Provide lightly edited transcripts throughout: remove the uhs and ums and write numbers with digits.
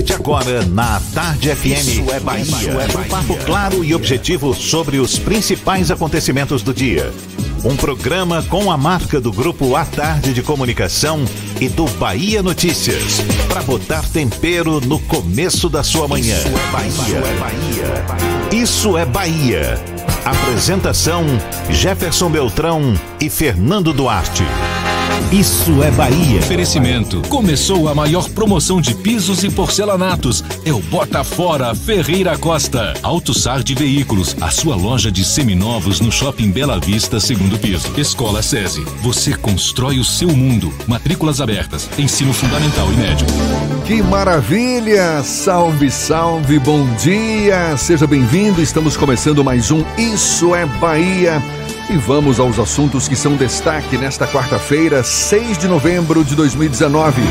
de agora na Tarde FM. Isso é Bahia. Um papo claro e objetivo sobre os principais acontecimentos do dia. Um programa com a marca do Grupo A Tarde de Comunicação e do Bahia Notícias, para botar tempero no começo da sua manhã. Isso é Bahia. Isso é Bahia. Apresentação: Jefferson Beltrão e Fernando Duarte. Isso é Bahia. Oferecimento. Começou a maior promoção de pisos e porcelanatos. É o Bota Fora Ferreira Costa. AutoSar de Veículos. A sua loja de seminovos no Shopping Bela Vista, segundo piso. Escola SESI. Você constrói o seu mundo. Matrículas abertas. Ensino fundamental e médio. Que maravilha! Salve, salve, bom dia! Seja bem-vindo. Estamos começando mais um Isso é Bahia. E vamos aos assuntos que são destaque nesta quarta-feira, 6 de novembro de 2019.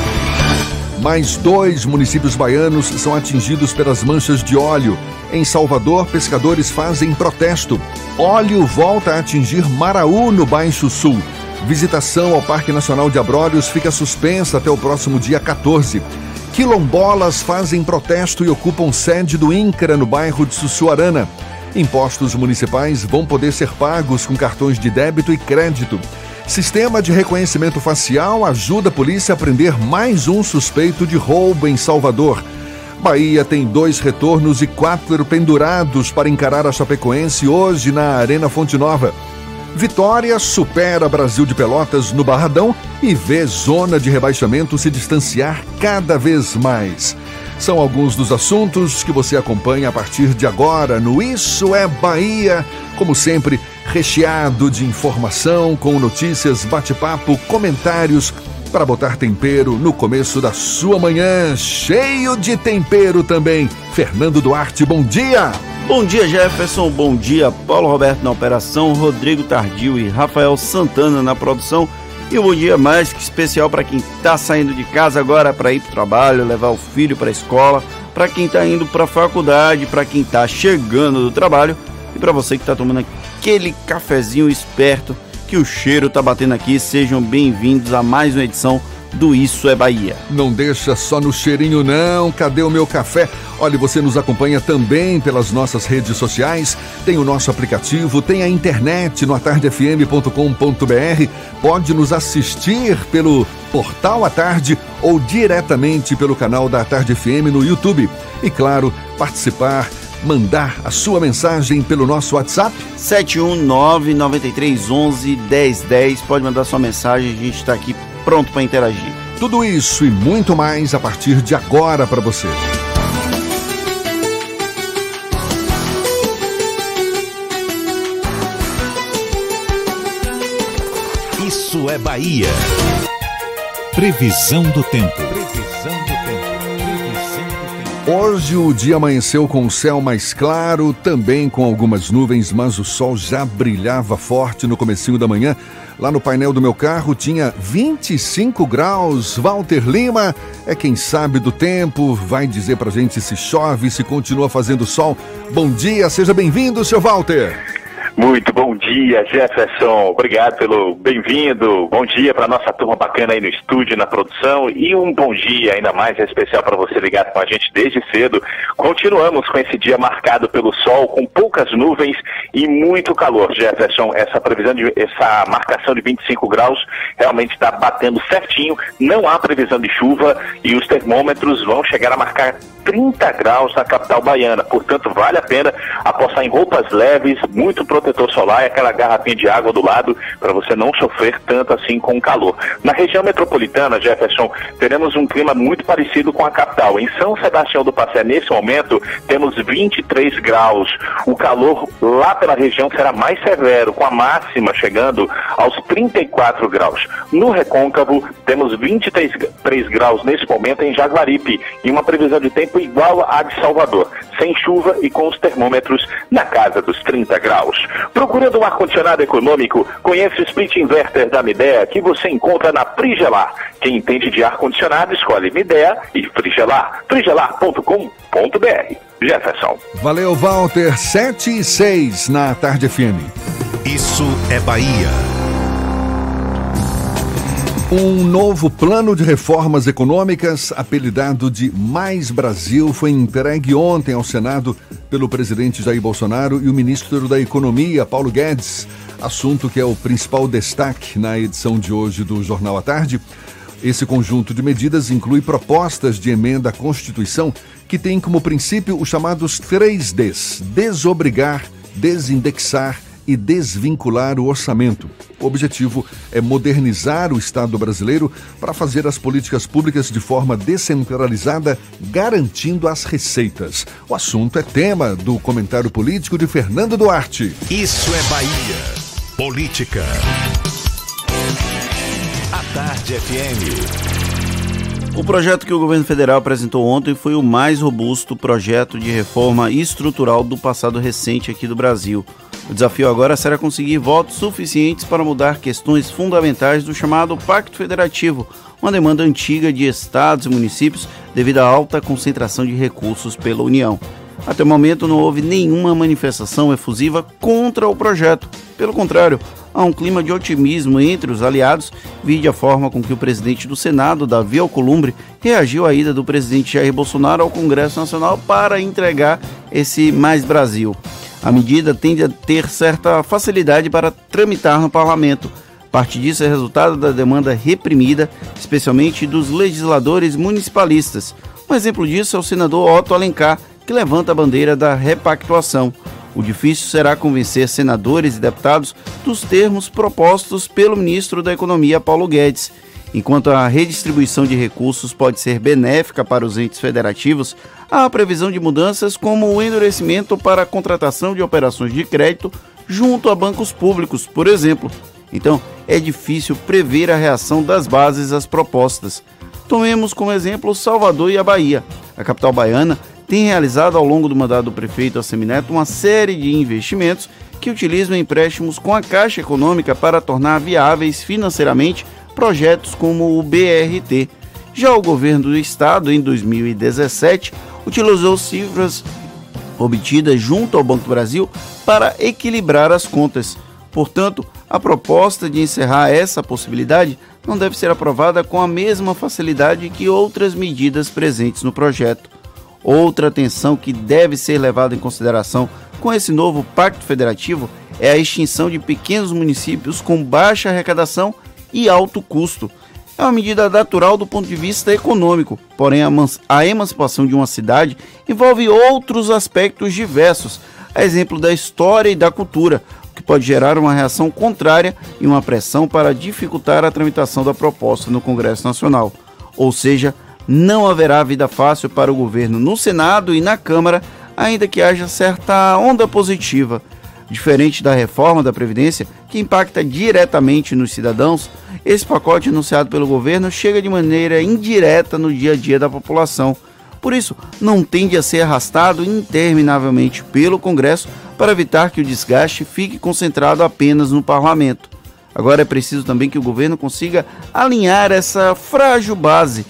Mais 2 municípios baianos são atingidos pelas manchas de óleo. Em Salvador, pescadores fazem protesto. Óleo volta a atingir Maraú, no Baixo Sul. Visitação ao Parque Nacional de Abrolhos fica suspensa até o próximo dia 14. Quilombolas fazem protesto e ocupam sede do INCRA, no bairro de Sussuarana. Impostos municipais vão poder ser pagos com cartões de débito e crédito. Sistema de reconhecimento facial ajuda a polícia a prender mais um suspeito de roubo em Salvador. Bahia tem 2 retornos e 4 pendurados para encarar a Chapecoense hoje na Arena Fonte Nova. Vitória supera Brasil de Pelotas no Barradão e vê zona de rebaixamento se distanciar cada vez mais. São alguns dos assuntos que você acompanha a partir de agora no Isso é Bahia. Como sempre, recheado de informação, com notícias, bate-papo, comentários, para botar tempero no começo da sua manhã. Cheio de tempero também. Fernando Duarte, bom dia! Bom dia, Jefferson. Bom dia, Paulo Roberto na operação, Rodrigo Tardio e Rafael Santana na produção. E um bom dia mais que especial para quem está saindo de casa agora para ir para o trabalho, levar o filho para a escola, para quem está indo para a faculdade, para quem está chegando do trabalho e para você que está tomando aquele cafezinho esperto que o cheiro está batendo aqui. Sejam bem-vindos a mais uma edição do Isso é Bahia. Não deixa só no cheirinho não, cadê o meu café? Olha, você nos acompanha também pelas nossas redes sociais, tem o nosso aplicativo, tem a internet no atardefm.com.br, pode nos assistir pelo Portal à Tarde ou diretamente pelo canal da Tarde FM no YouTube. E claro, participar, mandar a sua mensagem pelo nosso WhatsApp 71993111010. Pode mandar sua mensagem, a gente está aqui pronto para interagir. Tudo isso e muito mais a partir de agora para você. Isso é Bahia. Previsão do tempo. Hoje o dia amanheceu com o céu mais claro, também com algumas nuvens, mas o sol já brilhava forte no comecinho da manhã. Lá no painel do meu carro tinha 25 graus. Walter Lima é quem sabe do tempo, vai dizer pra gente se chove, se continua fazendo sol. Bom dia, seja bem-vindo, seu Walter. Muito bom dia, Jefferson. Obrigado pelo bem-vindo. Bom dia para nossa turma bacana aí no estúdio, na produção. E um bom dia ainda mais especial para você ligado com a gente desde cedo. Continuamos com esse dia marcado pelo sol, com poucas nuvens e muito calor, Jefferson. Essa marcação de 25 graus realmente está batendo certinho. Não há previsão de chuva e os termômetros vão chegar a marcar 30 graus na capital baiana. Portanto, vale a pena apostar em roupas leves, muito protetor solar e aquela garrafinha de água do lado para você não sofrer tanto assim com o calor. Na região metropolitana, Jefferson, teremos um clima muito parecido com a capital. Em São Sebastião do Passé, nesse momento, temos 23 graus. O calor lá pela região será mais severo, com a máxima chegando aos 34 graus. No Recôncavo, temos 23 graus nesse momento em Jaguaripe e uma previsão de tempo igual à de Salvador, sem chuva e com os termômetros na casa dos 30 graus. Procurando um ar-condicionado econômico, conheça o split inverter da Midea, que você encontra na Frigelar. Quem entende de ar-condicionado, escolhe Midea e Frigelar. frigelar.com.br. Jefferson. Valeu, Walter. 7:06 na Tarde FM. Isso é Bahia. Um novo plano de reformas econômicas, apelidado de Mais Brasil, foi entregue ontem ao Senado pelo presidente Jair Bolsonaro e o ministro da Economia, Paulo Guedes. Assunto que é o principal destaque na edição de hoje do Jornal à Tarde. Esse conjunto de medidas inclui propostas de emenda à Constituição que tem como princípio os chamados 3 Ds: desobrigar, desindexar e desvincular o orçamento. O objetivo é modernizar o Estado brasileiro para fazer as políticas públicas de forma descentralizada, garantindo as receitas. O assunto é tema do comentário político de Fernando Duarte. Isso é Bahia. Política. À Tarde FM. O projeto que o governo federal apresentou ontem foi o mais robusto projeto de reforma estrutural do passado recente aqui do Brasil. O desafio agora será conseguir votos suficientes para mudar questões fundamentais do chamado Pacto Federativo, uma demanda antiga de estados e municípios devido à alta concentração de recursos pela União. Até o momento não houve nenhuma manifestação efusiva contra o projeto. Pelo contrário, há um clima de otimismo entre os aliados, vide a forma com que o presidente do Senado, Davi Alcolumbre, reagiu à ida do presidente Jair Bolsonaro ao Congresso Nacional para entregar esse Mais Brasil. A medida tende a ter certa facilidade para tramitar no parlamento. Parte disso é resultado da demanda reprimida, especialmente dos legisladores municipalistas. Um exemplo disso é o senador Otto Alencar, que levanta a bandeira da repactuação. O difícil será convencer senadores e deputados dos termos propostos pelo ministro da Economia, Paulo Guedes. Enquanto a redistribuição de recursos pode ser benéfica para os entes federativos, há a previsão de mudanças como o endurecimento para a contratação de operações de crédito junto a bancos públicos, por exemplo. Então, é difícil prever a reação das bases às propostas. Tomemos como exemplo Salvador e a Bahia. A capital baiana tem realizado ao longo do mandato do prefeito Assemineto uma série de investimentos que utilizam empréstimos com a Caixa Econômica para tornar viáveis financeiramente projetos como o BRT. Já o governo do estado, em 2017, utilizou cifras obtidas junto ao Banco do Brasil para equilibrar as contas. Portanto, a proposta de encerrar essa possibilidade não deve ser aprovada com a mesma facilidade que outras medidas presentes no projeto. Outra atenção que deve ser levada em consideração com esse novo Pacto Federativo é a extinção de pequenos municípios com baixa arrecadação e alto custo. É uma medida natural do ponto de vista econômico, porém a emancipação de uma cidade envolve outros aspectos diversos, a exemplo da história e da cultura, o que pode gerar uma reação contrária e uma pressão para dificultar a tramitação da proposta no Congresso Nacional. Ou seja, não haverá vida fácil para o governo no Senado e na Câmara, ainda que haja certa onda positiva. Diferente da reforma da Previdência, que impacta diretamente nos cidadãos, esse pacote anunciado pelo governo chega de maneira indireta no dia a dia da população. Por isso, não tende a ser arrastado interminavelmente pelo Congresso para evitar que o desgaste fique concentrado apenas no parlamento. Agora é preciso também que o governo consiga alinhar essa frágil base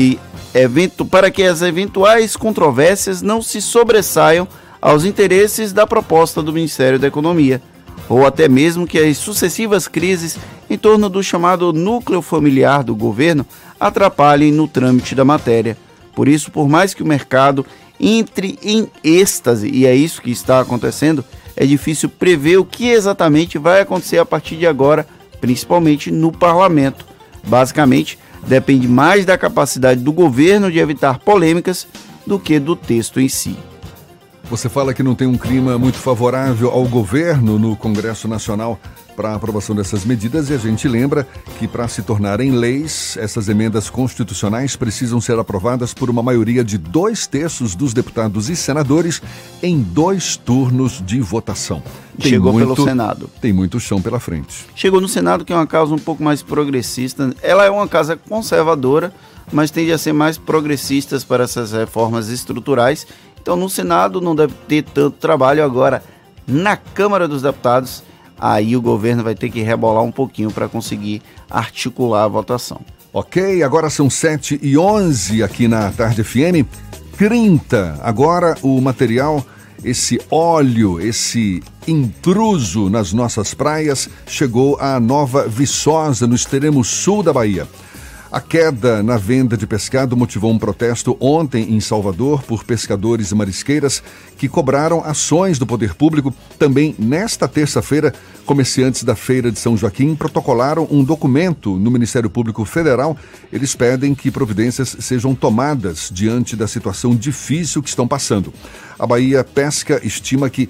para que as eventuais controvérsias não se sobressaiam aos interesses da proposta do Ministério da Economia, ou até mesmo que as sucessivas crises em torno do chamado núcleo familiar do governo atrapalhem no trâmite da matéria. Por isso, por mais que o mercado entre em êxtase, e é isso que está acontecendo, é difícil prever o que exatamente vai acontecer a partir de agora, principalmente no parlamento. Basicamente, depende mais da capacidade do governo de evitar polêmicas do que do texto em si. Você fala que não tem um clima muito favorável ao governo no Congresso Nacional para a aprovação dessas medidas, e a gente lembra que para se tornarem leis, essas emendas constitucionais precisam ser aprovadas por uma maioria de 2/3 dos deputados e senadores em 2 turnos de votação. Chegou pelo Senado. Tem muito chão pela frente. Chegou no Senado, que é uma causa um pouco mais progressista. Ela é uma casa conservadora, mas tende a ser mais progressistas para essas reformas estruturais. Então, no Senado não deve ter tanto trabalho. Agora, na Câmara dos Deputados, aí o governo vai ter que rebolar um pouquinho para conseguir articular a votação. Ok, agora são 7h11 aqui na Tarde FM. 30. Agora o material esse óleo, esse intruso nas nossas praias, chegou à Nova Viçosa, no extremo sul da Bahia. A queda na venda de pescado motivou um protesto ontem em Salvador por pescadores e marisqueiras que cobraram ações do poder público. Também nesta terça-feira, comerciantes da Feira de São Joaquim protocolaram um documento no Ministério Público Federal. Eles pedem que providências sejam tomadas diante da situação difícil que estão passando. A Bahia Pesca estima que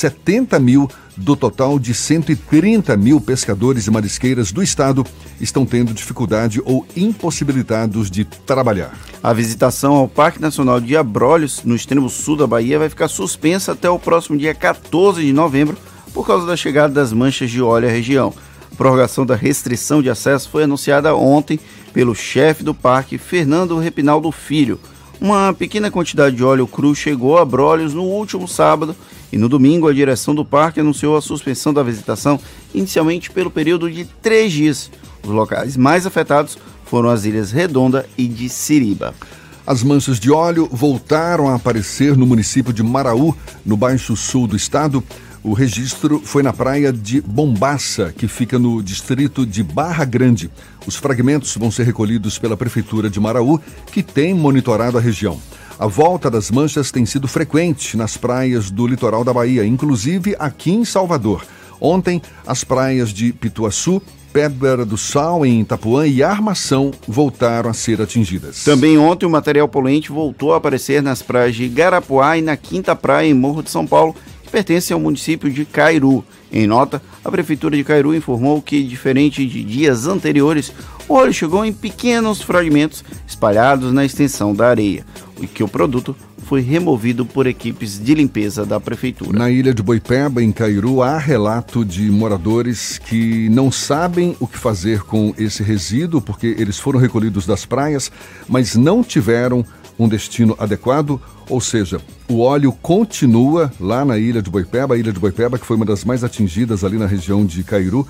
70 mil do total de 130 mil pescadores e marisqueiras do estado estão tendo dificuldade ou impossibilitados de trabalhar. A visitação ao Parque Nacional de Abrolhos, no extremo sul da Bahia, vai ficar suspensa até o próximo dia 14 de novembro por causa da chegada das manchas de óleo à região. A prorrogação da restrição de acesso foi anunciada ontem pelo chefe do parque, Fernando Repinaldo Filho. Uma pequena quantidade de óleo cru chegou a Abrolhos no último sábado e no domingo a direção do parque anunciou a suspensão da visitação, inicialmente pelo período de 3 dias. Os locais mais afetados foram as Ilhas Redonda e de Siriba. As manchas de óleo voltaram a aparecer no município de Maraú, no Baixo Sul do estado. O registro foi na praia de Bombaça, que fica no distrito de Barra Grande. Os fragmentos vão ser recolhidos pela Prefeitura de Maraú, que tem monitorado a região. A volta das manchas tem sido frequente nas praias do litoral da Bahia, inclusive aqui em Salvador. Ontem, as praias de Pituaçu, Pedra do Sal, em Itapuã e Armação voltaram a ser atingidas. Também ontem o material poluente voltou a aparecer nas praias de Garapuá e na Quinta Praia, em Morro de São Paulo, que pertence ao município de Cairu. Em nota, a Prefeitura de Cairu informou que, diferente de dias anteriores, o óleo chegou em pequenos fragmentos espalhados na extensão da areia, e que o produto foi removido por equipes de limpeza da Prefeitura. Na ilha de Boipeba, em Cairu, há relato de moradores que não sabem o que fazer com esse resíduo, porque eles foram recolhidos das praias, mas não tiveram um destino adequado, ou seja, o óleo continua lá na ilha de Boipeba, a ilha de Boipeba, que foi uma das mais atingidas ali na região de Cairu,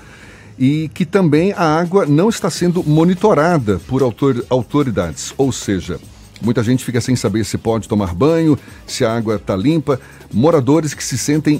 e que também a água não está sendo monitorada por autoridades, ou seja, muita gente fica sem saber se pode tomar banho, se a água está limpa. Moradores que se sentem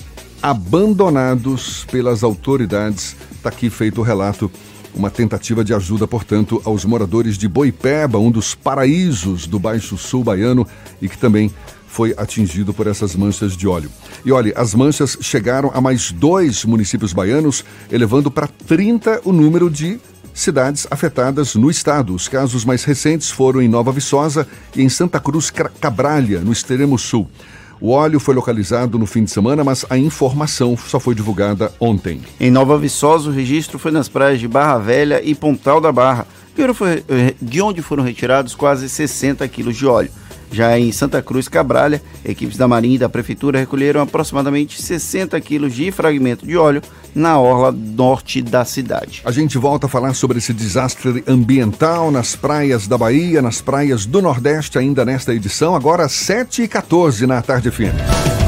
abandonados pelas autoridades. Está aqui feito o relato, uma tentativa de ajuda, portanto, aos moradores de Boipeba, um dos paraísos do Baixo Sul baiano e que também foi atingido por essas manchas de óleo. E olha, as manchas chegaram a mais 2 municípios baianos, elevando para 30 o número de cidades afetadas no estado. Os casos mais recentes foram em Nova Viçosa e em Santa Cruz Cabralha, no extremo sul. O óleo foi localizado no fim de semana, mas a informação só foi divulgada ontem. Em Nova Viçosa, o registro foi nas praias de Barra Velha e Pontal da Barra, de onde foram retirados quase 60 quilos de óleo. Já em Santa Cruz Cabralha, equipes da Marinha e da Prefeitura recolheram aproximadamente 60 quilos de fragmento de óleo na orla norte da cidade. A gente volta a falar sobre esse desastre ambiental nas praias da Bahia, nas praias do Nordeste, ainda nesta edição, agora 7h14 na Tarde FM.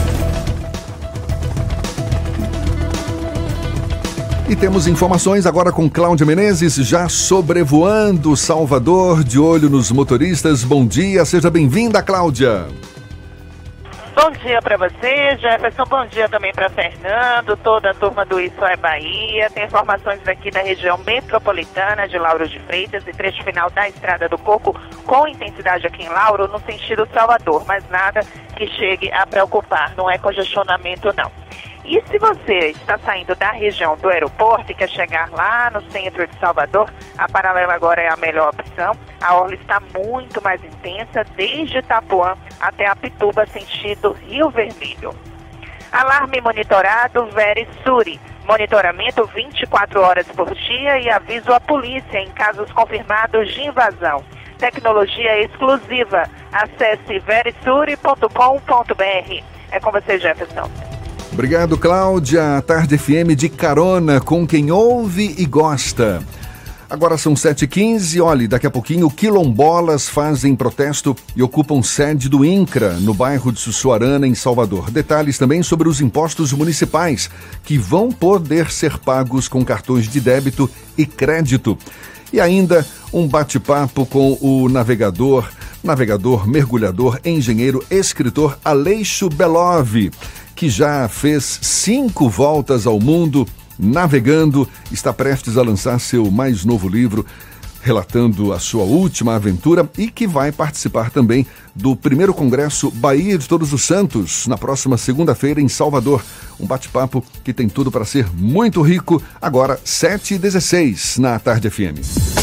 E temos informações agora com Cláudia Menezes, já sobrevoando Salvador, de olho nos motoristas. Bom dia, seja bem-vinda, Cláudia. Bom dia para você, Jefferson. Bom dia também para Fernando, toda a turma do Isso é Bahia. Tem informações aqui da região metropolitana de Lauro de Freitas e trecho final da Estrada do Coco, com intensidade aqui em Lauro, no sentido Salvador, mas nada que chegue a preocupar, não é congestionamento não. E se você está saindo da região do aeroporto e quer chegar lá no centro de Salvador, a paralela agora é a melhor opção. A orla está muito mais intensa, desde Itapuã até Apituba, sentido Rio Vermelho. Alarme monitorado Verisuri. Monitoramento 24 horas por dia e aviso à polícia em casos confirmados de invasão. Tecnologia exclusiva. Acesse verisuri.com.br. É com você, Jefferson. Obrigado, Cláudia. Tarde FM de carona com quem ouve e gosta. Agora são 7h15. Olha, daqui a pouquinho quilombolas fazem protesto e ocupam sede do INCRA, no bairro de Sussuarana, em Salvador. Detalhes também sobre os impostos municipais, que vão poder ser pagos com cartões de débito e crédito. E ainda um bate-papo com o navegador navegador, mergulhador, engenheiro, escritor Aleixo Belov, que já fez 5 voltas ao mundo navegando, está prestes a lançar seu mais novo livro, relatando a sua última aventura e que vai participar também do primeiro Congresso Bahia de Todos os Santos, na próxima segunda-feira em Salvador. Um bate-papo que tem tudo para ser muito rico, agora 7h16 na Tarde FM.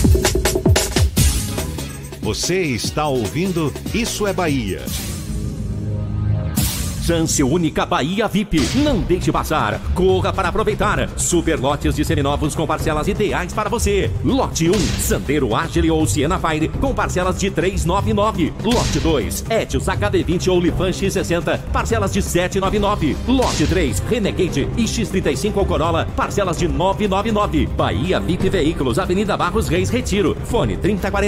Você está ouvindo Isso é Bahia. Chance única Bahia VIP. Não deixe passar. Corra para aproveitar. Super lotes de seminovos com parcelas ideais para você. Lote 1, Sandero Agile ou Siena Fire com parcelas de 399. Lote 2, Etios HB20 ou Lifan X60, parcelas de 799. Lote 3, Renegade e X35 ou Corolla, parcelas de 999. Bahia VIP Veículos, Avenida Barros Reis, Retiro. Fone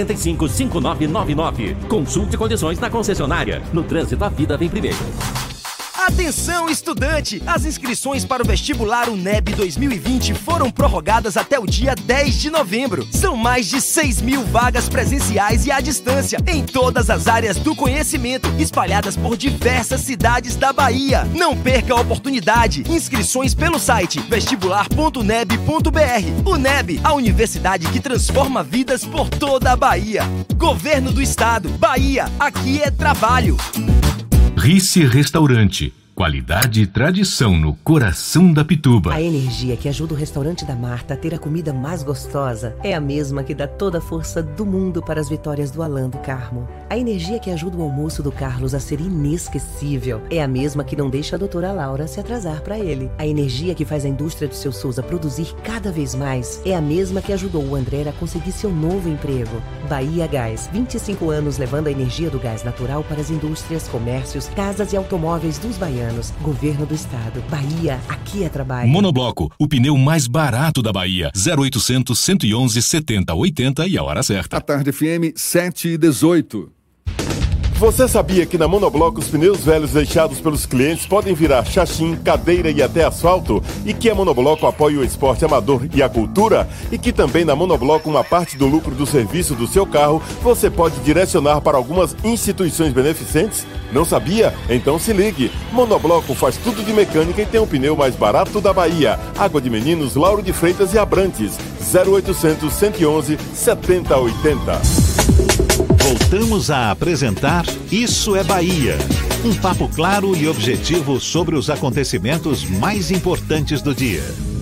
3045-5999. Consulte condições na concessionária. No trânsito, a vida vem primeiro. Atenção, estudante! As inscrições para o vestibular UNEB 2020 foram prorrogadas até o dia 10 de novembro. São mais de 6.000 vagas presenciais e à distância, em todas as áreas do conhecimento, espalhadas por diversas cidades da Bahia. Não perca a oportunidade. Inscrições pelo site vestibular.uneb.br. UNEB, a universidade que transforma vidas por toda a Bahia. Governo do Estado. Bahia, aqui é trabalho. Rice Restaurante. Qualidade e tradição no coração da Pituba. A energia que ajuda o restaurante da Marta a ter a comida mais gostosa é a mesma que dá toda a força do mundo para as vitórias do Alan do Carmo. A energia que ajuda o almoço do Carlos a ser inesquecível é a mesma que não deixa a doutora Laura se atrasar para ele. A energia que faz a indústria do Seu Souza produzir cada vez mais é a mesma que ajudou o André a conseguir seu novo emprego. Bahia Gás, 25 anos levando a energia do gás natural para as indústrias, comércios, casas e automóveis dos baianos. Governo do Estado. Bahia, aqui é trabalho. Monobloco, o pneu mais barato da Bahia. 0800 111 70 80 e a hora certa. A Tarde FM 7h18. Você sabia que na Monobloco os pneus velhos deixados pelos clientes podem virar chachim, cadeira e até asfalto? E que a Monobloco apoia o esporte amador e a cultura? E que também na Monobloco uma parte do lucro do serviço do seu carro você pode direcionar para algumas instituições beneficentes? Não sabia? Então se ligue. Monobloco faz tudo de mecânica e tem o pneu mais barato da Bahia. Água de Meninos, Lauro de Freitas e Abrantes. 0800 111 7080. Voltamos a apresentar Isso é Bahia. Um papo claro e objetivo sobre os acontecimentos mais importantes do dia.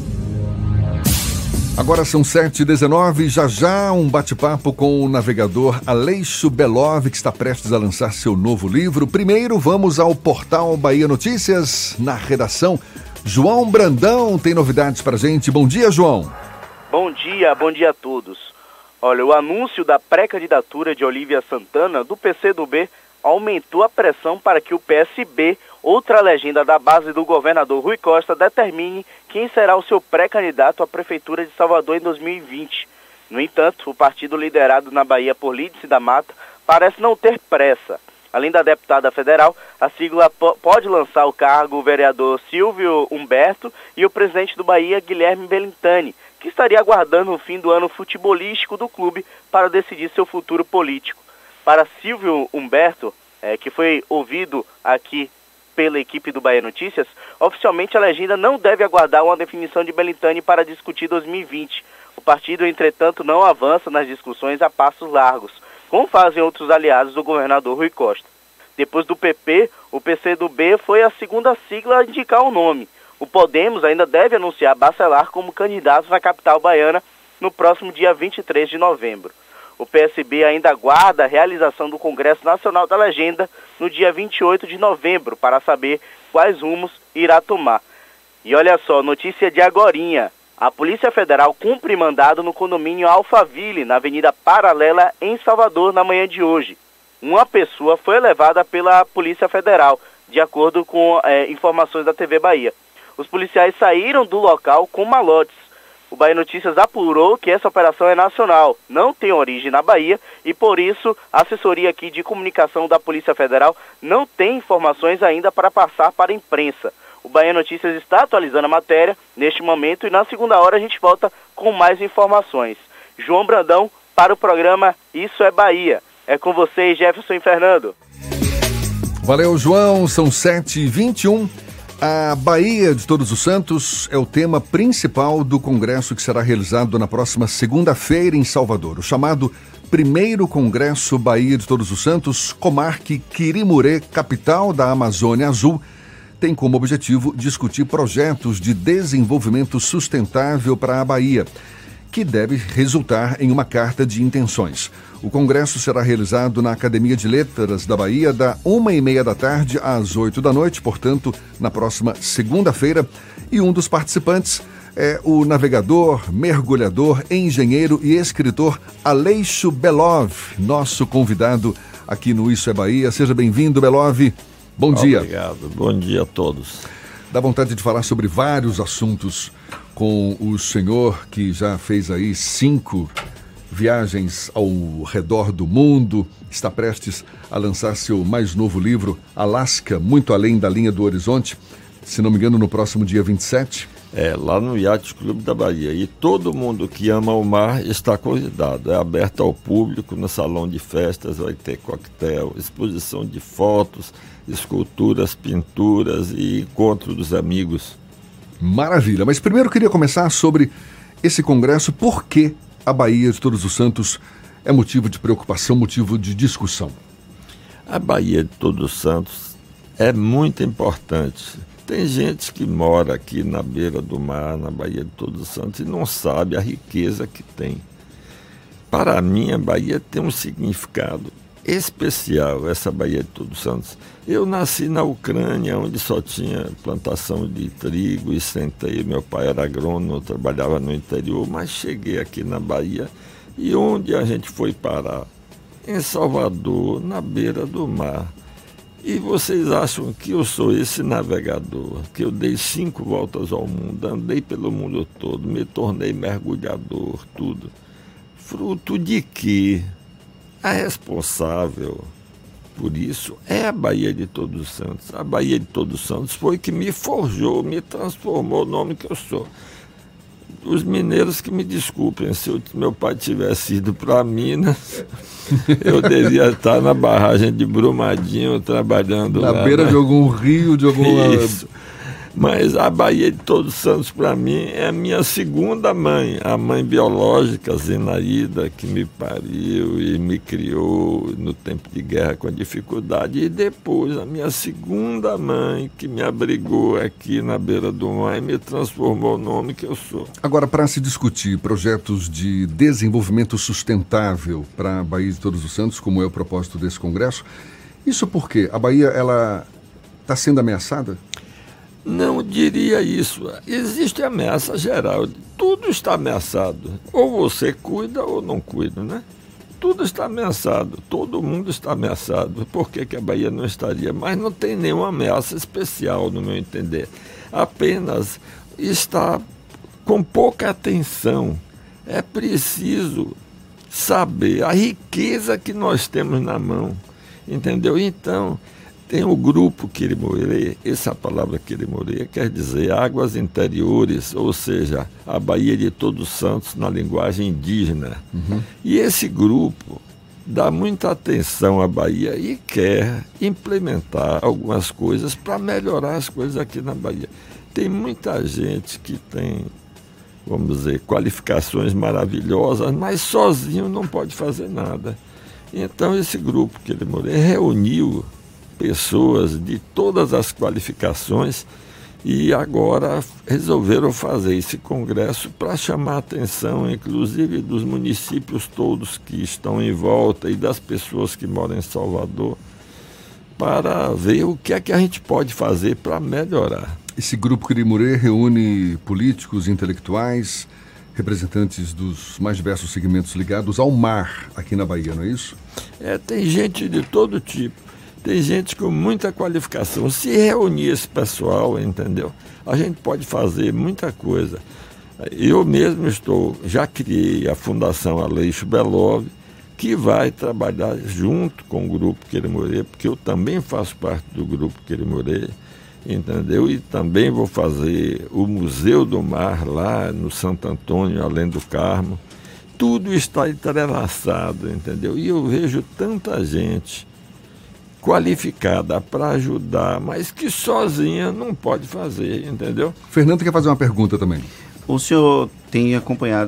Agora são 7h19, já um bate-papo com o navegador Aleixo Belov, que está prestes a lançar seu novo livro. Primeiro, vamos ao portal Bahia Notícias, na redação. João Brandão tem novidades pra gente. Bom dia, João. Bom dia a todos. Olha, o anúncio da pré-candidatura de Olívia Santana, do PCdoB, aumentou a pressão para que o PSB, outra legenda da base do governador Rui Costa, determine quem será o seu pré-candidato à Prefeitura de Salvador em 2020. No entanto, o partido liderado na Bahia por Lídice da Mata parece não ter pressa. Além da deputada federal, a sigla pode lançar o cargo o vereador Silvio Humberto e o presidente do Bahia, Guilherme Belintani, que estaria aguardando o fim do ano futebolístico do clube para decidir seu futuro político. Para Silvio Humberto, que foi ouvido aqui pela equipe do Bahia Notícias, oficialmente a legenda não deve aguardar uma definição de Belintani para discutir 2020. O partido, entretanto, não avança nas discussões a passos largos, como fazem outros aliados do governador Rui Costa. Depois do PP, o PCdoB foi a segunda sigla a indicar o nome. O Podemos ainda deve anunciar Bacelar como candidato na capital baiana no próximo dia 23 de novembro. O PSB ainda aguarda a realização do Congresso Nacional da Legenda no dia 28 de novembro para saber quais rumos irá tomar. E olha só, notícia de agorinha. A Polícia Federal cumpre mandado no condomínio Alphaville, na Avenida Paralela, em Salvador, na manhã de hoje. Uma pessoa foi levada pela Polícia Federal, de acordo com informações da TV Bahia. Os policiais saíram do local com malotes. O Bahia Notícias apurou que essa operação é nacional, não tem origem na Bahia e, por isso, a assessoria aqui de comunicação da Polícia Federal não tem informações ainda para passar para a imprensa. O Bahia Notícias está atualizando a matéria neste momento e na segunda hora a gente volta com mais informações. João Brandão para o programa Isso é Bahia. É com vocês, Jefferson e Fernando. Valeu, João. São 7h21. A Bahia de Todos os Santos é o tema principal do congresso que será realizado na próxima segunda-feira em Salvador. O chamado Primeiro Congresso Bahia de Todos os Santos, Comarque Quirimurê, capital da Amazônia Azul, tem como objetivo discutir projetos de desenvolvimento sustentável para a Bahia, que deve resultar em uma carta de intenções. O congresso será realizado na Academia de Letras da Bahia, da 1h30 da tarde às 8 da noite, portanto, na próxima segunda-feira. E um dos participantes é o navegador, mergulhador, engenheiro e escritor Aleixo Belov, nosso convidado aqui no Isso é Bahia. Seja bem-vindo, Belov. Bom dia. Obrigado. Bom dia a todos. Dá vontade de falar sobre vários assuntos com o senhor que já fez aí 5 viagens ao redor do mundo, está prestes a lançar seu mais novo livro, Alasca, Muito Além da Linha do Horizonte, se não me engano, no próximo dia 27. Lá no Yacht Clube da Bahia. E todo mundo que ama o mar está convidado. É aberto ao público, no salão de festas, vai ter coquetel, exposição de fotos, esculturas, pinturas e encontro dos amigos. Maravilha, mas primeiro eu queria começar sobre esse congresso. Por que a Bahia de Todos os Santos é motivo de preocupação, motivo de discussão? A Bahia de Todos os Santos é muito importante. Tem gente que mora aqui na beira do mar, na Bahia de Todos os Santos, e não sabe a riqueza que tem. Para mim, a Bahia tem um significado especial, essa Bahia de Todos os Santos. Eu nasci na Ucrânia, onde só tinha plantação de trigo e centeio. Meu pai era agrônomo, trabalhava no interior, mas cheguei aqui na Bahia. E onde a gente foi parar? Em Salvador, na beira do mar. E vocês acham que eu sou esse navegador, que eu dei 5 voltas ao mundo, andei pelo mundo todo, me tornei mergulhador, tudo. Fruto de quê? A responsável por isso é a Bahia de Todos os Santos. A Bahia de Todos os Santos foi que me forjou, me transformou no nome que eu sou. Os mineiros que me desculpem, se meu pai tivesse ido para Minas, eu devia estar na barragem de Brumadinho, trabalhando na lá, beira de algum rio, de alguma... Isso. Mas a Bahia de Todos os Santos, para mim, é a minha segunda mãe, a mãe biológica, Zenaída, que me pariu e me criou no tempo de guerra com dificuldade. E depois a minha segunda mãe, que me abrigou aqui na beira do mar e me transformou no homem que eu sou. Agora, para se discutir projetos de desenvolvimento sustentável para a Bahia de Todos os Santos, como é o propósito desse congresso, isso porque a Bahia ela está sendo ameaçada? Não diria isso. Existe ameaça geral. Tudo está ameaçado. Ou você cuida ou não cuida, né? Tudo está ameaçado. Todo mundo está ameaçado. Por que a Bahia não estaria? Mas não tem nenhuma ameaça especial, no meu entender. Apenas está com pouca atenção. É preciso saber a riqueza que nós temos na mão. Entendeu? Então... tem o grupo Quirimurê, essa palavra Quirimurê quer dizer águas interiores, ou seja, a Bahia de Todos os Santos na linguagem indígena. E esse grupo dá muita atenção à Bahia e quer implementar algumas coisas para melhorar as coisas aqui na Bahia. Tem muita gente que tem, vamos dizer, qualificações maravilhosas, mas sozinho não pode fazer nada. Então esse grupo Quirimurê reuniu pessoas de todas as qualificações e agora resolveram fazer esse congresso para chamar a atenção, inclusive dos municípios todos que estão em volta e das pessoas que moram em Salvador, para ver o que é que a gente pode fazer para melhorar. Esse grupo Quirimurê reúne políticos, intelectuais, representantes dos mais diversos segmentos ligados ao mar aqui na Bahia, não é isso? Tem gente de todo tipo. Tem gente com muita qualificação. Se reunir esse pessoal, entendeu? A gente pode fazer muita coisa. Eu mesmo já criei a Fundação Aleixo Belov, que vai trabalhar junto com o Grupo Quirimurê, porque eu também faço parte do Grupo Quirimurê, entendeu? E também vou fazer o Museu do Mar lá no Santo Antônio, além do Carmo. tudo está entrelaçado, entendeu? E eu vejo tanta gente qualificada para ajudar, mas que sozinha não pode fazer, entendeu? Fernando quer fazer uma pergunta também. O senhor tem acompanhado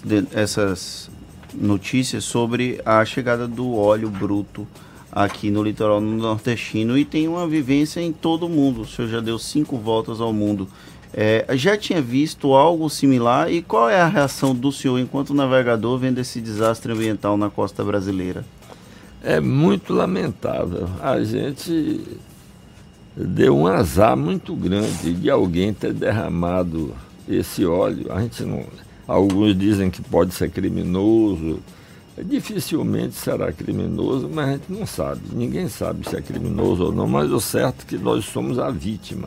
essas notícias sobre a chegada do óleo bruto aqui no litoral nordestino e tem uma vivência em todo o mundo. O senhor já deu 5 voltas ao mundo. Já tinha visto algo similar e qual é a reação do senhor enquanto navegador vendo esse desastre ambiental na costa brasileira? É muito lamentável. A gente deu um azar muito grande de alguém ter derramado esse óleo. A gente não, alguns dizem que pode ser criminoso. Dificilmente será criminoso, mas a gente não sabe. Ninguém sabe se é criminoso ou não, mas o certo é que nós somos a vítima.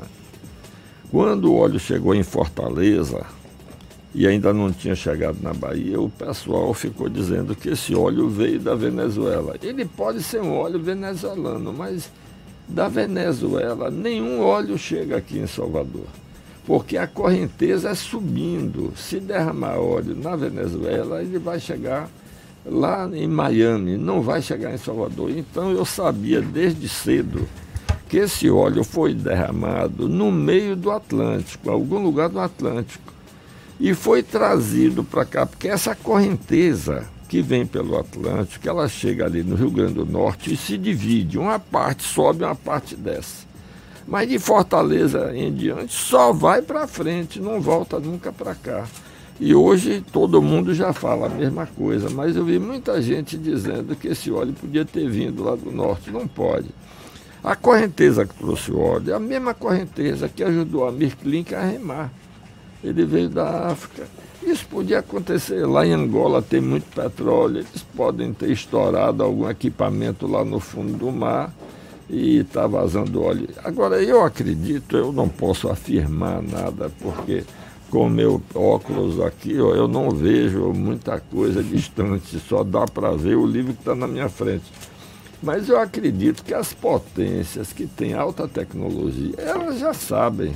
Quando o óleo chegou em Fortaleza e ainda não tinha chegado na Bahia, o pessoal ficou dizendo que esse óleo veio da Venezuela. Ele pode ser um óleo venezuelano, mas da Venezuela nenhum óleo chega aqui em Salvador, porque a correnteza é subindo. Se derramar óleo na Venezuela, ele vai chegar lá em Miami, não vai chegar em Salvador. Então eu sabia desde cedo que esse óleo foi derramado no meio do Atlântico, algum lugar do Atlântico, e foi trazido para cá, porque essa correnteza que vem pelo Atlântico, ela chega ali no Rio Grande do Norte e se divide, uma parte sobe, uma parte desce. Mas de Fortaleza em diante só vai para frente, não volta nunca para cá. E hoje todo mundo já fala a mesma coisa, mas eu vi muita gente dizendo que esse óleo podia ter vindo lá do norte. Não pode. A correnteza que trouxe o óleo é a mesma correnteza que ajudou a Mirklink a remar. Ele veio da África. Isso podia acontecer lá em Angola, tem muito petróleo, eles podem ter estourado algum equipamento lá no fundo do mar e está vazando óleo. Agora, eu acredito, eu não posso afirmar nada, porque com o meu óculos aqui, ó, eu não vejo muita coisa distante, só dá para ver o livro que está na minha frente. Mas eu acredito que as potências que têm alta tecnologia, elas já sabem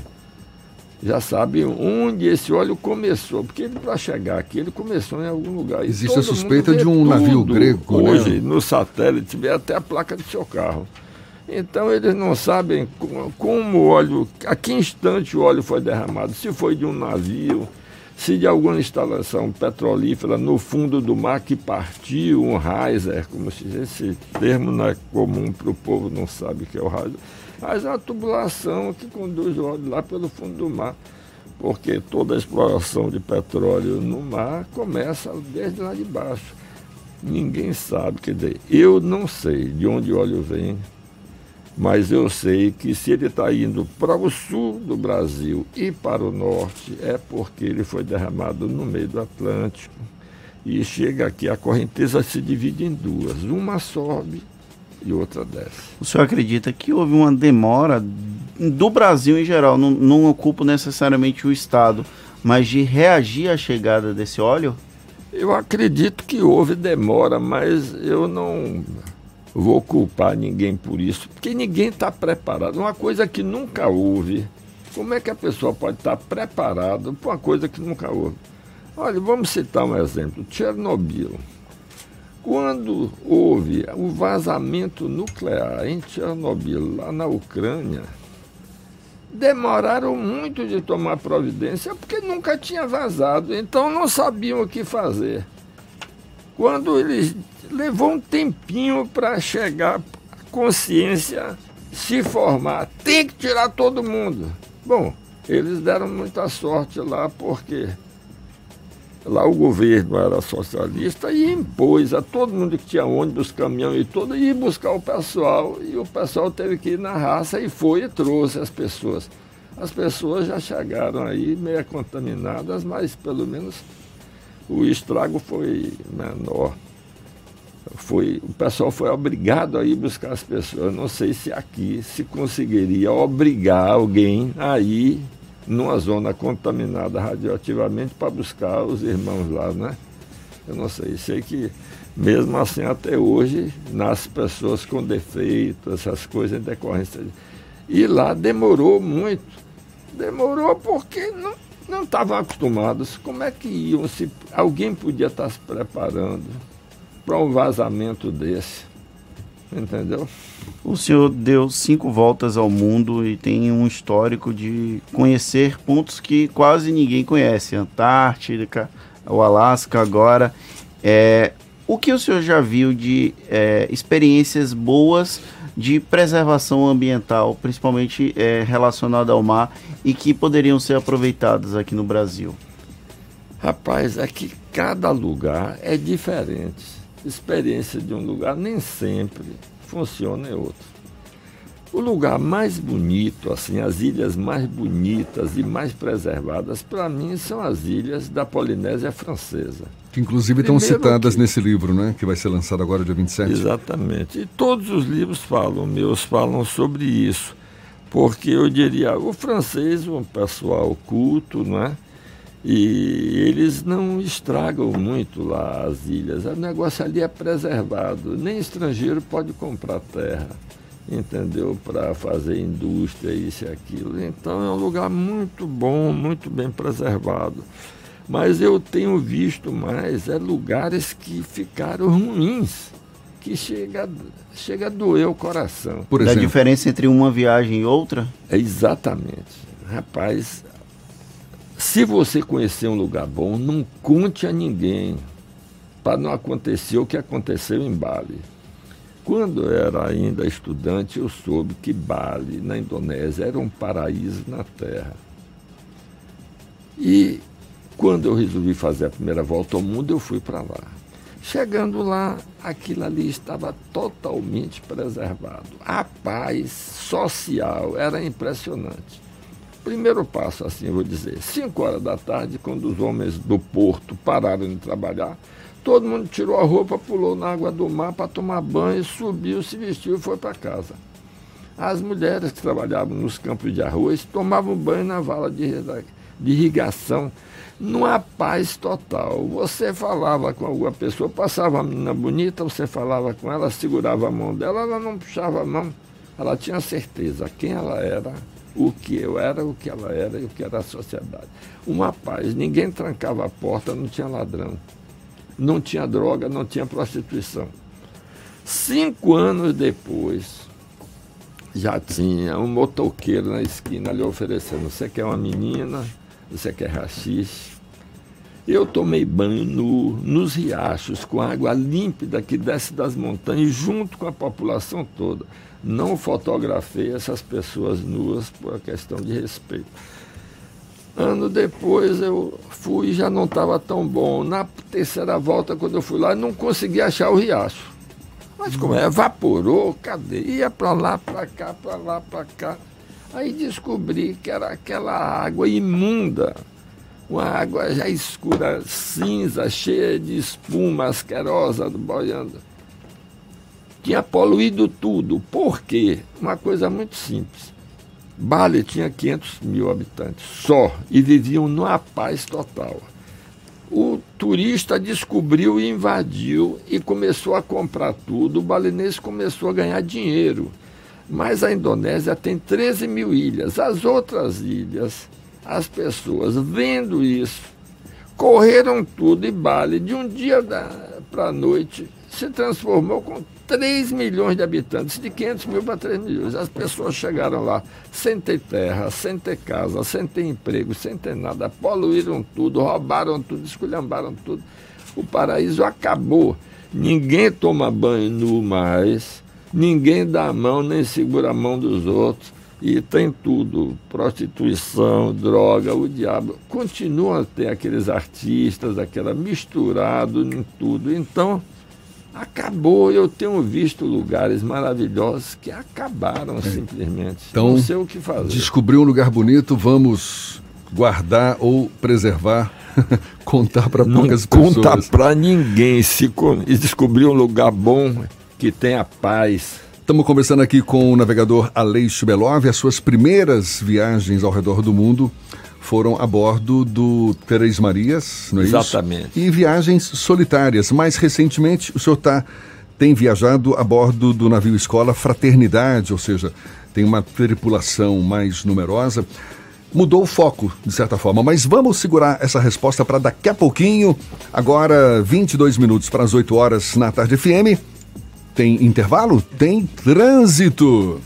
onde esse óleo começou, porque para chegar aqui ele começou em algum lugar. Existe a suspeita de um navio grego, hoje, né? No satélite, vê até a placa do seu carro. Então eles não sabem como o óleo, a que instante o óleo foi derramado, se foi de um navio, se de alguma instalação petrolífera no fundo do mar que partiu, um riser, como se esse termo não é comum para o povo, não sabe o que é o riser. Mas é uma tubulação que conduz o óleo lá pelo fundo do mar, porque toda a exploração de petróleo no mar começa desde lá de baixo. Ninguém sabe, quer dizer, eu não sei de onde o óleo vem, mas eu sei que se ele está indo para o sul do Brasil e para o norte, é porque ele foi derramado no meio do Atlântico e chega aqui, a correnteza se divide em duas, uma sobe e outra desce. O senhor acredita que houve uma demora do Brasil em geral, não ocupa necessariamente o Estado, mas de reagir à chegada desse óleo? Eu acredito que houve demora, mas eu não vou culpar ninguém por isso, porque ninguém está preparado. Uma coisa que nunca houve, como é que a pessoa pode estar preparada para uma coisa que nunca houve? Olha, vamos citar um exemplo, Chernobyl. Quando houve o vazamento nuclear em Chernobyl, lá na Ucrânia, demoraram muito de tomar providência porque nunca tinha vazado, então não sabiam o que fazer. Quando eles levou um tempinho para chegar a consciência se formar, tem que tirar todo mundo. Bom, eles deram muita sorte lá porque lá o governo era socialista e impôs a todo mundo que tinha ônibus, caminhão e tudo, ir buscar o pessoal, e o pessoal teve que ir na raça e foi e trouxe as pessoas. As pessoas já chegaram aí meio contaminadas, mas pelo menos o estrago foi menor. O pessoal foi obrigado a ir buscar as pessoas. Não sei se aqui se conseguiria obrigar alguém a ir numa zona contaminada radioativamente para buscar os irmãos lá, né? Eu não sei. Sei que mesmo assim até hoje nascem pessoas com defeito, essas coisas em decorrência. E lá demorou muito. Demorou porque não estavam acostumados. Como é que iam? Se alguém podia estar se preparando para um vazamento desse? Entendeu? O senhor deu 5 voltas ao mundo e tem um histórico de conhecer pontos que quase ninguém conhece. Antártica, o Alasca agora. O que o senhor já viu de experiências boas de preservação ambiental, principalmente relacionada ao mar, e que poderiam ser aproveitadas aqui no Brasil? Rapaz, é que cada lugar é diferente. Experiência de um lugar nem sempre funciona em outro. O lugar mais bonito, assim, as ilhas mais bonitas e mais preservadas, para mim, são as ilhas da Polinésia Francesa. Que inclusive estão citadas nesse livro, né? Que vai ser lançado agora dia 27. Exatamente. E todos os livros meus falam sobre isso. Porque eu diria, o francês é um pessoal culto, não é? E eles não estragam muito lá as ilhas. O negócio ali é preservado. Nem estrangeiro pode comprar terra, entendeu? Para fazer indústria, isso e aquilo. Então é um lugar muito bom, muito bem preservado. Mas eu tenho visto mais lugares que ficaram ruins, que chega a doer o coração. Por exemplo? A diferença entre uma viagem e outra? Exatamente. Rapaz, se você conhecer um lugar bom, não conte a ninguém, para não acontecer o que aconteceu em Bali. Quando eu era ainda estudante, eu soube que Bali, na Indonésia, era um paraíso na Terra. E quando eu resolvi fazer a primeira volta ao mundo, eu fui para lá. Chegando lá, aquilo ali estava totalmente preservado. A paz social era impressionante. Primeiro passo, assim eu vou dizer, 5 horas da tarde, quando os homens do porto pararam de trabalhar, todo mundo tirou a roupa, pulou na água do mar para tomar banho, subiu, se vestiu e foi para casa. As mulheres que trabalhavam nos campos de arroz tomavam banho na vala de irrigação, numa paz total. Você falava com alguma pessoa, passava uma menina bonita, você falava com ela, segurava a mão dela, ela não puxava a mão, ela tinha certeza quem ela era, o que eu era, o que ela era e o que era a sociedade. Uma paz, ninguém trancava a porta, não tinha ladrão, não tinha droga, não tinha prostituição. 5 anos depois, já tinha um motoqueiro na esquina ali oferecendo, você quer uma menina, você quer haxixe? Eu tomei banho nos riachos, com água límpida que desce das montanhas, junto com a população toda. Não fotografei essas pessoas nuas por questão de respeito. Ano depois eu fui e já não estava tão bom. Na terceira volta, quando eu fui lá, não consegui achar o riacho. Mas como evaporou, cadê? Ia para lá, para cá, para lá, para cá. Aí descobri que era aquela água imunda, uma água já escura, cinza, cheia de espuma asquerosa boiando. Tinha poluído tudo. Por quê? Uma coisa muito simples. Bali tinha 500 mil habitantes só e viviam numa paz total. O turista descobriu e invadiu e começou a comprar tudo. O balinês começou a ganhar dinheiro. Mas a Indonésia tem 13 mil ilhas. As outras ilhas, as pessoas vendo isso, correram tudo e Bali, de um dia para a noite, se transformou com 3 milhões de habitantes, de 500 mil para 3 milhões. As pessoas chegaram lá sem ter terra, sem ter casa, sem ter emprego, sem ter nada, poluíram tudo, roubaram tudo, esculhambaram tudo. O paraíso acabou. Ninguém toma banho nu mais, ninguém dá a mão nem segura a mão dos outros. E tem tudo, prostituição, droga, o diabo. Continua a ter aqueles artistas, aquela misturado em tudo. Então, acabou. Eu tenho visto lugares maravilhosos que acabaram simplesmente. Então, não sei o que fazer. Descobriu um lugar bonito, vamos guardar ou preservar, contar para poucas pessoas. Não conta para ninguém. Se descobrir um lugar bom, que tenha paz. Estamos conversando aqui com o navegador Aleixo Belov. As suas primeiras viagens ao redor do mundo foram a bordo do Três Marias, não é isso? Exatamente. E viagens solitárias. Mais recentemente, o senhor tem viajado a bordo do navio escola Fraternidade, ou seja, tem uma tripulação mais numerosa. mudou o foco, de certa forma. Mas vamos segurar essa resposta para daqui a pouquinho. Agora, 22 minutos para as 8 horas na Tarde FM. Tem intervalo? Tem trânsito.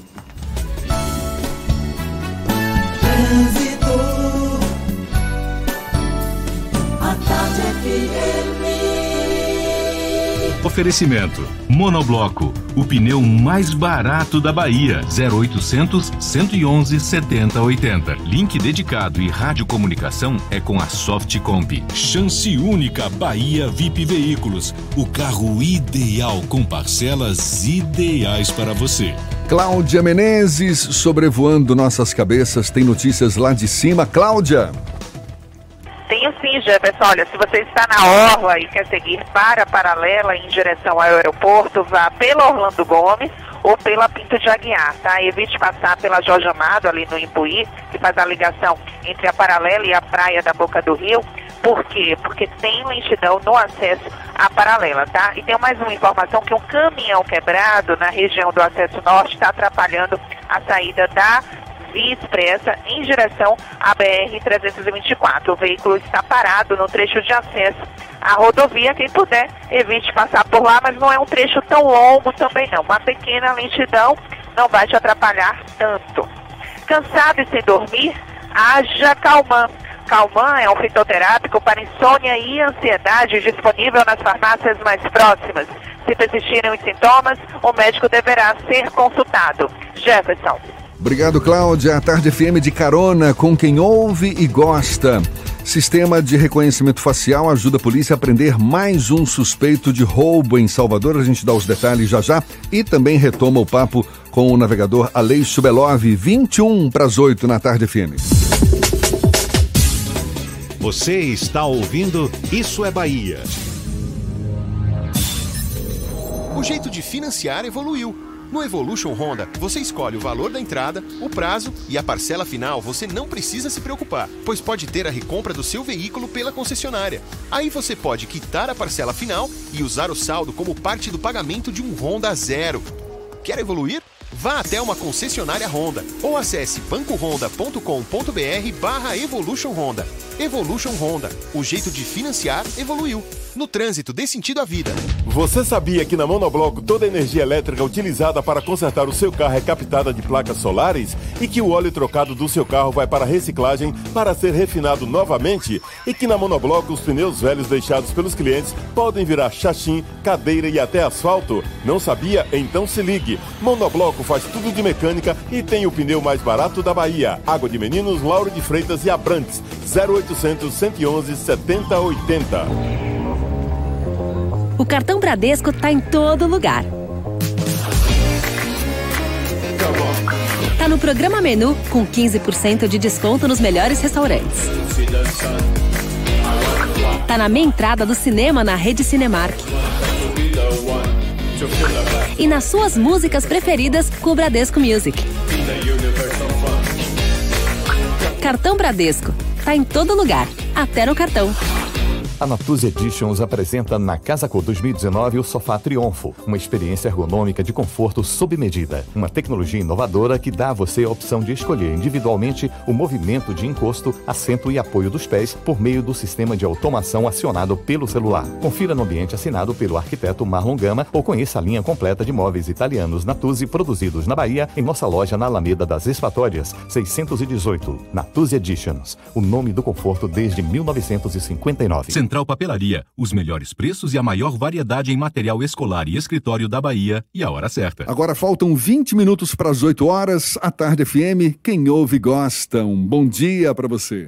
Oferecimento Monobloco, o pneu mais barato da Bahia. 0800 111 7080. Link dedicado e radiocomunicação é com a Softcomp. Chance única Bahia VIP Veículos, o carro ideal com parcelas ideais para você. Cláudia Menezes sobrevoando nossas cabeças, tem notícias lá de cima. Cláudia. Tenho sim, Jefferson. Olha, se você está na orla e quer seguir para a Paralela em direção ao aeroporto, vá pela Orlando Gomes ou pela Pinto de Aguiar, tá? Evite passar pela Jorge Amado, ali no Imbuí, que faz a ligação entre a Paralela e a Praia da Boca do Rio. Por quê? Porque tem lentidão no acesso à Paralela, tá? E tem mais uma informação que um caminhão quebrado na região do acesso norte está atrapalhando a saída da Via Expressa em direção à BR-324. O veículo está parado no trecho de acesso à rodovia. Quem puder, evite passar por lá, mas não é um trecho tão longo também não. Uma pequena lentidão não vai te atrapalhar tanto. Cansado e sem dormir? Haja Calman. Calman é um fitoterápico para insônia e ansiedade, disponível nas farmácias mais próximas. Se persistirem os sintomas, o médico deverá ser consultado. Jefferson. Obrigado, Cláudia. A Tarde FM de carona com quem ouve e gosta. Sistema de reconhecimento facial ajuda a polícia a prender mais um suspeito de roubo em Salvador. A gente dá os detalhes já já e também retoma o papo com o navegador Aleixo Belov, 21 para as 8 na Tarde FM. Você está ouvindo Isso é Bahia. O jeito de financiar evoluiu. No Evolution Honda, você escolhe o valor da entrada, o prazo e a parcela final. Você não precisa se preocupar, pois pode ter a recompra do seu veículo pela concessionária. Aí você pode quitar a parcela final e usar o saldo como parte do pagamento de um Honda zero. Quer evoluir? Vá até uma concessionária Honda ou acesse bancohonda.com.br/Evolution Honda. Evolution Honda, o jeito de financiar evoluiu. No trânsito, dê sentido à vida. Você sabia que na Monobloco toda a energia elétrica utilizada para consertar o seu carro é captada de placas solares? E que o óleo trocado do seu carro vai para reciclagem para ser refinado novamente? E que na Monobloco os pneus velhos deixados pelos clientes podem virar chachim, cadeira e até asfalto? Não sabia? Então se ligue. Monobloco faz tudo de mecânica e tem o pneu mais barato da Bahia. Água de Meninos, Lauro de Freitas e Abrantes. 0800 111 7080. O cartão Bradesco está em todo lugar. Tá no programa Menu com 15% de desconto nos melhores restaurantes. Tá na meia entrada do cinema na Rede Cinemark. E nas suas músicas preferidas com o Bradesco Music. Cartão Bradesco. Tá em todo lugar, até no cartão. A Natuzzi Editions apresenta na Casa Cor 2019 o Sofá Triunfo, uma experiência ergonômica de conforto sob medida. Uma tecnologia inovadora que dá a você a opção de escolher individualmente o movimento de encosto, assento e apoio dos pés por meio do sistema de automação acionado pelo celular. Confira no ambiente assinado pelo arquiteto Marlon Gama ou conheça a linha completa de móveis italianos Natuzzi produzidos na Bahia em nossa loja na Alameda das Esfatórias, 618. Natuzzi Editions, o nome do conforto desde 1959. Central Papelaria, os melhores preços e a maior variedade em material escolar e escritório da Bahia e a hora certa. Agora faltam 20 minutos para as 8 horas. A Tarde FM, quem ouve gosta. Um bom dia para você.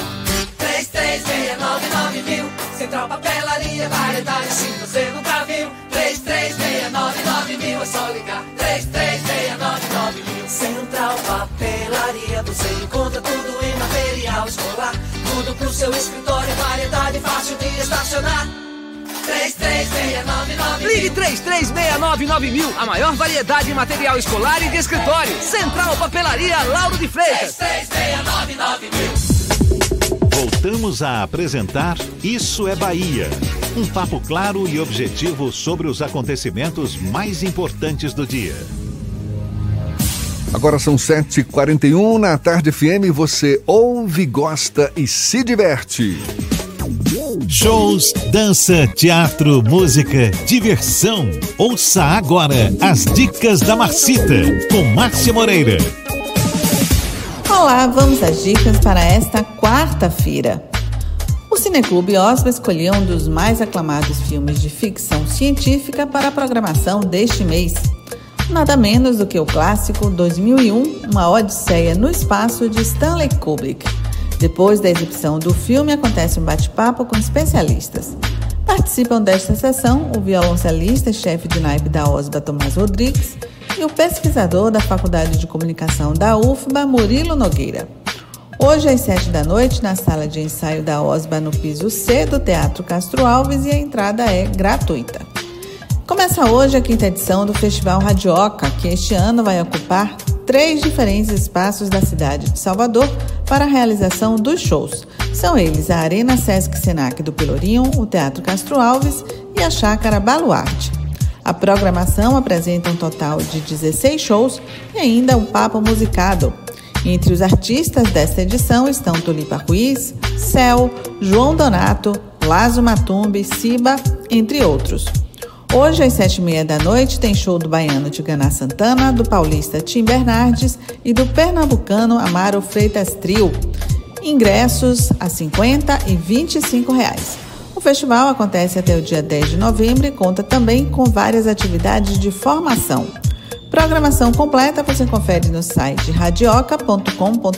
33699000, Central Papelaria, variedade assim você nunca viu. 33699000, é só ligar. 33699000. Central Papelaria, você encontra tudo em material escolar. Tudo pro seu escritório, variedade fácil de estacionar. 33699000. Ligue 33699000, a maior variedade em material escolar e de escritório. Central Papelaria, Lauro de Freitas. 33699000. Voltamos a apresentar Isso é Bahia. Um papo claro e objetivo sobre os acontecimentos mais importantes do dia. Agora são 7h41 na Tarde FM. Você ouve, gosta e se diverte. Shows, dança, teatro, música, diversão. Ouça agora as dicas da Marcita, com Márcia Moreira. Olá, vamos às dicas para esta quarta-feira. O Cineclube Osba escolheu um dos mais aclamados filmes de ficção científica para a programação deste mês. Nada menos do que o clássico 2001, Uma Odisseia no Espaço, de Stanley Kubrick. Depois da exibição do filme, acontece um bate-papo com especialistas. Participam desta sessão o violoncelista e chefe de naipe da Osba, Tomás Rodrigues, e o pesquisador da Faculdade de Comunicação da UFBA, Murilo Nogueira. Hoje, às 19h, na sala de ensaio da Osba, no piso C do Teatro Castro Alves, e a entrada é gratuita. Começa hoje a 5ª edição do Festival Radioca, que este ano vai ocupar 3 diferentes espaços da cidade de Salvador para a realização dos shows. São eles a Arena Sesc Senac do Pelourinho, o Teatro Castro Alves e a Chácara Baluarte. A programação apresenta um total de 16 shows e ainda um papo musicado. Entre os artistas desta edição estão Tulipa Ruiz, Céu, João Donato, Lazo Matumbi, Siba, entre outros. Hoje, às 19h30, tem show do baiano Tiganá Santana, do paulista Tim Bernardes e do pernambucano Amaro Freitas Trio. Ingressos a R$ 50 e R$ 25. O festival acontece até o dia 10 de novembro e conta também com várias atividades de formação. Programação completa você confere no site radioca.com.br.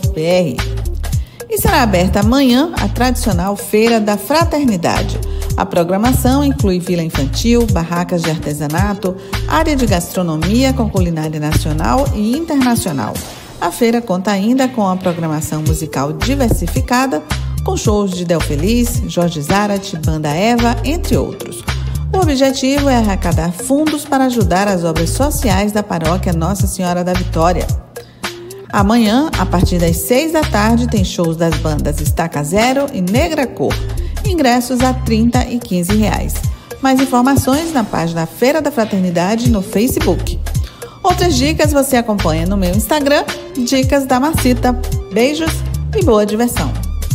E será aberta amanhã a tradicional Feira da Fraternidade. A programação inclui vila infantil, barracas de artesanato, área de gastronomia com culinária nacional e internacional. A feira conta ainda com a programação musical diversificada, com shows de Del Feliz, Jorge Zarate, Banda Eva, entre outros. O objetivo é arrecadar fundos para ajudar as obras sociais da paróquia Nossa Senhora da Vitória. Amanhã, a partir das 6h, tem shows das bandas Estaca Zero e Negra Cor. Ingressos a R$ 30 e R$ 15. Mais informações na página Feira da Fraternidade no Facebook. Outras dicas você acompanha no meu Instagram, Dicas da Marcita. Beijos e boa diversão.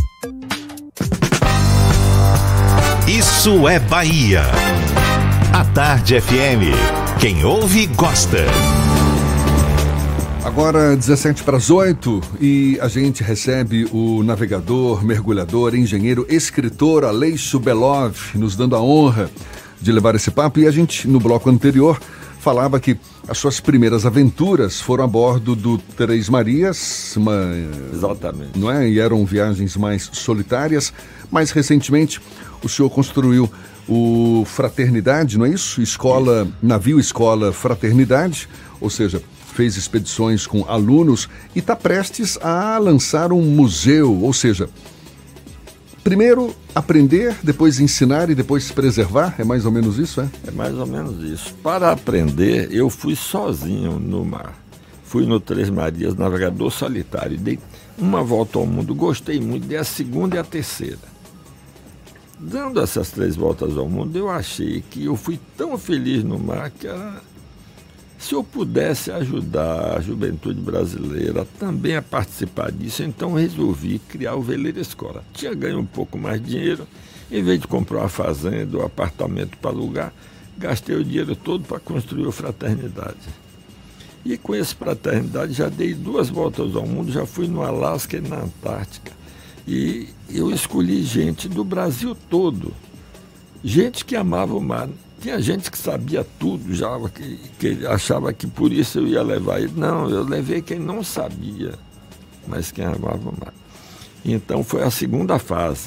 Isso é Bahia. A Tarde FM. Quem ouve, gosta. Agora 7:17 e a gente recebe o navegador, mergulhador, engenheiro, escritor Aleixo Belov, nos dando a honra de levar esse papo. E a gente, no bloco anterior, falava que as suas primeiras aventuras foram a bordo do Três Marias. Exatamente. Não é? E eram viagens mais solitárias. Mais recentemente, o senhor construiu o Fraternidade, não é isso? Navio Escola Fraternidade, ou seja, fez expedições com alunos e está prestes a lançar um museu, ou seja, primeiro aprender, depois ensinar e depois preservar, é mais ou menos isso, é? É mais ou menos isso. Para aprender, eu fui sozinho no mar. Fui no Três Marias, navegador solitário, dei uma volta ao mundo, gostei muito, dei a segunda e a terceira. Dando essas 3 voltas ao mundo, eu achei que eu fui tão feliz no mar que se eu pudesse ajudar a juventude brasileira também a participar disso, então resolvi criar o Veleiro Escola. Tinha ganho um pouco mais de dinheiro, em vez de comprar uma fazenda ou apartamento para alugar, gastei o dinheiro todo para construir o Fraternidade. E com esse Fraternidade já dei 2 voltas ao mundo, já fui no Alasca e na Antártica. E eu escolhi gente do Brasil todo, gente que amava o mar. Tinha gente que sabia tudo, já que achava que por isso eu ia levar ele. Não, eu levei quem não sabia, mas quem amava o mar. Então foi a segunda fase.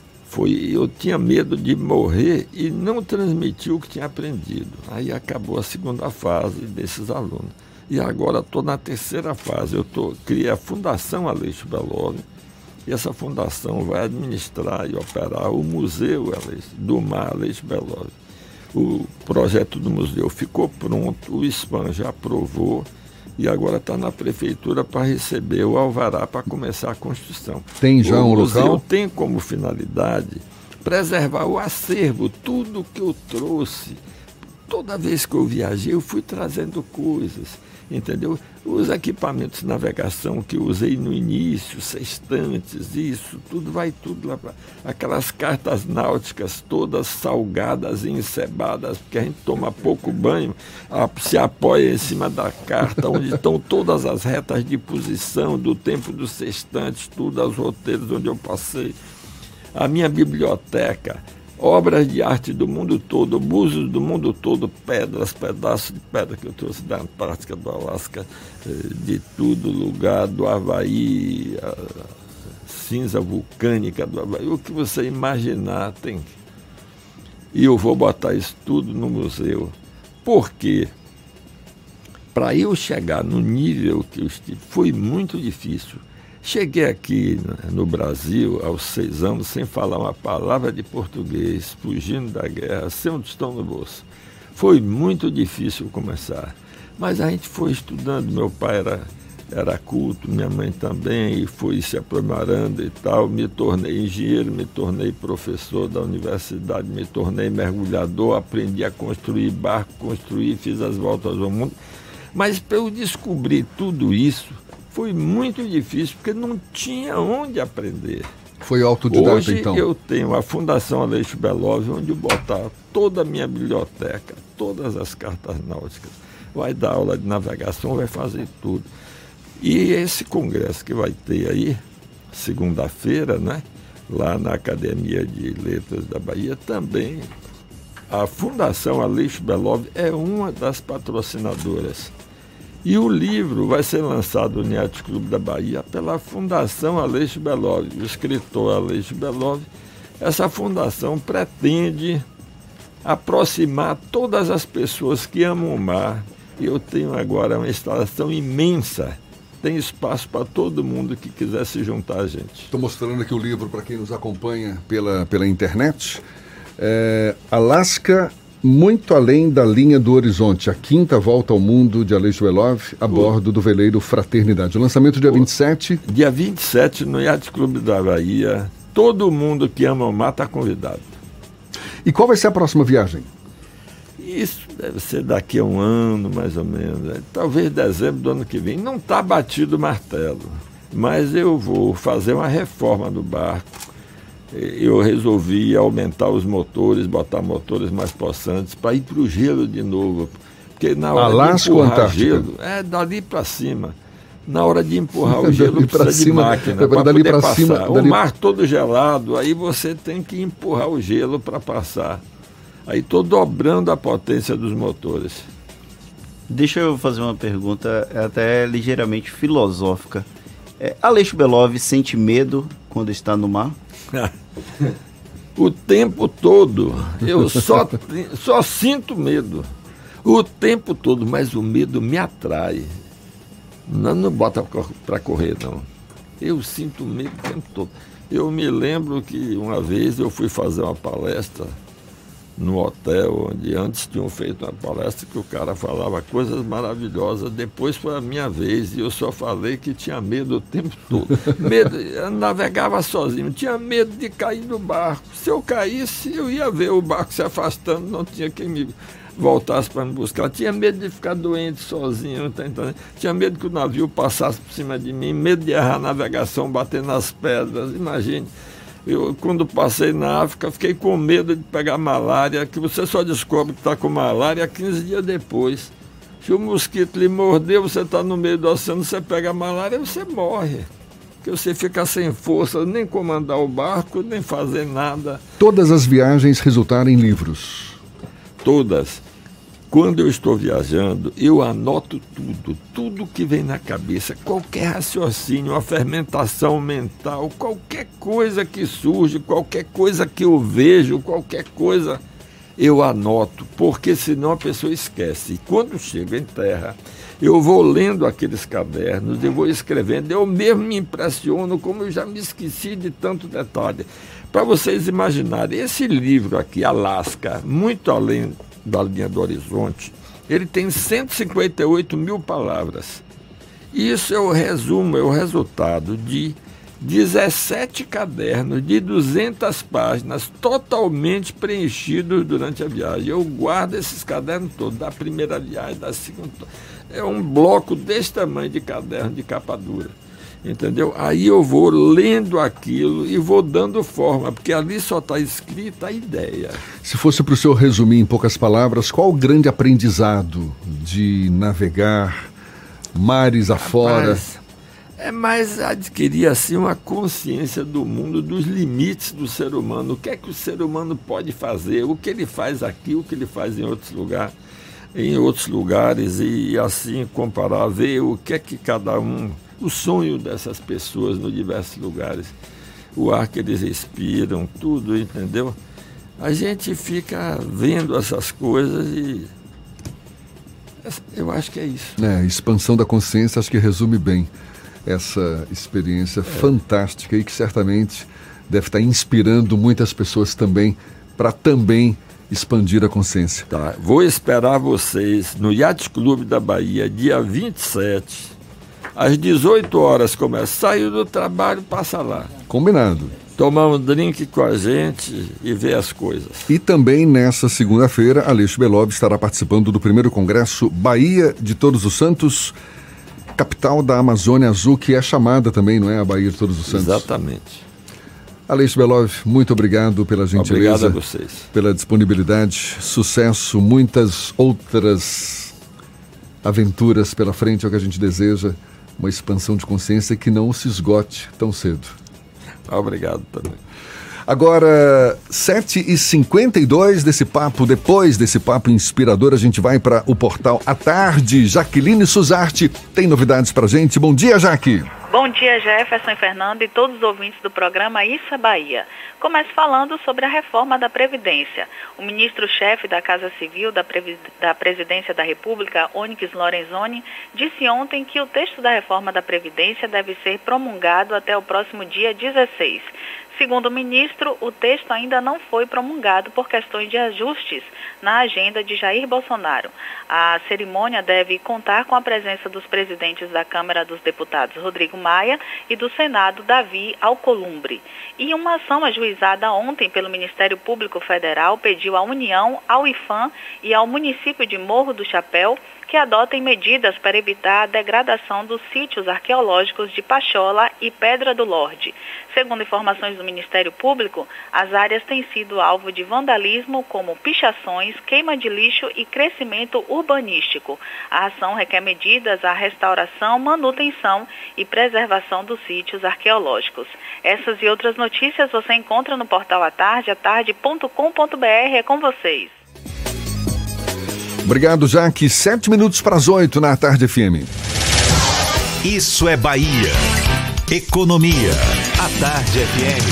Eu tinha medo de morrer e não transmitir o que tinha aprendido. Aí acabou a segunda fase desses alunos. E agora estou na terceira fase. Criei a Fundação Aleixo Belov. E essa fundação vai administrar e operar o Museu do Mar Aleixo Belov. O projeto do museu ficou pronto, o SPAM já aprovou e agora está na prefeitura para receber o alvará para começar a construção. Tem já um local? O museu tem como finalidade preservar o acervo, tudo que eu trouxe toda vez que eu viajei, eu fui trazendo coisas, entendeu? Os equipamentos de navegação que eu usei no início, sextantes, isso, tudo vai tudo lá para... Aquelas cartas náuticas todas salgadas e encebadas, porque a gente toma pouco banho, se apoia em cima da carta, onde estão todas as retas de posição, do tempo dos sextantes, tudo, os roteiros onde eu passei. A minha biblioteca, obras de arte do mundo todo, búzios do mundo todo, pedras, pedaços de pedra que eu trouxe da Antártica, do Alasca, de todo lugar, do Havaí, a cinza vulcânica do Havaí, o que você imaginar tem. E eu vou botar isso tudo no museu. Por quê? Para eu chegar no nível que eu estive, foi muito difícil. Cheguei aqui no Brasil aos 6 anos sem falar uma palavra de português, fugindo da guerra, sem um tostão no bolso. Foi muito difícil começar, mas a gente foi estudando. Meu pai era culto, minha mãe também, e foi se aprimorando e tal. Me tornei engenheiro, me tornei professor da universidade, me tornei mergulhador, aprendi a construir barco, fiz as voltas ao mundo. Mas para eu descobrir tudo isso, foi muito difícil, porque não tinha onde aprender. Foi autodidata, Hoje, então? Hoje eu tenho a Fundação Aleixo Belov, onde eu botar toda a minha biblioteca, todas as cartas náuticas. Vai dar aula de navegação, vai fazer tudo. E esse congresso que vai ter aí, segunda-feira, né, lá na Academia de Letras da Bahia, também a Fundação Aleixo Belov é uma das patrocinadoras. E o livro vai ser lançado no Yacht Clube da Bahia pela Fundação Aleixo Belov, o escritor Aleixo Belov. Essa fundação pretende aproximar todas as pessoas que amam o mar. E eu tenho agora uma instalação imensa, tem espaço para todo mundo que quiser se juntar a gente. Estou mostrando aqui o livro para quem nos acompanha pela internet. Alasca, muito além da linha do horizonte, a 5ª volta ao mundo de Aleixo Belov, a bordo do veleiro Fraternidade. O lançamento dia 27? Dia 27 no Yacht Clube da Bahia. Todo mundo que ama o mar está convidado. E qual vai ser a próxima viagem? Isso deve ser daqui a um ano, mais ou menos. Talvez dezembro do ano que vem. Não está batido o martelo, mas eu vou fazer uma reforma do barco. Eu resolvi aumentar os motores, botar motores mais possantes para ir para o gelo de novo. Porque na hora Alasca de empurrar ou gelo, dali para cima. Na hora de empurrar o gelo precisa de máquina para dali poder pra passar. Cima, o mar todo gelado, aí você tem que empurrar o gelo para passar. Aí estou dobrando a potência dos motores. Deixa eu fazer uma pergunta até ligeiramente filosófica. Aleixo Belov sente medo quando está no mar? O tempo todo. Eu só sinto medo. O tempo todo, mas o medo me atrai. Não bota para correr, não. Eu sinto medo o tempo todo. Eu me lembro que uma vez eu fui fazer uma palestra no hotel, onde antes tinham feito uma palestra que o cara falava coisas maravilhosas. Depois foi a minha vez e eu só falei que tinha medo o tempo todo. Medo, eu navegava sozinho, tinha medo de cair do barco. Se eu caísse, eu ia ver o barco se afastando, não tinha quem me voltasse para me buscar. Tinha medo de ficar doente sozinho, tinha medo que o navio passasse por cima de mim, medo de errar a navegação, bater nas pedras. Imagine. Eu, quando passei na África, fiquei com medo de pegar malária, que você só descobre que está com malária 15 dias depois. Se o mosquito lhe mordeu, você está no meio do oceano, você pega malária, você morre. Porque você fica sem força, nem comandar o barco, nem fazer nada. Todas as viagens resultaram em livros? Todas. Quando eu estou viajando, eu anoto tudo que vem na cabeça, qualquer raciocínio, uma fermentação mental, qualquer coisa que surge, qualquer coisa que eu vejo, qualquer coisa eu anoto, porque senão a pessoa esquece. E quando chego em terra, eu vou lendo aqueles cadernos, eu vou escrevendo, eu mesmo me impressiono como eu já me esqueci de tanto detalhe. Para vocês imaginarem, esse livro aqui, Alasca, muito além da linha do horizonte, ele tem 158 mil palavras. Isso é o resumo, é o resultado de 17 cadernos de 200 páginas, totalmente preenchidos durante a viagem. Eu guardo esses cadernos todos, da primeira viagem, da segunda. É um bloco desse tamanho de caderno de capa dura. Entendeu? Aí eu vou lendo aquilo e vou dando forma, porque ali só está escrita a ideia. Se fosse para o senhor resumir em poucas palavras, qual o grande aprendizado de navegar mares afora? Rapaz, é mais adquirir assim uma consciência do mundo, dos limites do ser humano, o que é que o ser humano pode fazer, o que ele faz aqui, o que ele faz em outros lugares e assim comparar, ver o que é que cada um, o sonho dessas pessoas nos diversos lugares, o ar que eles respiram, tudo, entendeu? A gente fica vendo essas coisas e eu acho que é isso. Expansão da consciência, acho que resume bem essa experiência fantástica e que certamente deve estar inspirando muitas pessoas também para também expandir a consciência. Tá, vou esperar vocês no Yacht Clube da Bahia, dia 27, às 18 horas começa. Saiu do trabalho, passa lá. Combinado. Tomar um drink com a gente e ver as coisas. E também nessa segunda-feira, Aleixo Belov estará participando do primeiro congresso Bahia de Todos os Santos, capital da Amazônia Azul, que é chamada também, não é? A Bahia de Todos os Santos. Exatamente. Aleixo Belov, muito obrigado pela gentileza. Obrigado a vocês. Pela disponibilidade, sucesso, muitas outras aventuras pela frente, é o que a gente deseja, uma expansão de consciência que não se esgote tão cedo. Obrigado também. Agora, 7h52 desse papo, depois desse papo inspirador, a gente vai para o portal à tarde. Jaqueline Suzarte tem novidades pra gente. Bom dia, Jaque. Bom dia, Jefferson e Fernando e todos os ouvintes do programa Isso é Bahia. Começo falando sobre a reforma da Previdência. O ministro-chefe da Casa Civil da Presidência da República, Onyx Lorenzoni, disse ontem que o texto da reforma da Previdência deve ser promulgado até o próximo dia 16. Segundo o ministro, o texto ainda não foi promulgado por questões de ajustes na agenda de Jair Bolsonaro. A cerimônia deve contar com a presença dos presidentes da Câmara dos Deputados, Rodrigo Maia, e do Senado, Davi Alcolumbre. E uma ação ajuizada ontem pelo Ministério Público Federal pediu à União, ao IFAM e ao município de Morro do Chapéu que adotem medidas para evitar a degradação dos sítios arqueológicos de Pachola e Pedra do Lorde. Segundo informações do Ministério Público, as áreas têm sido alvo de vandalismo, como pichações, queima de lixo e crescimento urbanístico. A ação requer medidas à restauração, manutenção e preservação dos sítios arqueológicos. Essas e outras notícias você encontra no portal atarde.com.br. É com vocês. Obrigado, Jaque. 7 minutos para as 8 na Tarde FM. Isso é Bahia. Economia. A Tarde FM.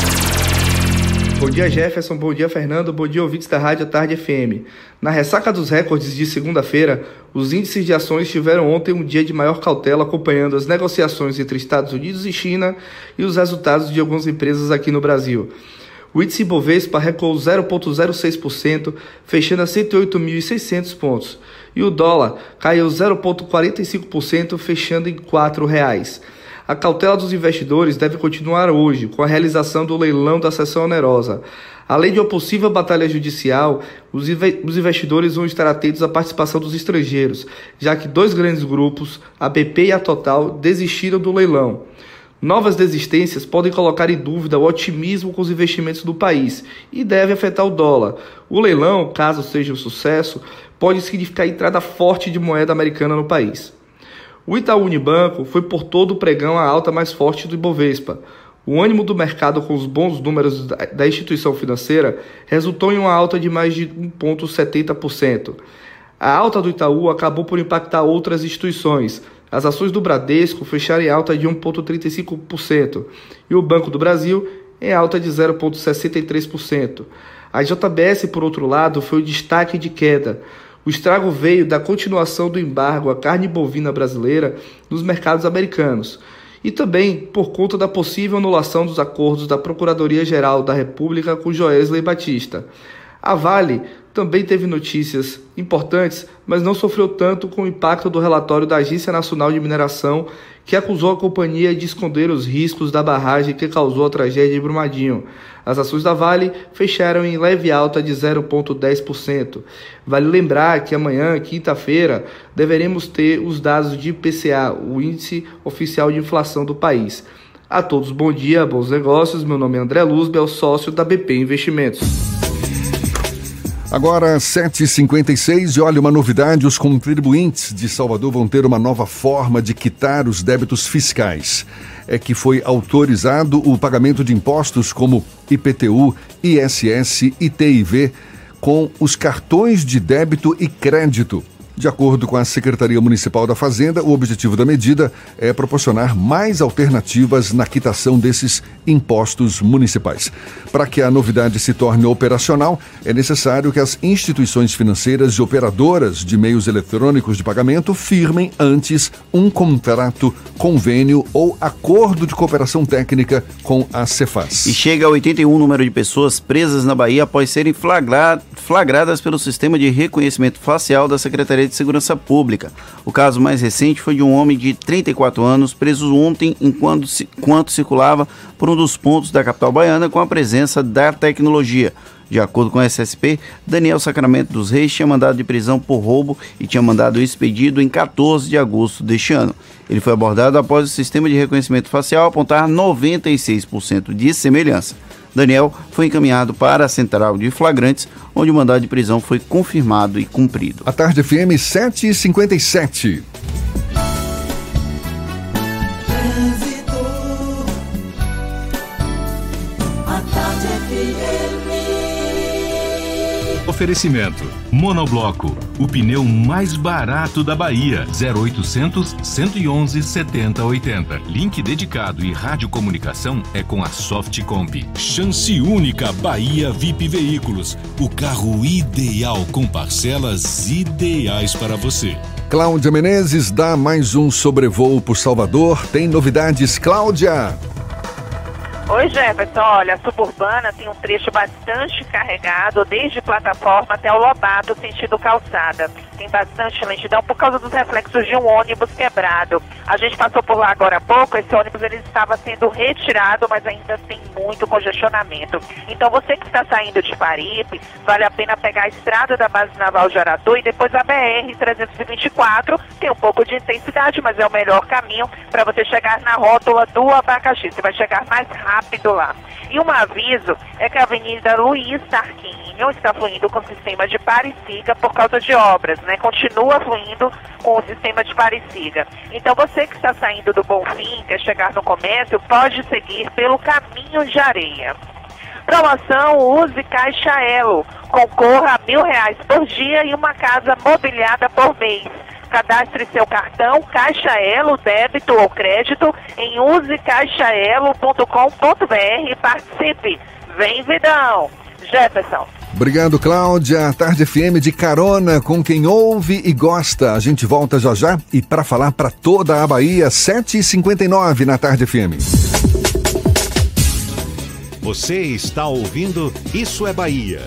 Bom dia, Jefferson. Bom dia, Fernando. Bom dia, ouvintes da Rádio Tarde FM. Na ressaca dos recordes de segunda-feira, os índices de ações tiveram ontem um dia de maior cautela, acompanhando as negociações entre Estados Unidos e China e os resultados de algumas empresas aqui no Brasil. O índice Bovespa recuou 0,06%, fechando a 108.600 pontos. E o dólar caiu 0,45%, fechando em R$ 4,00. A cautela dos investidores deve continuar hoje, com a realização do leilão da sessão onerosa. Além de uma possível batalha judicial, os investidores vão estar atentos à participação dos estrangeiros, já que 2 grandes grupos, a BP e a Total, desistiram do leilão. Novas desistências podem colocar em dúvida o otimismo com os investimentos do país e deve afetar o dólar. O leilão, caso seja um sucesso, pode significar a entrada forte de moeda americana no país. O Itaú Unibanco foi por todo o pregão a alta mais forte do Ibovespa. O ânimo do mercado com os bons números da instituição financeira resultou em uma alta de mais de 1,70%. A alta do Itaú acabou por impactar outras instituições. As ações do Bradesco fecharam em alta de 1,35% e o Banco do Brasil em alta de 0,63%. A JBS, por outro lado, foi o destaque de queda. O estrago veio da continuação do embargo à carne bovina brasileira nos mercados americanos e também por conta da possível anulação dos acordos da Procuradoria-Geral da República com Joesley Batista. A Vale também teve notícias importantes, mas não sofreu tanto com o impacto do relatório da Agência Nacional de Mineração, que acusou a companhia de esconder os riscos da barragem que causou a tragédia de Brumadinho. As ações da Vale fecharam em leve alta de 0,10%. Vale lembrar que amanhã, quinta-feira, deveremos ter os dados de IPCA, o Índice Oficial de Inflação do país. A todos, bom dia, bons negócios. Meu nome é André Luzbel, sócio da BP Investimentos. Agora, 7h56, e olha, uma novidade: os contribuintes de Salvador vão ter uma nova forma de quitar os débitos fiscais. É que foi autorizado o pagamento de impostos como IPTU, ISS e TIV com os cartões de débito e crédito. De acordo com a Secretaria Municipal da Fazenda, o objetivo da medida é proporcionar mais alternativas na quitação desses impostos municipais. Para que a novidade se torne operacional, é necessário que as instituições financeiras e operadoras de meios eletrônicos de pagamento firmem antes um contrato, convênio ou acordo de cooperação técnica com a Cefaz. E chega a 81 o número de pessoas presas na Bahia após serem flagradas pelo Sistema de Reconhecimento Facial da Secretaria de Segurança Pública. O caso mais recente foi de um homem de 34 anos preso ontem enquanto circulava por um dos pontos da capital baiana com a presença da tecnologia. De acordo com a SSP, Daniel Sacramento dos Reis tinha mandado de prisão por roubo e tinha mandado expedido em 14 de agosto deste ano. Ele foi abordado após o Sistema de Reconhecimento Facial apontar 96% de semelhança. Daniel foi encaminhado para a Central de Flagrantes, onde o mandado de prisão foi confirmado e cumprido. A Tarde FM 7h57. Oferecimento: Monobloco, o pneu mais barato da Bahia. 0800 111 7080. Link dedicado e radiocomunicação é com a Softcomp. Chance única Bahia VIP Veículos, o carro ideal com parcelas ideais para você. Cláudia Menezes dá mais um sobrevoo por Salvador. Tem novidades, Cláudia? Oi, Jefferson. Olha, a Suburbana tem um trecho bastante carregado, desde plataforma até o Lobato, sentido calçada. Tem bastante lentidão por causa dos reflexos de um ônibus quebrado. A gente passou por lá agora há pouco, esse ônibus ele estava sendo retirado, mas ainda tem muito congestionamento. Então você que está saindo de Paripe, vale a pena pegar a estrada da Base Naval de Aratu e depois a BR-324. Tem um pouco de intensidade, mas é o melhor caminho para você chegar na rótula do Abacaxi. Você vai chegar mais rápido lá. E um aviso é que a Avenida Luiz Tarquinho está fluindo com o sistema de pare-siga por causa de obras, né? Continua fluindo com o sistema de pare-siga. Então você que está saindo do Bonfim, quer chegar no comércio, pode seguir pelo caminho de areia. Promoção Use Caixa Elo. Concorra a R$1.000 por dia e uma casa mobiliada por mês. Cadastre seu cartão Caixa Elo, débito ou crédito em usecaixaelo.com.br e participe. Vem, vidão! Jefferson. Obrigado, Cláudia. Tarde FM de carona com quem ouve e gosta. A gente volta já já e para falar para toda a Bahia, 7h59 na Tarde FM. Você está ouvindo Isso é Bahia.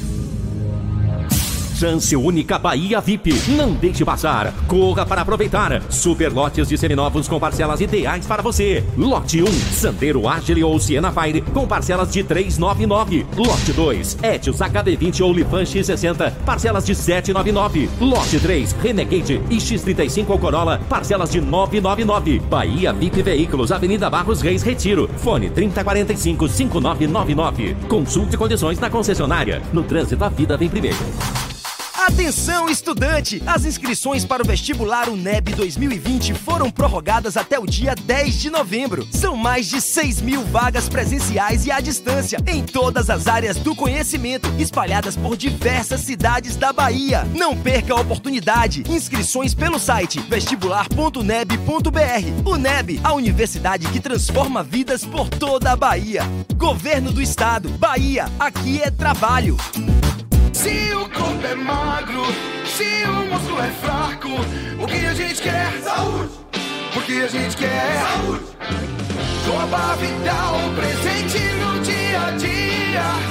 Chance única Bahia VIP. Não deixe passar. Corra para aproveitar. Super lotes de seminovos com parcelas ideais para você. Lote 1, Sandero Agile ou Siena Fire com parcelas de 399. Lote 2, Etios HB20 ou Lifan X60, parcelas de 799. Lote 3, Renegade e X35 ou Corolla, parcelas de 999. Bahia VIP Veículos, Avenida Barros Reis, Retiro. Fone 3045-5999. Consulte condições na concessionária. No trânsito, a vida vem primeiro. Atenção, estudante! As inscrições para o vestibular UNEB 2020 foram prorrogadas até o dia 10 de novembro. São mais de 6.000 vagas presenciais e à distância, em todas as áreas do conhecimento, espalhadas por diversas cidades da Bahia. Não perca a oportunidade. Inscrições pelo site vestibular.uneb.br. UNEB, a universidade que transforma vidas por toda a Bahia. Governo do Estado. Bahia, aqui é trabalho. Se o corpo é magro, se o músculo é fraco, o que a gente quer? Saúde! O que a gente quer? Saúde! Com a Barra Vital, presente no dia a dia.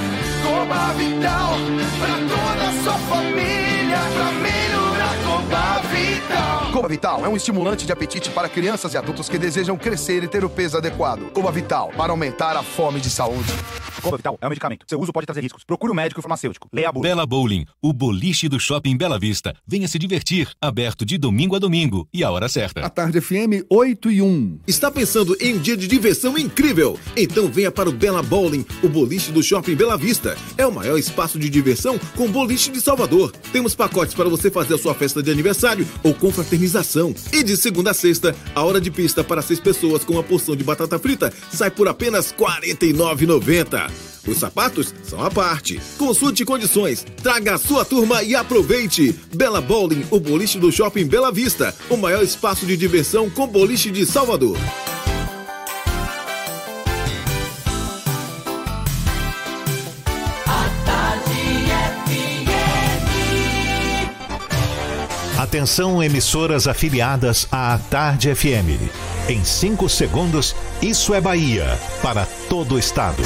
Coba Vital, pra toda a sua família, pra melhorar Coba Vital. Coba Vital é um estimulante de apetite para crianças e adultos que desejam crescer e ter o peso adequado. Coba Vital, para aumentar a fome de saúde. Coba Vital é um medicamento. Seu uso pode trazer riscos. Procure um médico farmacêutico. Leia a bula. Bela Bowling, o boliche do Shopping Bela Vista. Venha se divertir. Aberto de domingo a domingo. E a hora certa. A Tarde FM 8:01. Está pensando em um dia de diversão incrível? Então venha para o Bela Bowling, o boliche do Shopping Bela Vista. É o maior espaço de diversão com boliche de Salvador. Temos pacotes para você fazer a sua festa de aniversário ou confraternização. E de segunda a sexta, a hora de pista para 6 pessoas com uma porção de batata frita sai por apenas R$ 49,90. Os sapatos são à parte. Consulte condições, traga a sua turma e aproveite. Bela Bowling, o boliche do Shopping Bela Vista, o maior espaço de diversão com boliche de Salvador. Atenção, emissoras afiliadas à Tarde FM. Em 5 segundos, Isso é Bahia, para todo o estado.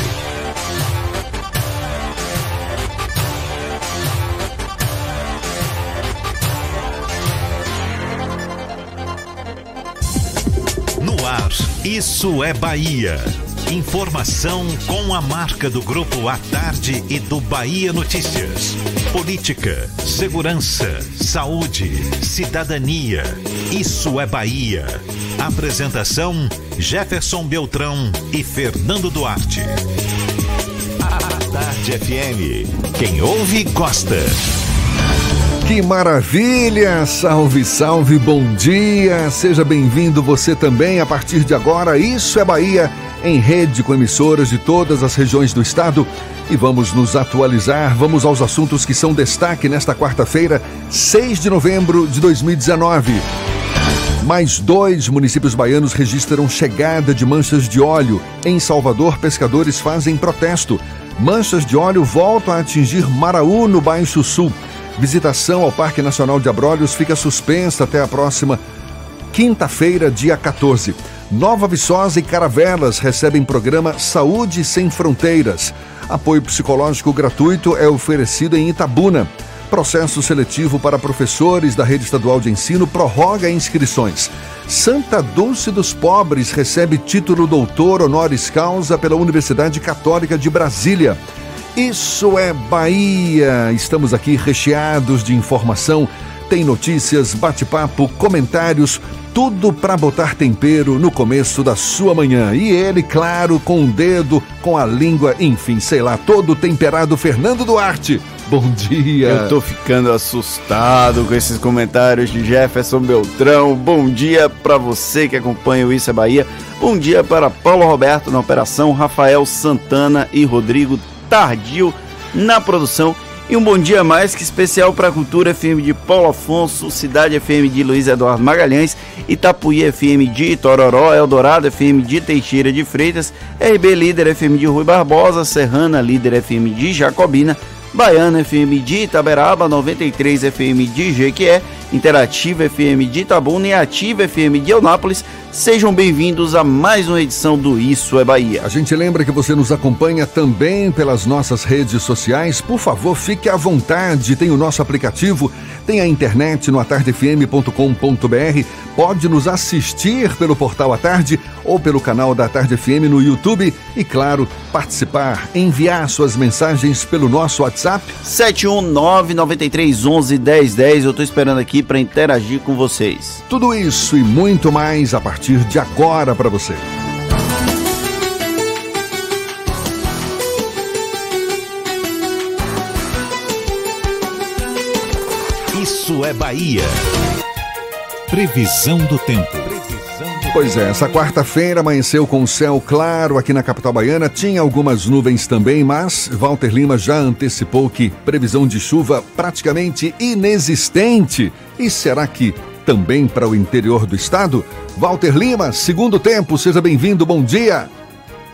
No ar, Isso é Bahia. Informação com a marca do Grupo A Tarde e do Bahia Notícias. Política, segurança, saúde, cidadania. Isso é Bahia. Apresentação: Jefferson Beltrão e Fernando Duarte. A Tarde FM. Quem ouve, gosta. Que maravilha! Salve, salve, bom dia! Seja bem-vindo você também a partir de agora. Isso é Bahia, em rede com emissoras de todas as regiões do estado. E vamos nos atualizar, vamos aos assuntos que são destaque nesta quarta-feira, 6 de novembro de 2019. Mais 2 municípios baianos registram chegada de manchas de óleo. Em Salvador, pescadores fazem protesto. Manchas de óleo voltam a atingir Maraú, no Baixo Sul. Visitação ao Parque Nacional de Abrolhos fica suspensa até a próxima quinta-feira, dia 14. Nova Viçosa e Caravelas recebem programa Saúde Sem Fronteiras. Apoio psicológico gratuito é oferecido em Itabuna. Processo seletivo para professores da rede estadual de ensino prorroga inscrições. Santa Dulce dos Pobres recebe título doutor honoris causa pela Universidade Católica de Brasília. Isso é Bahia. Estamos aqui recheados de informação. Tem notícias, bate-papo, comentários, tudo para botar tempero no começo da sua manhã. E ele, claro, com o dedo, com a língua, enfim, sei lá, todo temperado, Fernando Duarte. Bom dia. Eu tô ficando assustado com esses comentários de Jefferson Beltrão. Bom dia para você que acompanha o Isso é Bahia. Bom dia para Paulo Roberto na operação, Rafael Santana e Rodrigo Tardio na produção. E um bom dia mais que especial para a Cultura FM de Paulo Afonso, Cidade FM de Luiz Eduardo Magalhães, Itapuí FM de Itororó, Eldorado FM de Teixeira de Freitas, RB Líder FM de Rui Barbosa, Serrana Líder FM de Jacobina, Baiana FM de Itaberaba, 93 FM de Jequié, Interativa FM de Itabuna e Ativa FM de Eunápolis. Sejam bem-vindos a mais uma edição do Isso é Bahia. A gente lembra que você nos acompanha também pelas nossas redes sociais. Por favor, fique à vontade. Tem o nosso aplicativo, tem a internet no atardefm.com.br. Pode nos assistir pelo portal A Tarde ou pelo canal da Tarde FM no YouTube. E, claro, participar, enviar suas mensagens pelo nosso WhatsApp. 71993111010. Eu estou esperando aqui para interagir com vocês. Tudo isso e muito mais a partir de agora para você. Isso é Bahia. Previsão do tempo. Pois é, essa quarta-feira amanheceu com o céu claro aqui na capital baiana. Tinha algumas nuvens também, mas Walter Lima já antecipou que previsão de chuva praticamente inexistente. E será que também para o interior do estado? Walter Lima, segundo tempo, seja bem-vindo, bom dia.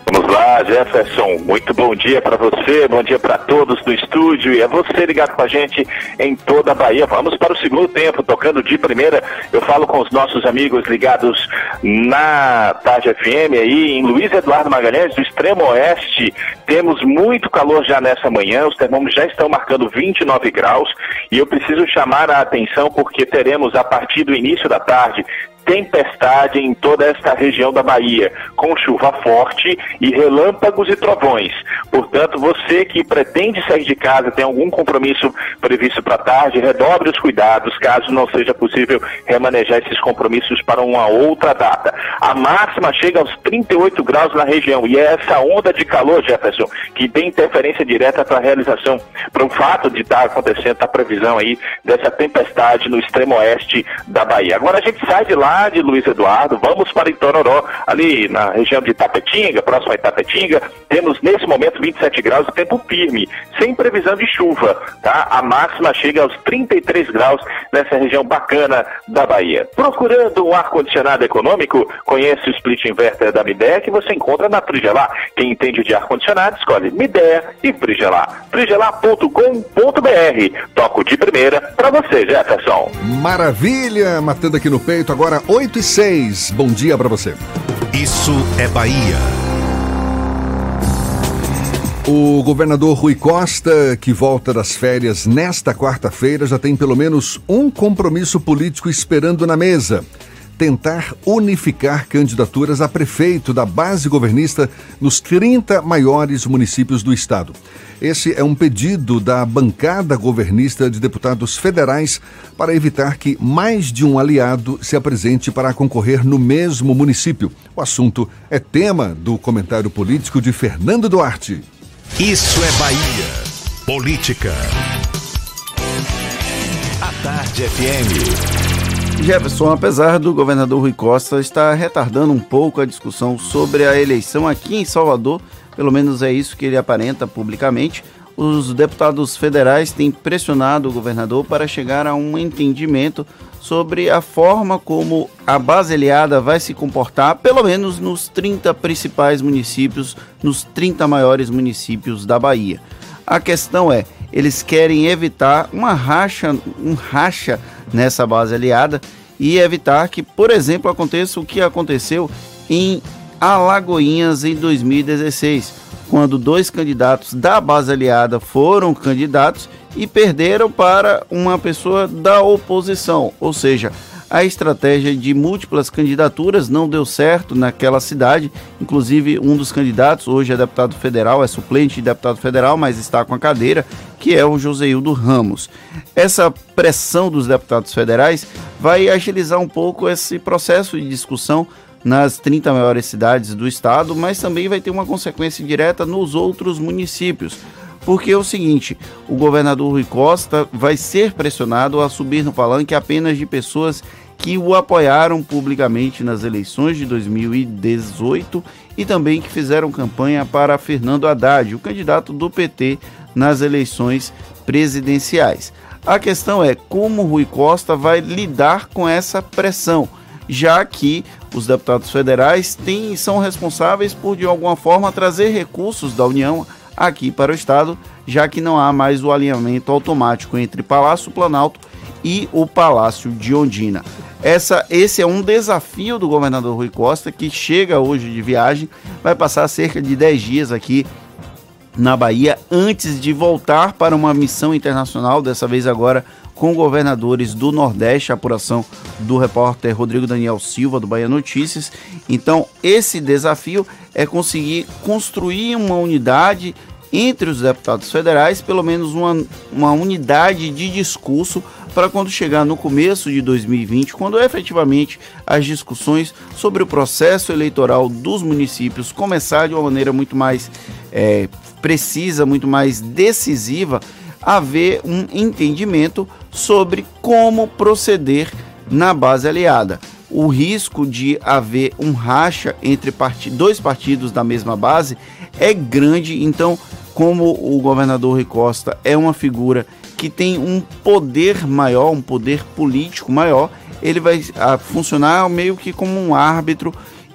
Vamos lá, Jefferson, muito bom dia para você, bom dia para todos do estúdio e a você ligado com a gente em toda a Bahia. Vamos para o segundo tempo, tocando de primeira. Eu falo com os nossos amigos ligados na Tarde FM aí em Luiz Eduardo Magalhães, do extremo oeste. Temos muito calor já nessa manhã, os termômetros já estão marcando 29 graus e eu preciso chamar a atenção porque teremos a partir do início da tarde tempestade em toda esta região da Bahia, com chuva forte e relâmpagos e trovões. Portanto, você que pretende sair de casa, tem algum compromisso previsto para tarde, redobre os cuidados, caso não seja possível remanejar esses compromissos para uma outra data. A máxima chega aos 38 graus na região e é essa onda de calor, Jefferson, que tem interferência direta para a realização, para o fato de estar acontecendo a previsão aí dessa tempestade no extremo oeste da Bahia. Agora a gente sai de lá de Luiz Eduardo, vamos para Itororó, ali na região de Itapetinga, próximo a Itapetinga, temos nesse momento 27 graus de tempo firme, sem previsão de chuva, tá? A máxima chega aos 33 graus nessa região bacana da Bahia. Procurando um ar-condicionado econômico, conhece o split inverter da Midea que você encontra na Frigelar. Quem entende de ar-condicionado, escolhe Midea e Frigelar. Frigelar.com.br. Toco de primeira para você, Jefferson. Maravilha, matando aqui no peito agora. 8h06, bom dia para você. Isso é Bahia. O governador Rui Costa, que volta das férias nesta quarta-feira, já tem pelo menos um compromisso político esperando na mesa: tentar unificar candidaturas a prefeito da base governista nos 30 maiores municípios do estado. Esse é um pedido da bancada governista de deputados federais para evitar que mais de um aliado se apresente para concorrer no mesmo município. O assunto é tema do comentário político de Fernando Duarte. Isso é Bahia. Política. A Tarde FM. Jefferson, apesar do governador Rui Costa estar retardando um pouco a discussão sobre a eleição aqui em Salvador, pelo menos é isso que ele aparenta publicamente, os deputados federais têm pressionado o governador para chegar a um entendimento sobre a forma como a base aliada vai se comportar, pelo menos nos 30 principais municípios, nos 30 maiores municípios da Bahia. A questão é, eles querem evitar um racha nessa base aliada e evitar que, por exemplo, aconteça o que aconteceu em Alagoinhas em 2016, quando 2 candidatos da base aliada foram candidatos e perderam para uma pessoa da oposição, ou seja, a estratégia de múltiplas candidaturas não deu certo naquela cidade. Inclusive, um dos candidatos hoje é deputado federal, é suplente de deputado federal, mas está com a cadeira, que é o Joseildo Ramos. Essa pressão dos deputados federais vai agilizar um pouco esse processo de discussão nas 30 maiores cidades do estado, mas também vai ter uma consequência direta nos outros municípios. Porque é o seguinte, o governador Rui Costa vai ser pressionado a subir no palanque apenas de pessoas que o apoiaram publicamente nas eleições de 2018 e também que fizeram campanha para Fernando Haddad, o candidato do PT nas eleições presidenciais. A questão é como Rui Costa vai lidar com essa pressão, já que os deputados federais são responsáveis por, de alguma forma, trazer recursos da União aqui para o estado, já que não há mais o alinhamento automático entre Palácio Planalto e o Palácio de Ondina. Esse é um desafio do governador Rui Costa, que chega hoje de viagem, vai passar cerca de 10 dias aqui na Bahia, antes de voltar para uma missão internacional, dessa vez agora com governadores do Nordeste, a apuração do repórter Rodrigo Daniel Silva, do Bahia Notícias. Então, esse desafio é conseguir construir uma unidade entre os deputados federais, pelo menos uma unidade de discurso, para quando chegar no começo de 2020, quando efetivamente as discussões sobre o processo eleitoral dos municípios começar de uma maneira muito mais precisa, muito mais decisiva, haver um entendimento sobre como proceder na base aliada. O risco de haver um racha entre dois partidos da mesma base é grande, então, como o governador Rui Costa é uma figura que tem um poder maior, um poder político maior, ele vai funcionar meio que como um árbitro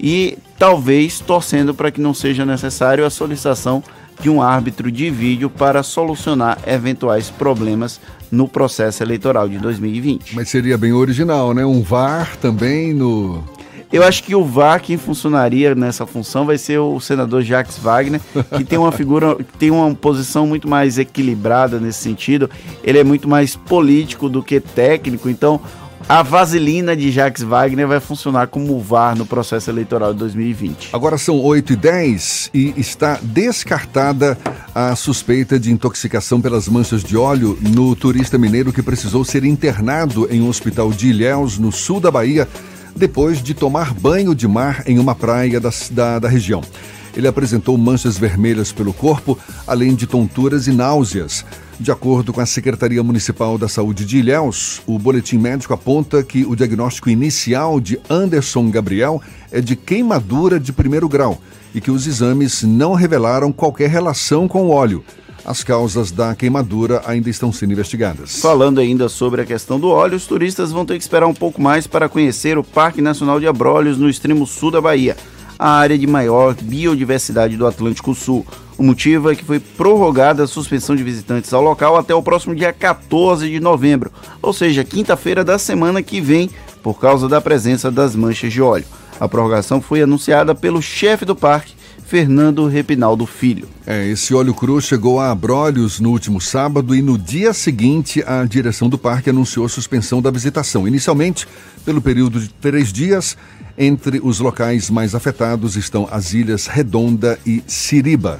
e talvez torcendo para que não seja necessário a solicitação de um árbitro de vídeo para solucionar eventuais problemas no processo eleitoral de 2020. Mas seria bem original, né? Um VAR também no... Eu acho que o VAR, quem funcionaria nessa função, vai ser o senador Jacques Wagner, que tem uma figura, tem uma posição muito mais equilibrada nesse sentido. Ele é muito mais político do que técnico, então a vaselina de Jacques Wagner vai funcionar como VAR no processo eleitoral de 2020. Agora são 8h10 e está descartada a suspeita de intoxicação pelas manchas de óleo no turista mineiro que precisou ser internado em um hospital de Ilhéus, no sul da Bahia, depois de tomar banho de mar em uma praia da região. Ele apresentou manchas vermelhas pelo corpo, além de tonturas e náuseas. De acordo com a Secretaria Municipal da Saúde de Ilhéus, o boletim médico aponta que o diagnóstico inicial de Anderson Gabriel é de queimadura de 1º grau e que os exames não revelaram qualquer relação com o óleo. As causas da queimadura ainda estão sendo investigadas. Falando ainda sobre a questão do óleo, os turistas vão ter que esperar um pouco mais para conhecer o Parque Nacional de Abrolhos, no extremo sul da Bahia, a área de maior biodiversidade do Atlântico Sul. O motivo é que foi prorrogada a suspensão de visitantes ao local até o próximo dia 14 de novembro, ou seja, quinta-feira da semana que vem, por causa da presença das manchas de óleo. A prorrogação foi anunciada pelo chefe do parque, Fernando Repinaldo Filho. Esse óleo cru chegou a Abrolhos no último sábado e no dia seguinte a direção do parque anunciou a suspensão da visitação. Inicialmente, pelo período de 3 dias, entre os locais mais afetados estão as ilhas Redonda e Siriba.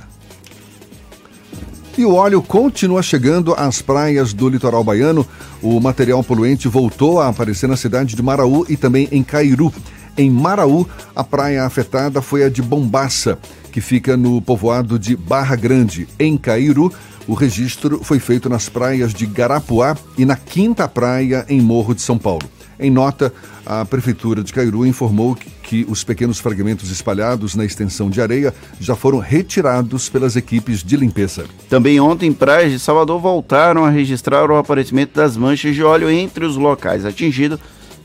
E o óleo continua chegando às praias do litoral baiano. O material poluente voltou a aparecer na cidade de Maraú e também em Cairu. Em Maraú, a praia afetada foi a de Bombaça, que fica no povoado de Barra Grande. Em Cairu, o registro foi feito nas praias de Garapuá e na 5ª praia em Morro de São Paulo. Em nota, a Prefeitura de Cairu informou que os pequenos fragmentos espalhados na extensão de areia já foram retirados pelas equipes de limpeza. Também ontem, praias de Salvador voltaram a registrar o aparecimento das manchas de óleo entre os locais atingidos.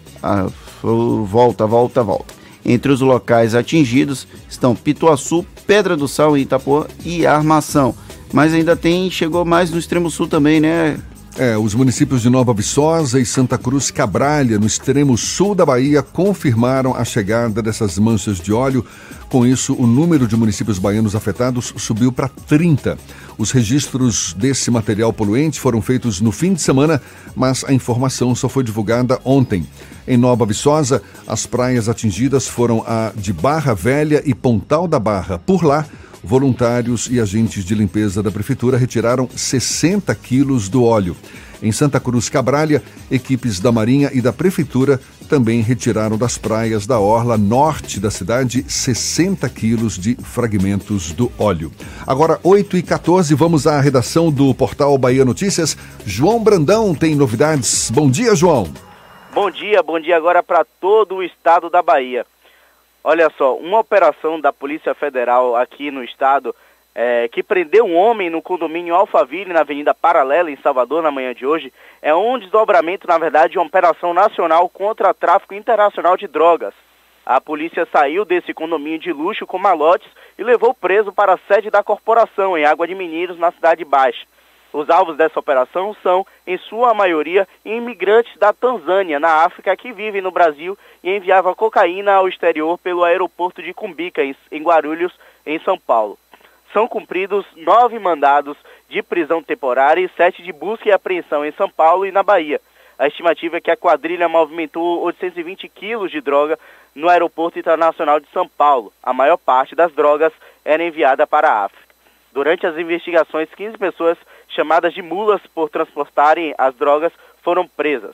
Volta. Entre os locais atingidos estão Pituaçu, Pedra do Sal em Itapuã e Armação. Mas ainda chegou mais no extremo sul também, né? Os municípios de Nova Viçosa e Santa Cruz Cabralha, no extremo sul da Bahia, confirmaram a chegada dessas manchas de óleo. Com isso, o número de municípios baianos afetados subiu para 30. Os registros desse material poluente foram feitos no fim de semana, mas a informação só foi divulgada ontem. Em Nova Viçosa, as praias atingidas foram a de Barra Velha e Pontal da Barra. Por lá, voluntários e agentes de limpeza da Prefeitura retiraram 60 quilos do óleo. Em Santa Cruz Cabralha, equipes da Marinha e da Prefeitura também retiraram das praias da orla norte da cidade 60 quilos de fragmentos do óleo. Agora, 8h14, vamos à redação do portal Bahia Notícias. João Brandão tem novidades. Bom dia, João. Bom dia agora para todo o estado da Bahia. Olha só, uma operação da Polícia Federal aqui no estado que prendeu um homem no condomínio Alphaville, na Avenida Paralela, em Salvador, na manhã de hoje, é um desdobramento, na verdade, de uma operação nacional contra tráfico internacional de drogas. A polícia saiu desse condomínio de luxo com malotes e levou preso para a sede da corporação, em Água de Mineiros, na Cidade Baixa. Os alvos dessa operação são, em sua maioria, imigrantes da Tanzânia, na África, que vivem no Brasil e enviavam cocaína ao exterior pelo aeroporto de Cumbica, em Guarulhos, em São Paulo. São cumpridos 9 mandados de prisão temporária e 7 de busca e apreensão em São Paulo e na Bahia. A estimativa é que a quadrilha movimentou 820 quilos de droga no aeroporto internacional de São Paulo. A maior parte das drogas era enviada para a África. Durante as investigações, 15 pessoas chamadas de mulas por transportarem as drogas foram presas.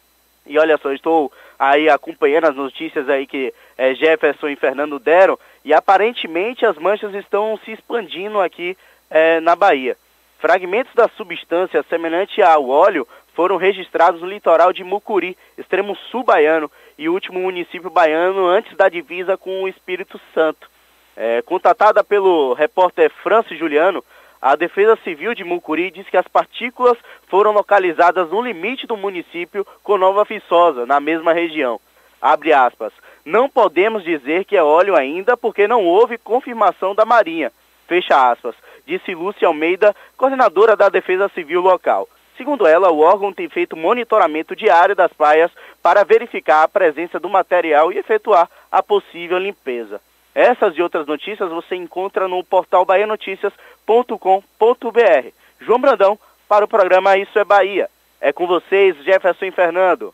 E olha só, estou aí acompanhando as notícias aí que Jefferson e Fernando deram, e aparentemente as manchas estão se expandindo aqui na Bahia. Fragmentos da substância semelhante ao óleo foram registrados no litoral de Mucuri, extremo sul baiano, e último município baiano antes da divisa com o Espírito Santo. Contatada pelo repórter Francis Juliano, a Defesa Civil de Mucuri diz que as partículas foram localizadas no limite do município com Nova Viçosa, na mesma região. Abre aspas. Não podemos dizer que é óleo ainda porque não houve confirmação da Marinha, fecha aspas, disse Lúcia Almeida, coordenadora da Defesa Civil local. Segundo ela, o órgão tem feito monitoramento diário das praias para verificar a presença do material e efetuar a possível limpeza. Essas e outras notícias você encontra no portal bahianoticias.com.br. João Brandão, para o programa Isso é Bahia. É com vocês, Jefferson e Fernando.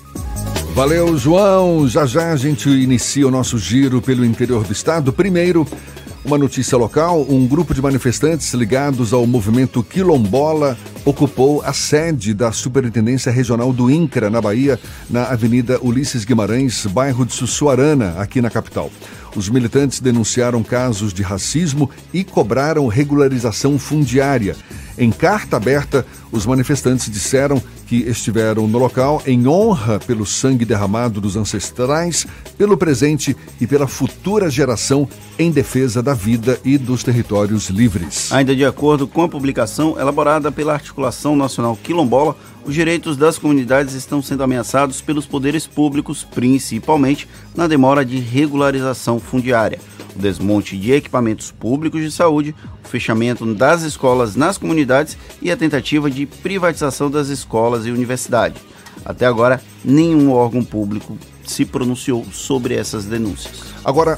Valeu, João. Já já a gente inicia o nosso giro pelo interior do estado. Primeiro, uma notícia local: um grupo de manifestantes ligados ao movimento quilombola ocupou a sede da Superintendência Regional do INCRA, na Bahia, na Avenida Ulisses Guimarães, bairro de Sussuarana, aqui na capital. Os militantes denunciaram casos de racismo e cobraram regularização fundiária. Em carta aberta, os manifestantes disseram que estiveram no local em honra pelo sangue derramado dos ancestrais, pelo presente e pela futura geração em defesa da vida e dos territórios livres. Ainda de acordo com a publicação elaborada pela Articulação Nacional Quilombola, os direitos das comunidades estão sendo ameaçados pelos poderes públicos, principalmente na demora de regularização fundiária, o desmonte de equipamentos públicos de saúde, o fechamento das escolas nas comunidades e a tentativa de privatização das escolas e universidades. Até agora, nenhum órgão público se pronunciou sobre essas denúncias. Agora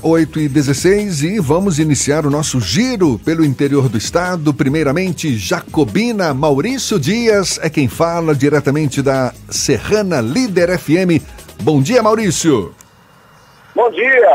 8h16 e vamos iniciar o nosso giro pelo interior do estado. Primeiramente, Jacobina. Maurício Dias é quem fala diretamente da Serrana Líder FM. Bom dia, Maurício. Bom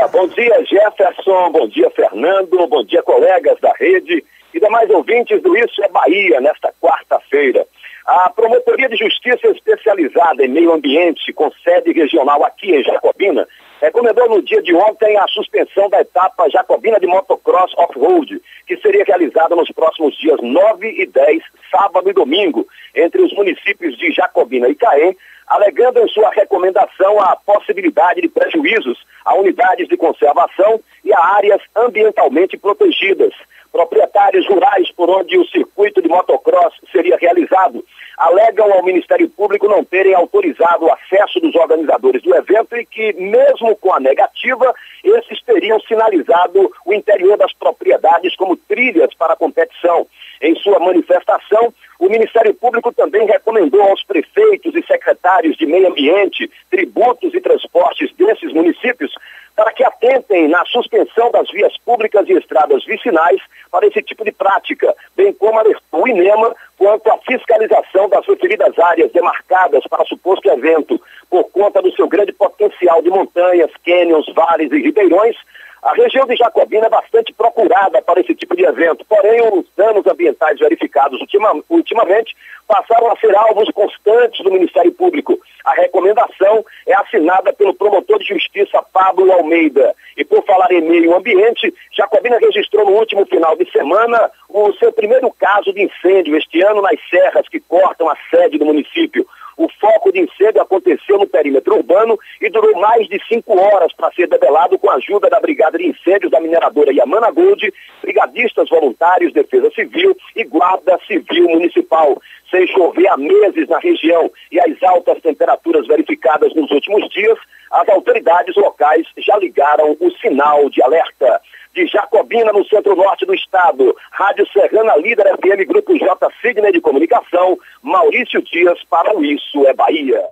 dia Jefferson, bom dia Fernando, bom dia colegas da rede e demais ouvintes do Isso é Bahia nesta quarta-feira. A Promotoria de Justiça Especializada em Meio Ambiente, com sede regional aqui em Jacobina, recomendou no dia de ontem a suspensão da etapa Jacobina de Motocross Off-Road, que seria realizada nos próximos dias 9 e 10, sábado e domingo, entre os municípios de Jacobina e Caém, alegando em sua recomendação a possibilidade de prejuízos a unidades de conservação e a áreas ambientalmente protegidas. Proprietários rurais por onde o circuito de motocross seria realizado alegam ao Ministério Público não terem autorizado o acesso dos organizadores do evento e que, mesmo com a negativa, esses teriam sinalizado o interior das propriedades como trilhas para a competição. Em sua manifestação, o Ministério Público também recomendou aos prefeitos e secretários de Meio Ambiente, Tributos e Transportes desses municípios para que atentem na suspensão das vias públicas e estradas vicinais para esse tipo de prática, bem como alertou o INEMA quanto à fiscalização das referidas áreas demarcadas para suposto evento. Por conta do seu grande potencial de montanhas, cânions, vales e ribeirões, a região de Jacobina é bastante procurada para esse tipo de evento, porém os danos ambientais verificados ultimamente passaram a ser alvos constantes do Ministério Público. A recomendação é assinada pelo promotor de justiça Pablo Almeida. E por falar em meio ambiente, Jacobina registrou no último final de semana o seu primeiro caso de incêndio este ano nas serras que cortam a sede do município. O foco de incêndio aconteceu no perímetro urbano e durou mais de 5 horas para ser debelado com a ajuda da Brigada de Incêndios da mineradora Yamana Gold, brigadistas voluntários, Defesa Civil e Guarda Civil Municipal. Sem chover há meses na região e as altas temperaturas verificadas nos últimos dias, as autoridades locais já ligaram o sinal de alerta. De Jacobina, no centro-norte do estado, Rádio Serrana Líder FM, Grupo J. Sidney de Comunicação, Maurício Dias para o Isso é Bahia.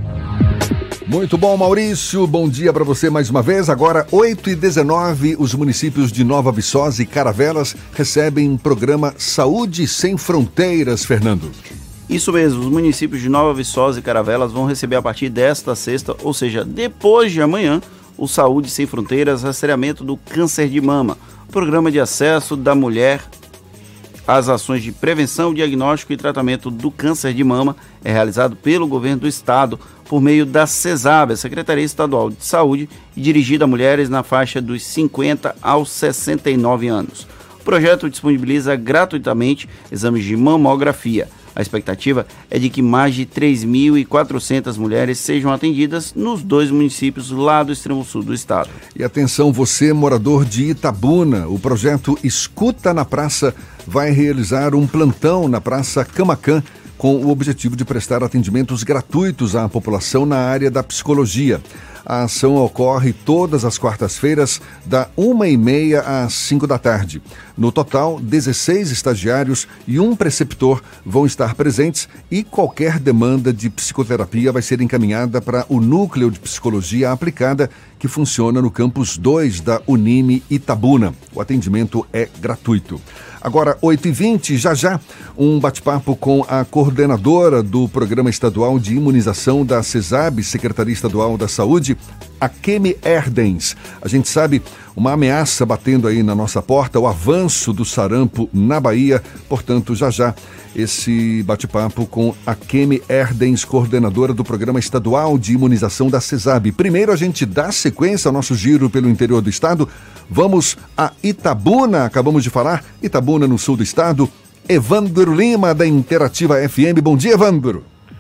Muito bom, Maurício. Bom dia para você mais uma vez. Agora, 8h19, os municípios de Nova Viçosa e Caravelas recebem um programa Saúde Sem Fronteiras, Fernando. Isso mesmo, os municípios de Nova Viçosa e Caravelas vão receber a partir desta sexta, ou seja, depois de amanhã, o Saúde Sem Fronteiras, rastreamento do câncer de mama, programa de acesso da mulher às ações de prevenção, diagnóstico e tratamento do câncer de mama é realizado pelo governo do estado por meio da CESAB, a Secretaria Estadual de Saúde, e dirigido a mulheres na faixa dos 50 aos 69 anos. O projeto disponibiliza gratuitamente exames de mamografia. A expectativa é de que mais de 3.400 mulheres sejam atendidas nos 2 municípios lá do extremo sul do estado. E atenção, você morador de Itabuna, o projeto Escuta na Praça vai realizar um plantão na Praça Camacan com o objetivo de prestar atendimentos gratuitos à população na área da psicologia. A ação ocorre todas as quartas-feiras, da 1h30 às 5 da tarde. No total, 16 estagiários e um preceptor vão estar presentes e qualquer demanda de psicoterapia vai ser encaminhada para o Núcleo de Psicologia Aplicada, que funciona no campus 2 da Unime Itabuna. O atendimento é gratuito. Agora, 8h20, já, um bate-papo com a coordenadora do Programa Estadual de Imunização da CESAB, Secretaria Estadual da Saúde, Akemi Erdens. A gente sabe, uma ameaça batendo aí na nossa porta, o avanço do sarampo na Bahia. Portanto, já, esse bate-papo com Akemi Erdens, coordenadora do Programa Estadual de Imunização da CESAB. Primeiro, a gente dá sequência ao nosso giro pelo interior do estado. Vamos a Itabuna, acabamos de falar, Itabuna no sul do estado. Evandro Lima, da Interativa FM. Bom dia, Evandro.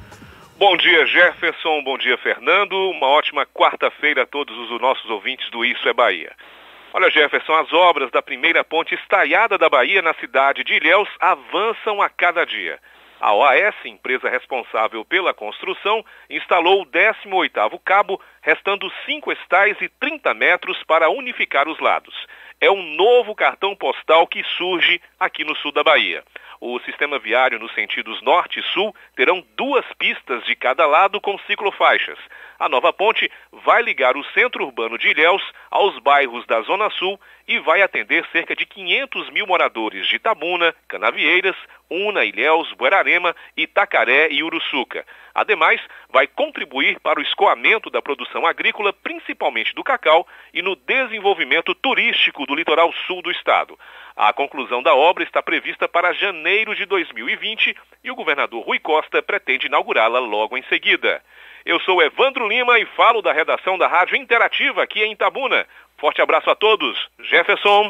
Bom dia, Jefferson. Bom dia, Fernando. Uma ótima quarta-feira a todos os nossos ouvintes do Isso é Bahia. Olha, Jefferson, as obras da primeira ponte estaiada da Bahia na cidade de Ilhéus avançam a cada dia. A OAS, empresa responsável pela construção, instalou o 18º cabo, restando 5 estais e 30 metros para unificar os lados. É um novo cartão postal que surge aqui no sul da Bahia. O sistema viário nos sentidos norte e sul terão 2 pistas de cada lado com ciclofaixas. A nova ponte vai ligar o centro urbano de Ilhéus aos bairros da Zona Sul e vai atender cerca de 500 mil moradores de Itabuna, Canavieiras, Una, Ilhéus, Buerarema, Itacaré e Uruçuca. Ademais, vai contribuir para o escoamento da produção agrícola, principalmente do cacau, e no desenvolvimento turístico do litoral sul do estado. A conclusão da obra está prevista para janeiro de 2020 e o governador Rui Costa pretende inaugurá-la logo em seguida. Eu sou Evandro Lima e falo da redação da Rádio Interativa aqui em Itabuna. Forte abraço a todos. Jefferson.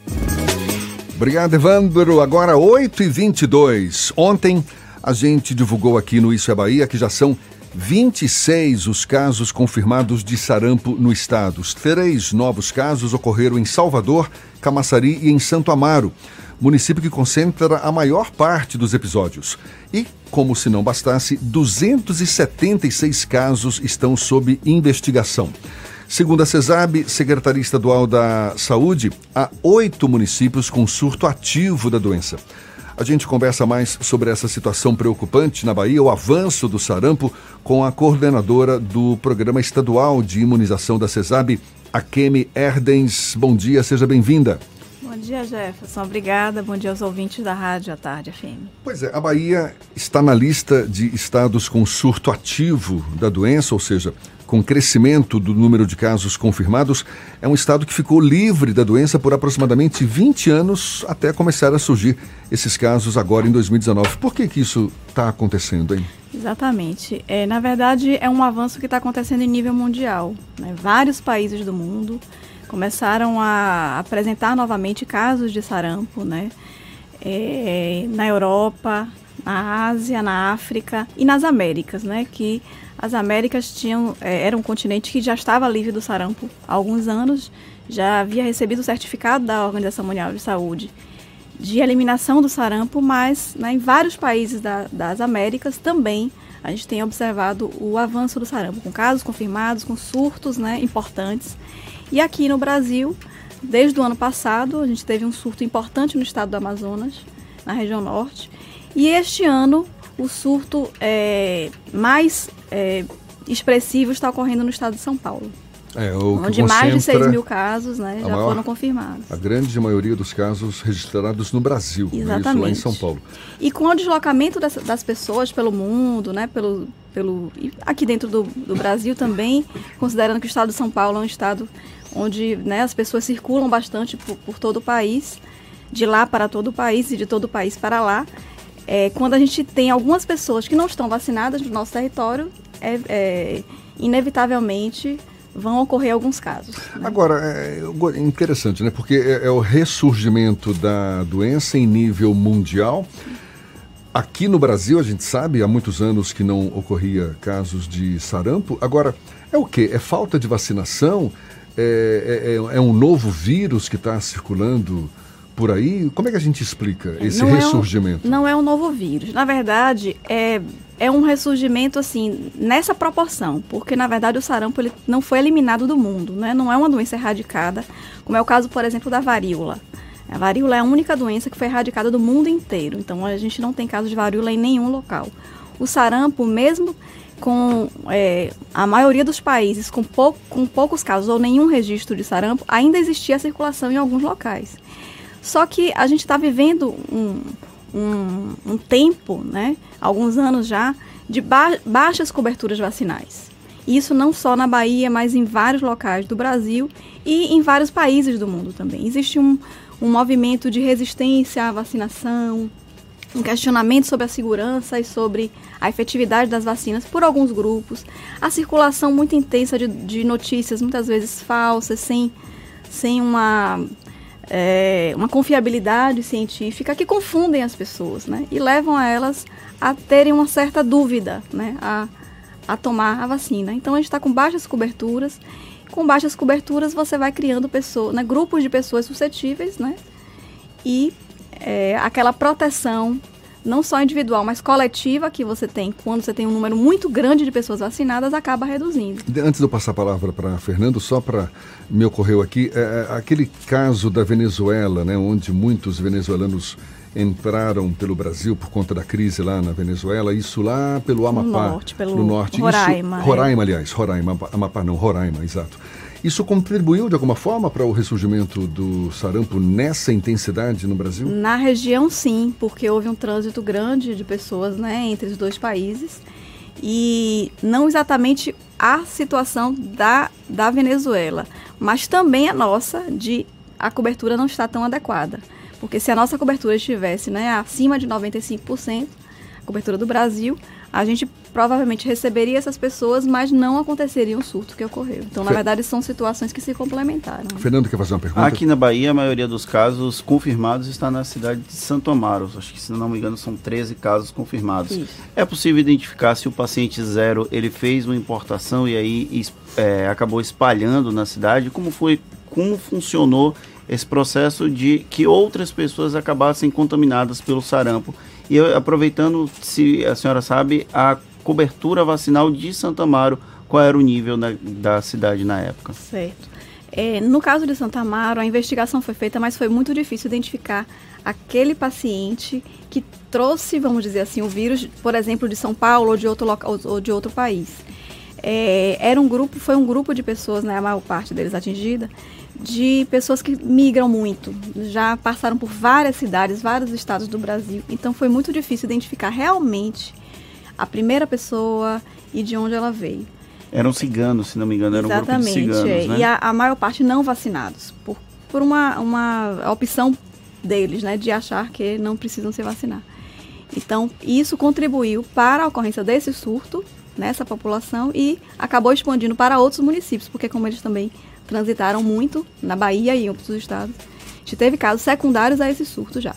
Obrigado, Evandro. Agora 8h22. Ontem a gente divulgou aqui no Isso é Bahia que já são 26 os casos confirmados de sarampo no estado. Os 3 novos casos ocorreram em Salvador, Camaçari e em Santo Amaro, município que concentra a maior parte dos episódios. E, como se não bastasse, 276 casos estão sob investigação. Segundo a CESAB, Secretaria Estadual da Saúde, há 8 municípios com surto ativo da doença. A gente conversa mais sobre essa situação preocupante na Bahia, o avanço do sarampo, com a coordenadora do Programa Estadual de Imunização da CESAB, Akemi Erdens. Bom dia, seja bem-vinda. Bom dia, Jefferson. Obrigada. Bom dia aos ouvintes da Rádio à Tarde FM. Pois é, a Bahia está na lista de estados com surto ativo da doença, ou seja, com crescimento do número de casos confirmados. É um estado que ficou livre da doença por aproximadamente 20 anos, até começar a surgir esses casos agora em 2019. Por que isso está acontecendo, hein? Exatamente. Na verdade, é um avanço que está acontecendo em nível mundial, né? Vários países do mundo começaram a apresentar novamente casos de sarampo, né? Na Europa, na Ásia, na África e nas Américas, né? Que as Américas era um continente que já estava livre do sarampo há alguns anos, já havia recebido o certificado da Organização Mundial de Saúde de eliminação do sarampo, mas, né, em vários países das Américas também a gente tem observado o avanço do sarampo, com casos confirmados, com surtos, né, importantes. E aqui no Brasil, desde o ano passado, a gente teve um surto importante no estado do Amazonas, na região norte. E este ano, o surto mais expressivo está ocorrendo no estado de São Paulo, onde mais de 6 mil casos, né, já foram confirmados. A grande maioria dos casos registrados no Brasil, exatamente, isso lá em São Paulo. E com o deslocamento das pessoas pelo mundo, né, aqui dentro do Brasil também, considerando que o estado de São Paulo é um estado onde, né, as pessoas circulam bastante por todo o país, de lá para todo o país e de todo o país para lá. Quando a gente tem algumas pessoas que não estão vacinadas no nosso território, inevitavelmente vão ocorrer alguns casos, né? Agora, é interessante, né? Porque é o ressurgimento da doença em nível mundial. Aqui no Brasil, a gente sabe, há muitos anos que não ocorria casos de sarampo. Agora, é o quê? É falta de vacinação? É um novo vírus que está circulando por aí? Como é que a gente explica esse ressurgimento? Não é um novo vírus. Na verdade, é um ressurgimento, assim, nessa proporção, porque, na verdade, o sarampo ele não foi eliminado do mundo, né? Não é uma doença erradicada, como é o caso, por exemplo, da varíola. A varíola é a única doença que foi erradicada do mundo inteiro, então a gente não tem caso de varíola em nenhum local. O sarampo, mesmo com a maioria dos países com poucos casos ou nenhum registro de sarampo, ainda existia a circulação em alguns locais. Só que a gente está vivendo um tempo, né, alguns anos já, de baixas coberturas vacinais. Isso não só na Bahia, mas em vários locais do Brasil e em vários países do mundo também. Existe um movimento de resistência à vacinação, um questionamento sobre a segurança e sobre a efetividade das vacinas por alguns grupos, a circulação muito intensa de notícias, muitas vezes falsas, sem uma confiabilidade científica, que confundem as pessoas, né? E levam a elas a terem uma certa dúvida, né? A tomar a vacina. Então a gente está com baixas coberturas. Com baixas coberturas você vai criando pessoas, né? Grupos de pessoas suscetíveis, né? E aquela proteção, não só individual, mas coletiva que você tem quando você tem um número muito grande de pessoas vacinadas, acaba reduzindo. Antes de eu passar a palavra para Fernando, só para me ocorreu aqui, aquele caso da Venezuela, né, onde muitos venezuelanos entraram pelo Brasil por conta da crise lá na Venezuela, isso lá pelo Amapá, no norte. Roraima. Isso, Roraima, aliás, Roraima, Amapá não, Roraima, exato. Isso contribuiu de alguma forma para o ressurgimento do sarampo nessa intensidade no Brasil? Na região, sim, porque houve um trânsito grande de pessoas, né, entre os dois países. E não exatamente a situação da Venezuela, mas também a nossa, a cobertura não está tão adequada. Porque se a nossa cobertura estivesse, né, acima de 95%, a cobertura do Brasil, a gente provavelmente receberia essas pessoas, mas não aconteceria um surto que ocorreu. Então, na verdade, são situações que se complementaram. Fernando, quer fazer uma pergunta? Aqui na Bahia, a maioria dos casos confirmados está na cidade de Santo Amaro. Acho que, se não me engano, são 13 casos confirmados. Isso. É possível identificar se o paciente 0 ele fez uma importação e aí acabou espalhando na cidade? Como funcionou esse processo de que outras pessoas acabassem contaminadas pelo sarampo? E aproveitando, se a senhora sabe, a cobertura vacinal de Santo Amaro, qual era o nível da cidade na época? Certo. No caso de Santo Amaro, a investigação foi feita, mas foi muito difícil identificar aquele paciente que trouxe, vamos dizer assim, o vírus, por exemplo, de São Paulo ou de outro local, ou de outro país. Foi um grupo de pessoas, né, a maior parte deles atingida, de pessoas que migram muito, já passaram por várias cidades, vários estados do Brasil, então foi muito difícil identificar realmente a primeira pessoa e de onde ela veio. Eram ciganos, se não me engano, era um grupo de ciganos, né? E a maior parte não vacinados, por uma opção deles, né, de achar que não precisam se vacinar. Então, isso contribuiu para a ocorrência desse surto nessa população e acabou expandindo para outros municípios, porque como eles também transitaram muito na Bahia e em outros estados, a gente teve casos secundários a esse surto já.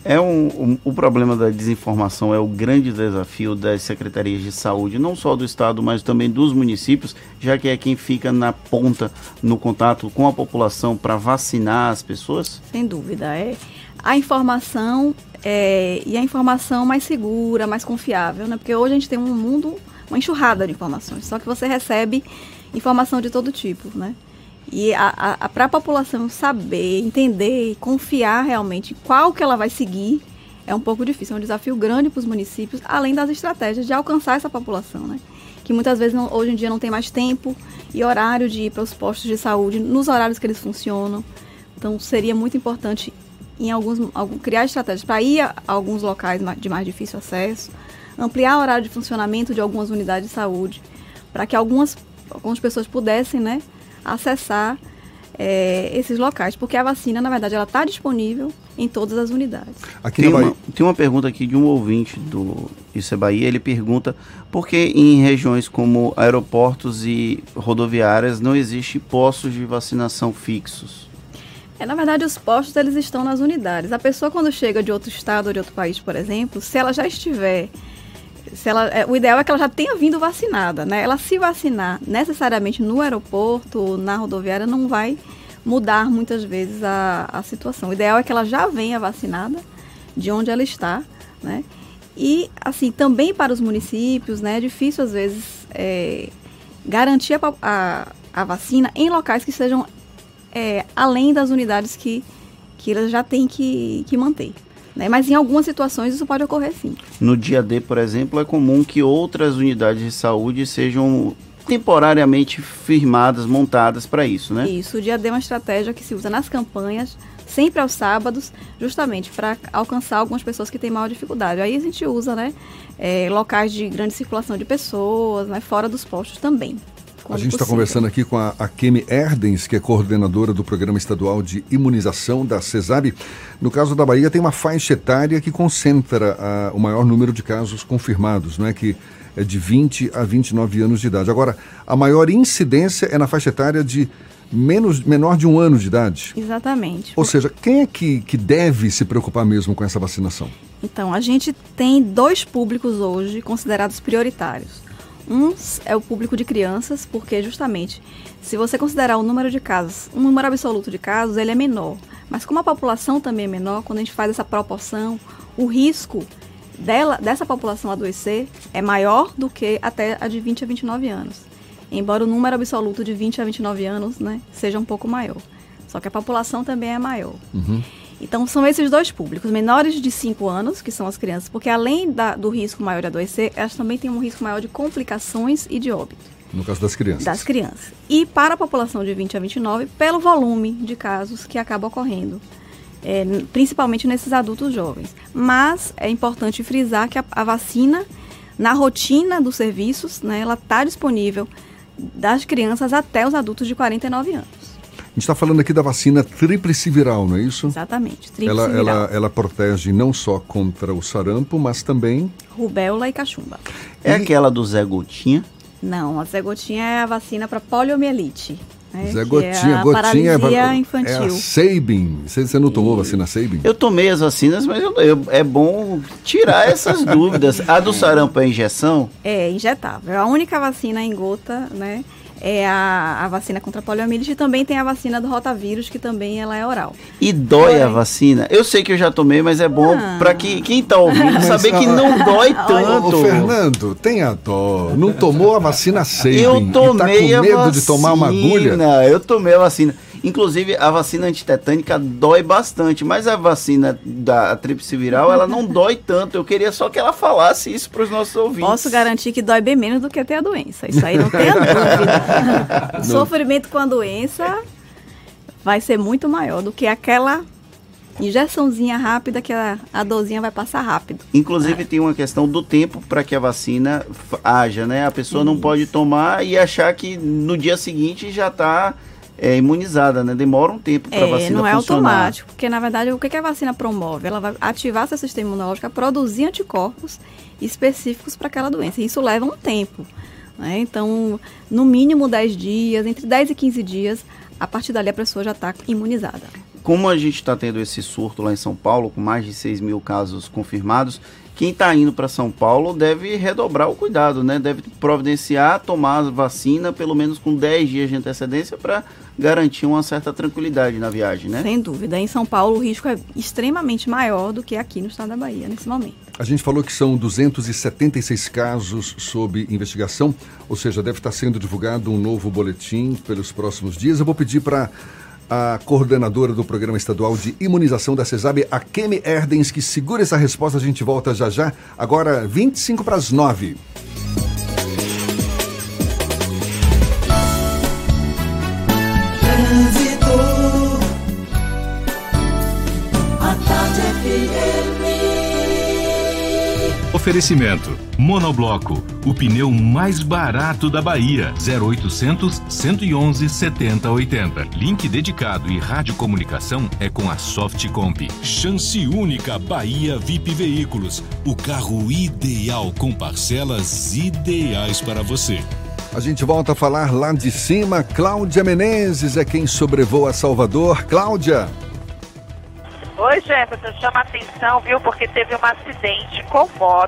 O problema da desinformação é o grande desafio das secretarias de saúde, não só do estado, mas também dos municípios, já que é quem fica na ponta, no contato com a população para vacinar as pessoas? Sem dúvida, a informação e a informação mais segura, mais confiável, né? Porque hoje a gente tem um mundo, uma enxurrada de informações, só que você recebe informação de todo tipo, né? E para a população saber, entender e confiar realmente qual que ela vai seguir é um pouco difícil, é um desafio grande para os municípios, além das estratégias de alcançar essa população, né? Que muitas vezes hoje em dia não tem mais tempo e horário de ir para os postos de saúde nos horários que eles funcionam. Então seria muito importante criar estratégias para ir a alguns locais de mais difícil acesso, ampliar o horário de funcionamento de algumas unidades de saúde, para que algumas pessoas pudessem, né, acessar esses locais, porque a vacina, na verdade, ela está disponível em todas as unidades. Tem uma pergunta aqui de um ouvinte do Isso é Bahia, ele pergunta por que em regiões como aeroportos e rodoviárias não existem postos de vacinação fixos? Na verdade, os postos eles estão nas unidades. A pessoa, quando chega de outro estado ou de outro país, por exemplo, se ela já estiver... o ideal é que ela já tenha vindo vacinada, né? Ela se vacinar necessariamente no aeroporto ou na rodoviária não vai mudar muitas vezes a situação. O ideal é que ela já venha vacinada de onde ela está, né? E, assim, também para os municípios, né, é difícil, às vezes, garantir a vacina em locais que sejam além das unidades que elas já têm que manter. Né? Mas em algumas situações isso pode ocorrer, sim. No dia D, por exemplo, é comum que outras unidades de saúde sejam temporariamente firmadas, montadas para isso, né? Isso, o dia D é uma estratégia que se usa nas campanhas, sempre aos sábados, justamente para alcançar algumas pessoas que têm maior dificuldade. Aí a gente usa, né, locais de grande circulação de pessoas, né, fora dos postos também. A gente está conversando aqui com a Kemi Erdens, que é coordenadora do Programa Estadual de Imunização da CESAB. No caso da Bahia, tem uma faixa etária que concentra o maior número de casos confirmados, né, que é de 20 a 29 anos de idade. Agora, a maior incidência é na faixa etária de menor de 1 ano de idade. Exatamente. Ou seja, quem é que deve se preocupar mesmo com essa vacinação? Então, a gente tem 2 públicos hoje considerados prioritários. Um é o público de crianças, porque justamente, se você considerar o número de casos, um número absoluto de casos, ele é menor. Mas como a população também é menor, quando a gente faz essa proporção, o risco dessa população adoecer é maior do que até a de 20 a 29 anos. Embora o número absoluto de 20 a 29 anos, né, seja um pouco maior. Só que a população também é maior. Uhum. Então, são esses 2 públicos, menores de 5 anos, que são as crianças, porque além do risco maior de adoecer, elas também têm um risco maior de complicações e de óbito. No caso das crianças. Das crianças. E para a população de 20 a 29, pelo volume de casos que acaba ocorrendo, principalmente nesses adultos jovens. Mas é importante frisar que a vacina, na rotina dos serviços, né, ela está disponível das crianças até os adultos de 49 anos. A gente está falando aqui da vacina tríplice viral, não é isso? Exatamente, tríplice viral. Ela protege não só contra o sarampo, mas também... rubéola e cachumba. É aquela do Zé Gotinha? Não, a Zé Gotinha é a vacina para poliomielite. Né? Zé Gotinha, que é a paralisia infantil. É a Sabin. Você não tomou vacina Sabin? Eu tomei as vacinas, mas é bom tirar essas dúvidas. A do sarampo é injeção? É injetável. A única vacina em gota, né? É a vacina contra a poliomielite, e também tem a vacina do rotavírus, que também ela é oral. E dói a vacina? Eu sei que eu já tomei, mas é bom para quem tá ouvindo saber que não dói tanto. Ô, Fernando, tenha dó. Não tomou a vacina Sabin? Eu tomei e tá com medo de tomar uma agulha? Eu tomei a vacina. Inclusive, a vacina antitetânica dói bastante, mas a vacina da tríplice viral, ela não dói tanto. Eu queria só que ela falasse isso para os nossos ouvintes. Posso garantir que dói bem menos do que ter a doença. Isso aí não tem a dúvida. O sofrimento com a doença vai ser muito maior do que aquela injeçãozinha rápida que a dorzinha vai passar rápido. Inclusive, tem uma questão do tempo para que a vacina haja, né? A pessoa não pode tomar e achar que no dia seguinte já está... imunizada, né? Demora um tempo para a vacina funcionar. Não é automático, porque na verdade o que a vacina promove? Ela vai ativar seu sistema imunológico a produzir anticorpos específicos para aquela doença. E isso leva um tempo, né? Então, no mínimo 10 dias, entre 10 e 15 dias, a partir dali a pessoa já está imunizada. Como a gente está tendo esse surto lá em São Paulo, com mais de 6 mil casos confirmados, quem está indo para São Paulo deve redobrar o cuidado, né? Deve providenciar, tomar a vacina pelo menos com 10 dias de antecedência para garantir uma certa tranquilidade na viagem, né? Sem dúvida. Em São Paulo o risco é extremamente maior do que aqui no estado da Bahia, nesse momento. A gente falou que são 276 casos sob investigação, ou seja, deve estar sendo divulgado um novo boletim pelos próximos dias. Eu vou pedir para a coordenadora do Programa Estadual de Imunização da CESAB, a Kemi Erdens, que segura essa resposta. A gente volta já já. Agora, 25 para as 9. Oferecimento: Monobloco, o pneu mais barato da Bahia. 0800 111 7080. Link dedicado e radiocomunicação é com a Softcomp. Chance única Bahia VIP Veículos. O carro ideal com parcelas ideais para você. A gente volta a falar lá de cima. Cláudia Menezes é quem sobrevoa Salvador. Cláudia. Oi, Jefferson, chama a atenção, viu, porque teve um acidente com moto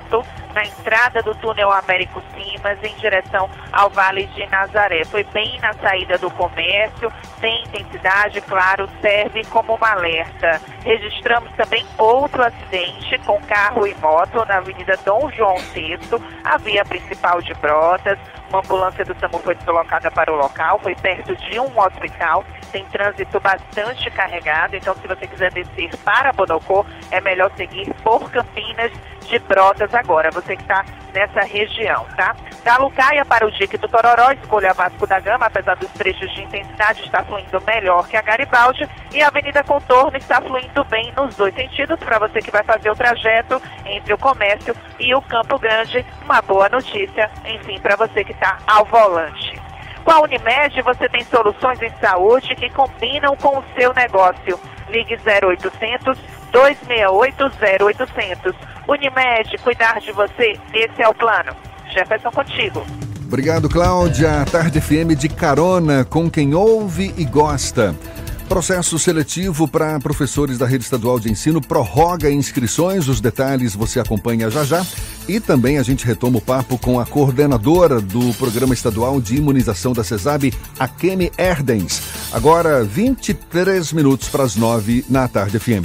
na entrada do túnel Américo Simas, em direção ao Vale de Nazaré. Foi bem na saída do comércio, tem intensidade, claro, serve como um alerta. Registramos também outro acidente com carro e moto na Avenida Dom João VI, a via principal de Brotas. Uma ambulância do SAMU foi deslocada para o local, foi perto de um hospital, tem trânsito bastante carregado, então se você quiser descer para Bonocô, é melhor seguir por Campinas de Brotas agora, você que está nessa região, tá? Da Lucaia para o Dique do Tororó, escolha Vasco da Gama, apesar dos trechos de intensidade, está fluindo melhor que a Garibaldi, e a Avenida Contorno está fluindo bem nos dois sentidos, para você que vai fazer o trajeto entre o comércio e o Campo Grande, uma boa notícia, enfim, para você que está ao volante. Com a Unimed, você tem soluções em saúde que combinam com o seu negócio. Ligue 0800 268 0800. Unimed, cuidar de você, esse é o plano. Jefferson, contigo. Obrigado, Cláudia. Tarde FM de carona com quem ouve e gosta. Processo seletivo para professores da rede estadual de ensino prorroga inscrições, os detalhes você acompanha já já. E também a gente retoma o papo com a coordenadora do Programa Estadual de Imunização da CESAB, a Kemi Erdens. Agora, 23 minutos para as 9 na Tarde FM.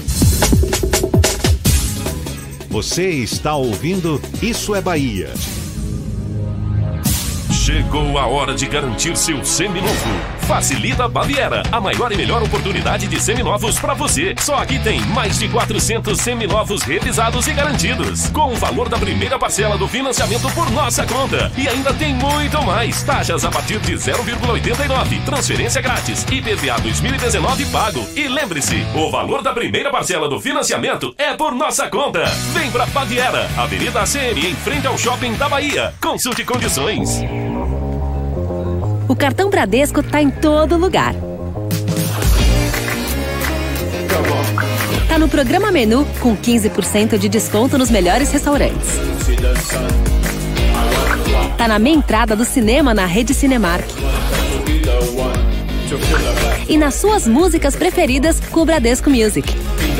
Você está ouvindo Isso é Bahia. Chegou a hora de garantir seu seminovo. Facilita Baviera, a maior e melhor oportunidade de seminovos para você. Só aqui tem mais de 400 seminovos revisados e garantidos, com o valor da primeira parcela do financiamento por nossa conta. E ainda tem muito mais. Taxas a partir de 0,89, transferência grátis, IPVA 2019 pago. E lembre-se, o valor da primeira parcela do financiamento é por nossa conta. Vem pra Baviera, Avenida ACM, em frente ao Shopping da Bahia. Consulte condições. O cartão Bradesco tá em todo lugar. Tá no programa Menu com 15% de desconto nos melhores restaurantes. Tá na meia entrada do cinema na Rede Cinemark. E nas suas músicas preferidas com o Bradesco Music.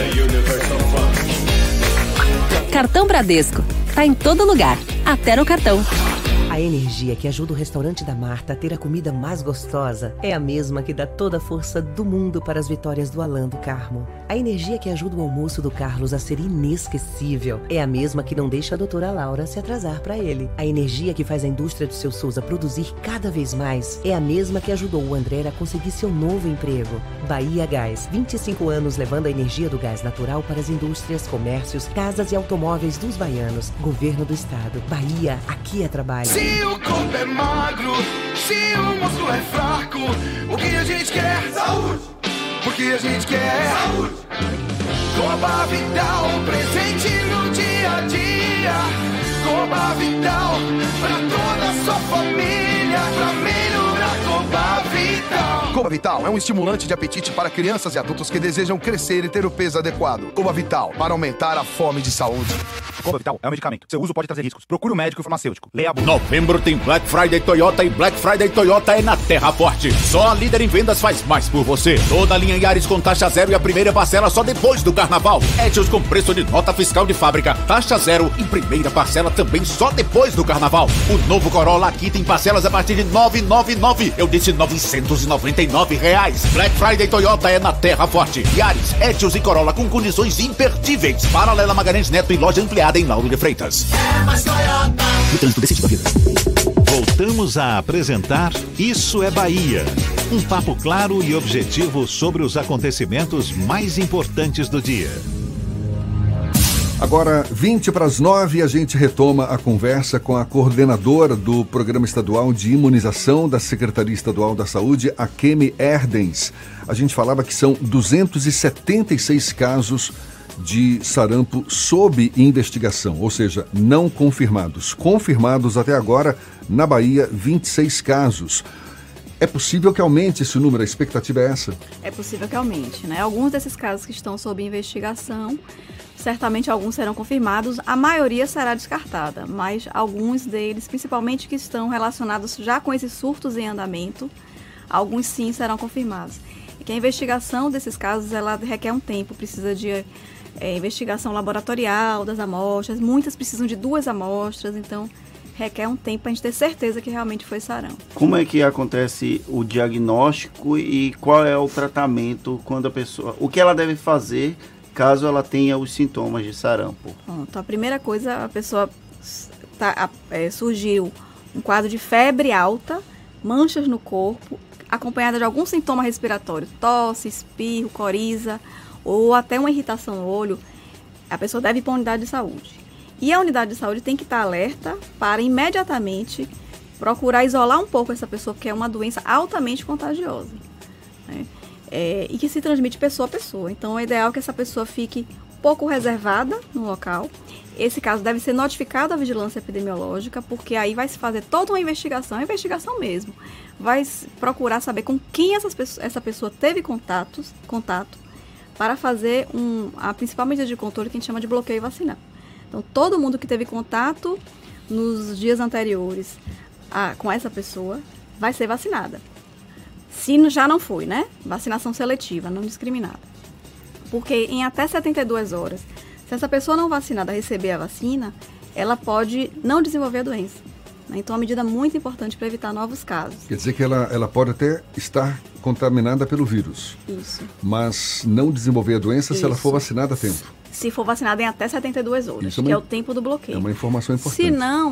Cartão Bradesco. Tá em todo lugar, até no cartão. A energia que ajuda o restaurante da Marta a ter a comida mais gostosa é a mesma que dá toda a força do mundo para as vitórias do Alan do Carmo. A energia que ajuda o almoço do Carlos a ser inesquecível é a mesma que não deixa a doutora Laura se atrasar para ele. A energia que faz a indústria do Seu Souza produzir cada vez mais é a mesma que ajudou o André a conseguir seu novo emprego. Bahia Gás, 25 anos levando a energia do gás natural para as indústrias, comércios, casas e automóveis dos baianos. Governo do Estado. Bahia, aqui é trabalho. Se o corpo é magro, se o músculo é fraco, o que a gente quer? Saúde! Porque a gente quer saúde! Coba Vital, presente no dia a dia. Coba Vital, pra toda a sua família, pra melhorar Coba Vital. Coba Vital é um estimulante de apetite para crianças e adultos que desejam crescer e ter o peso adequado. Coba Vital, para aumentar a fome de saúde. Coba Vital é um medicamento. Seu uso pode trazer riscos. Procure um médico e farmacêutico. Leia a bula. Novembro tem Black Friday Toyota e Black Friday Toyota é na Terra Forte. Só a líder em vendas faz mais por você. Toda a linha Yaris com taxa zero e a primeira parcela só depois do carnaval. Etios com preço de nota fiscal de fábrica, taxa zero e primeira parcela também só depois do carnaval. O novo Corolla aqui tem parcelas a partir de R$ 999. Eu disse R$ 999. Black Friday Toyota é na Terra Forte. Yaris, Etios e Corolla com condições imperdíveis. Paralela Magalhães Neto e loja ampliada em Lauro de Freitas. É mais Toyota. O trânsito decide da vida. Voltamos a apresentar Isso é Bahia. Um papo claro e objetivo sobre os acontecimentos mais importantes do dia. Agora, 20 para as 9, a gente retoma a conversa com a coordenadora do Programa Estadual de Imunização da Secretaria Estadual da Saúde, a Kemi Erdens. A gente falava que são 276 casos de sarampo sob investigação, ou seja, não confirmados. Confirmados até agora, na Bahia, 26 casos. É possível que aumente esse número? A expectativa é essa? É possível que aumente, né? Alguns desses casos que estão sob investigação, certamente alguns serão confirmados, a maioria será descartada, mas alguns deles, principalmente que estão relacionados já com esses surtos em andamento, alguns sim serão confirmados. que a investigação desses casos, ela requer um tempo, precisa de investigação laboratorial das amostras, muitas precisam de 2 amostras, então requer um tempo para a gente ter certeza que realmente foi sarampo. Como é que acontece o diagnóstico e qual é o tratamento quando a pessoa... O que ela deve fazer caso ela tenha os sintomas de sarampo? Pronto, a primeira coisa, a pessoa surgiu um quadro de febre alta, manchas no corpo, acompanhada de algum sintoma respiratório, tosse, espirro, coriza, ou até uma irritação no olho, a pessoa deve ir para a unidade de saúde. E a unidade de saúde tem que estar alerta para imediatamente procurar isolar um pouco essa pessoa, porque é uma doença altamente contagiosa, né? E que se transmite pessoa a pessoa. Então é ideal que essa pessoa fique um pouco reservada no local. Esse caso deve ser notificado à vigilância epidemiológica, porque aí vai se fazer toda uma investigação mesmo. Vai procurar saber com quem essa pessoa teve contato, para fazer a principal medida de controle que a gente chama de bloqueio vacinal. Então, todo mundo que teve contato nos dias anteriores com essa pessoa vai ser vacinada. Se já não foi, né? Vacinação seletiva, não discriminada. Porque em até 72 horas, se essa pessoa não vacinada receber a vacina, ela pode não desenvolver a doença. Então, é uma medida muito importante para evitar novos casos. Quer dizer que ela pode até estar contaminada pelo vírus. Isso. Mas não desenvolver a doença se ela for vacinada a tempo. Se for vacinada em até 72 horas, que é o tempo do bloqueio. É uma informação importante.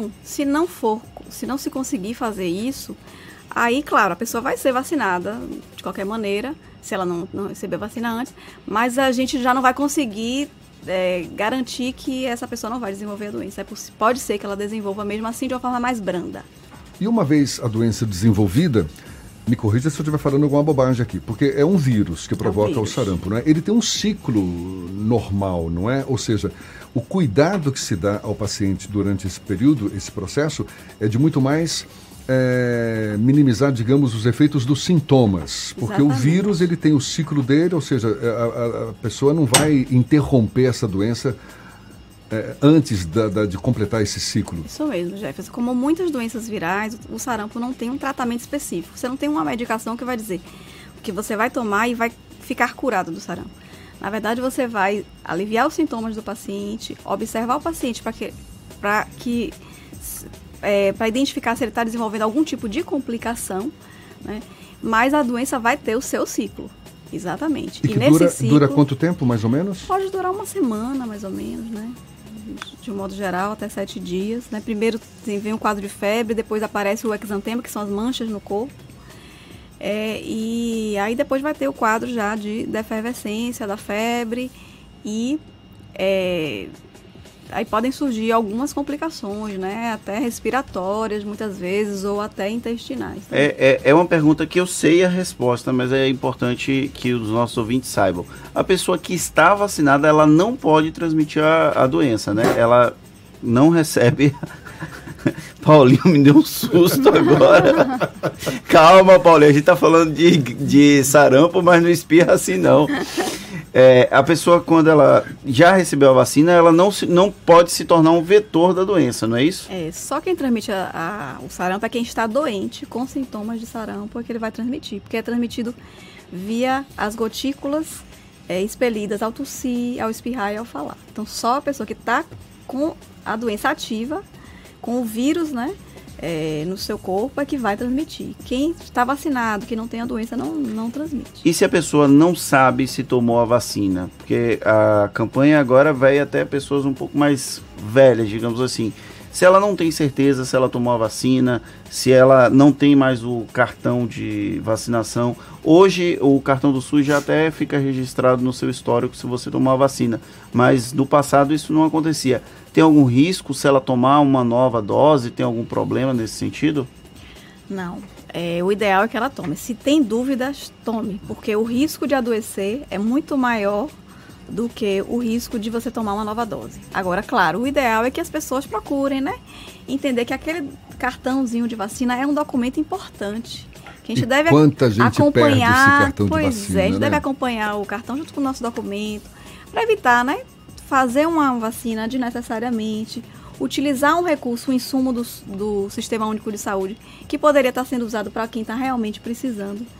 Se não se conseguir fazer isso, aí, claro, a pessoa vai ser vacinada de qualquer maneira, se ela não receber vacina antes, mas a gente já não vai conseguir garantir que essa pessoa não vai desenvolver a doença. Pode ser que ela desenvolva mesmo assim de uma forma mais branda. E uma vez a doença desenvolvida, me corrija se eu estiver falando alguma bobagem aqui, porque é um vírus que provoca o sarampo, não é? Ele tem um ciclo normal, não é? Ou seja, o cuidado que se dá ao paciente durante esse período, esse processo, é de muito mais minimizar, digamos, os efeitos dos sintomas. Porque o vírus, ele tem o ciclo dele, ou seja, a pessoa não vai interromper essa doença antes de completar esse ciclo. Isso mesmo, Jefferson. Como muitas doenças virais, o sarampo não tem um tratamento específico. Você não tem uma medicação que vai dizer que você vai tomar e vai ficar curado do sarampo. Na verdade, você vai aliviar os sintomas do paciente, observar o paciente para identificar se ele está desenvolvendo algum tipo de complicação, né? Mas a doença vai ter o seu ciclo. Exatamente. E nesse ciclo, dura quanto tempo, mais ou menos? Pode durar uma semana, mais ou menos, né? De um modo geral, até 7 dias, né? Primeiro vem um quadro de febre, depois aparece o exantema, que são as manchas no corpo. E aí depois vai ter o quadro já da efervescência, da febre, e aí podem surgir algumas complicações, né? Até respiratórias, muitas vezes, ou até intestinais. É uma pergunta que eu sei a resposta, mas é importante que os nossos ouvintes saibam. A pessoa que está vacinada, ela não pode transmitir a doença, né? Ela não recebe... Paulinho me deu um susto agora. Calma, Paulinho, a gente tá falando de sarampo, mas não espirra assim, não. A pessoa, quando ela já recebeu a vacina, ela não pode se tornar um vetor da doença, não é isso? Só quem transmite o sarampo é quem está doente com sintomas de sarampo, é que ele vai transmitir, porque é transmitido via as gotículas expelidas ao tossir, ao espirrar e ao falar. Então, só a pessoa que está com a doença ativa, com o vírus, né, no seu corpo, é que vai transmitir. Quem está vacinado, que não tem a doença, não transmite. E se a pessoa não sabe se tomou a vacina? Porque a campanha agora vai até pessoas um pouco mais velhas, digamos assim. Se ela não tem certeza se ela tomou a vacina, se ela não tem mais o cartão de vacinação. Hoje o cartão do SUS já até fica registrado no seu histórico se você tomou a vacina. Mas no passado isso não acontecia. Tem algum risco se ela tomar uma nova dose? Tem algum problema nesse sentido? Não. O ideal é que ela tome. Se tem dúvidas, tome. Porque o risco de adoecer é muito maior do que o risco de você tomar uma nova dose. Agora, claro, o ideal é que as pessoas procurem, né? Entender que aquele cartãozinho de vacina é um documento importante. Que a gente deve acompanhar. Esse cartão de vacina, a gente deve acompanhar o cartão junto com o nosso documento, para evitar, né? Fazer uma vacina desnecessariamente, utilizar um recurso, um insumo do Sistema Único de Saúde, que poderia estar sendo usado para quem está realmente precisando.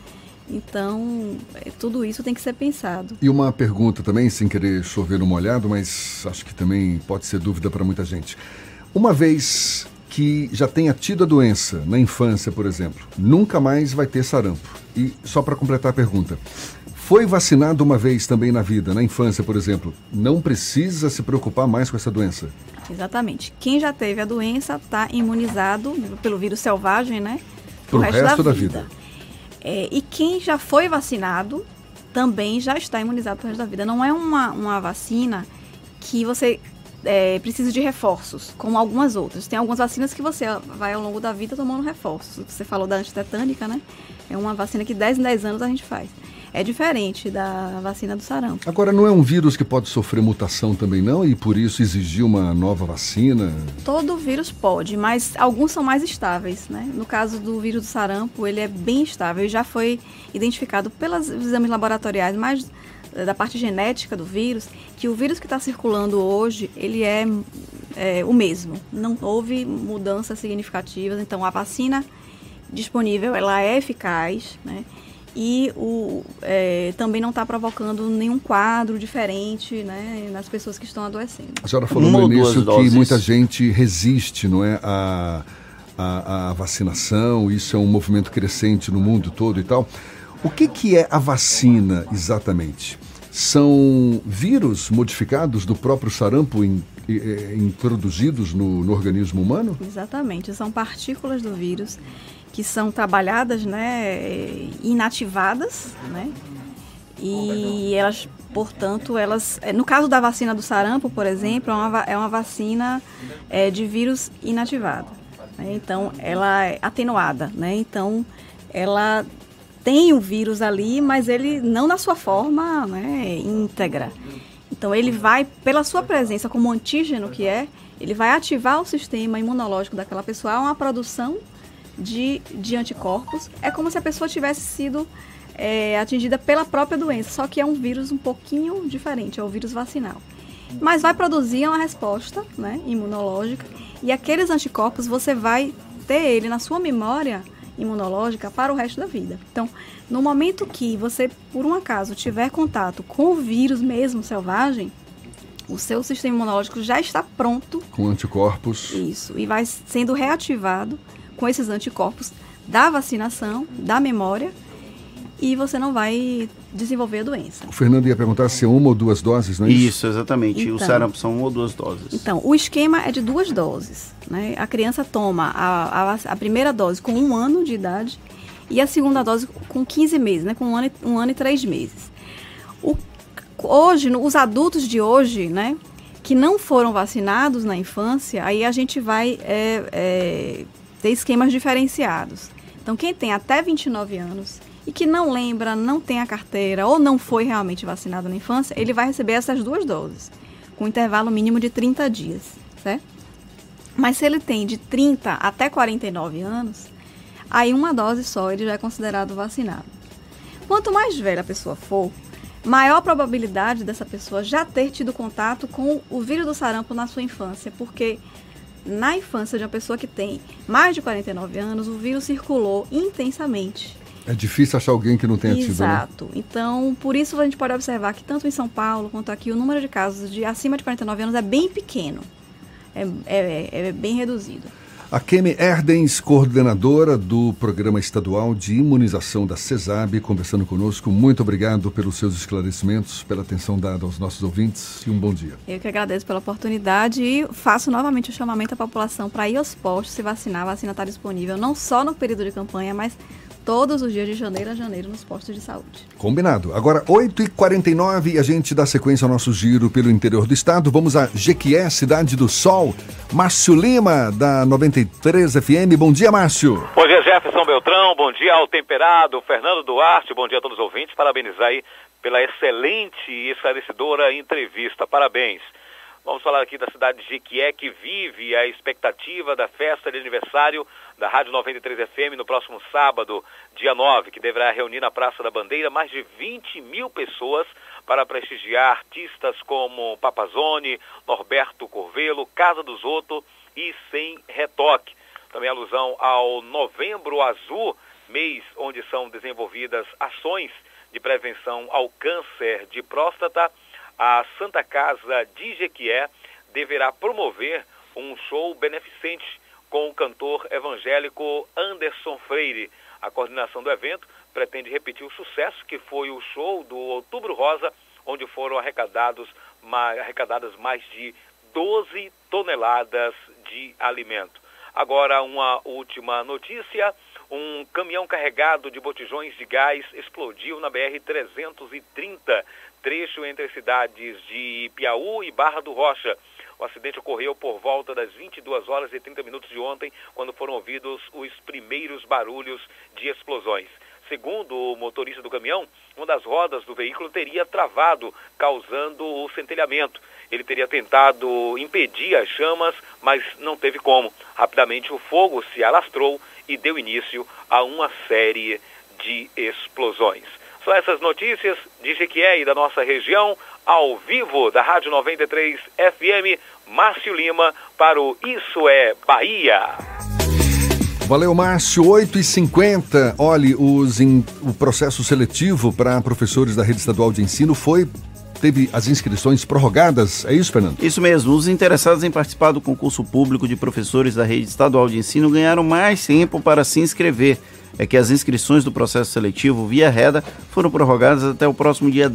Então, tudo isso tem que ser pensado. E uma pergunta também, sem querer chover no molhado, mas acho que também pode ser dúvida para muita gente. Uma vez que já tenha tido a doença na infância, por exemplo, nunca mais vai ter sarampo. E só para completar a pergunta, foi vacinado uma vez também na vida, na infância, por exemplo, não precisa se preocupar mais com essa doença? Exatamente. Quem já teve a doença está imunizado pelo vírus selvagem, né? Pro resto da vida. E quem já foi vacinado também já está imunizado pro resto da vida. Não é uma vacina que você precisa de reforços, como algumas outras. Tem algumas vacinas que você vai ao longo da vida tomando reforços. Você falou da antitetânica, né? É uma vacina que 10 em 10 anos a gente faz. É diferente da vacina do sarampo. Agora, não é um vírus que pode sofrer mutação também não? E por isso exigir uma nova vacina? Todo vírus pode, mas alguns são mais estáveis, né? No caso do vírus do sarampo, ele é bem estável e já foi identificado pelos exames laboratoriais, mais da parte genética do vírus, que o vírus que está circulando hoje, ele é o mesmo. Não houve mudanças significativas, então a vacina disponível, ela é eficaz, né? E também não está provocando nenhum quadro diferente, né, nas pessoas que estão adoecendo. A senhora falou no início que muita gente resiste, não é, à vacinação, isso é um movimento crescente no mundo todo e tal. O que é a vacina exatamente? São vírus modificados do próprio sarampo introduzidos no organismo humano? Exatamente, são partículas do vírus que são trabalhadas, né, inativadas, né, e elas, portanto, no caso da vacina do sarampo, por exemplo, é uma vacina de vírus inativado, né, então ela é atenuada, né, então ela tem o vírus ali, mas ele não na sua forma, né, íntegra. Então ele vai, pela sua presença como antígeno que ele vai ativar o sistema imunológico daquela pessoa, há uma produção de anticorpos. É como se a pessoa tivesse sido atingida pela própria doença, só que é um vírus um pouquinho diferente, é o vírus vacinal. Mas vai produzir uma resposta, né, imunológica, e aqueles anticorpos você vai ter ele na sua memória imunológica para o resto da vida. Então, no momento que você, por um acaso, tiver contato com o vírus mesmo selvagem, o seu sistema imunológico já está pronto. Com anticorpos. Isso, e vai sendo reativado com esses anticorpos da vacinação, da memória, e você não vai desenvolver a doença. O Fernando ia perguntar se é 1 ou 2 doses, não é isso? Isso, exatamente. Então, o sarampo são 1 ou 2 doses. Então, o esquema é de 2 doses, né? A criança toma a primeira dose com 1 ano de idade e a segunda dose com 15 meses, né? Com 1 ano e 3 meses. Hoje, os adultos de hoje, né, que não foram vacinados na infância, aí a gente vai ter esquemas diferenciados. Então, quem tem até 29 anos e que não lembra, não tem a carteira ou não foi realmente vacinado na infância, ele vai receber essas 2 doses, com intervalo mínimo de 30 dias, certo? Mas se ele tem de 30 até 49 anos, aí 1 dose só ele já é considerado vacinado. Quanto mais velha a pessoa for, maior a probabilidade dessa pessoa já ter tido contato com o vírus do sarampo na sua infância, porque na infância de uma pessoa que tem mais de 49 anos, o vírus circulou intensamente. É difícil achar alguém que não tenha tido, né? Exato. Então, por isso a gente pode observar que tanto em São Paulo quanto aqui, o número de casos de acima de 49 anos é bem pequeno. É bem reduzido. A Kemi Erdens, coordenadora do Programa Estadual de Imunização da CESAB, conversando conosco. Muito obrigado pelos seus esclarecimentos, pela atenção dada aos nossos ouvintes e um bom dia. Eu que agradeço pela oportunidade e faço novamente o chamamento à população para ir aos postos se vacinar. A vacina está disponível não só no período de campanha, mas todos os dias de janeiro a janeiro nos postos de saúde. Combinado. Agora, 8h49 e a gente dá sequência ao nosso giro pelo interior do estado. Vamos a Jequié, Cidade do Sol. Márcio Lima, da 93 FM. Bom dia, Márcio. Bom dia, Jefferson Beltrão. Bom dia ao temperado Fernando Duarte. Bom dia a todos os ouvintes. Parabenizar aí pela excelente e esclarecedora entrevista. Parabéns. Vamos falar aqui da cidade de Jequié, que vive a expectativa da festa de aniversário da Rádio 93 FM no próximo sábado, dia 9, que deverá reunir na Praça da Bandeira mais de 20 mil pessoas para prestigiar artistas como Papazone, Norberto Corvelo, Casa do Zoto e Sem Retoque. Também alusão ao Novembro Azul, mês onde são desenvolvidas ações de prevenção ao câncer de próstata, a Santa Casa de Jequié deverá promover um show beneficente com o cantor evangélico Anderson Freire. A coordenação do evento pretende repetir o sucesso que foi o show do Outubro Rosa, onde foram arrecadadas mais de 12 toneladas de alimento. Agora, uma última notícia: um caminhão carregado de botijões de gás explodiu na BR-330, trecho entre as cidades de Piauí e Barra do Rocha. O acidente ocorreu por volta das 22 horas e 30 minutos de ontem, quando foram ouvidos os primeiros barulhos de explosões. Segundo o motorista do caminhão, uma das rodas do veículo teria travado, causando o centelhamento. Ele teria tentado impedir as chamas, mas não teve como. Rapidamente o fogo se alastrou e deu início a uma série de explosões. São essas notícias de Jequié e da nossa região, ao vivo da Rádio 93 FM, Márcio Lima, para o Isso é Bahia. Valeu, Márcio. 8h50. Olhe, o processo seletivo para professores da rede estadual de ensino teve as inscrições prorrogadas, é isso, Fernando? Isso mesmo, os interessados em participar do concurso público de professores da rede estadual de ensino ganharam mais tempo para se inscrever. É que as inscrições do processo seletivo via reda foram prorrogadas até o próximo dia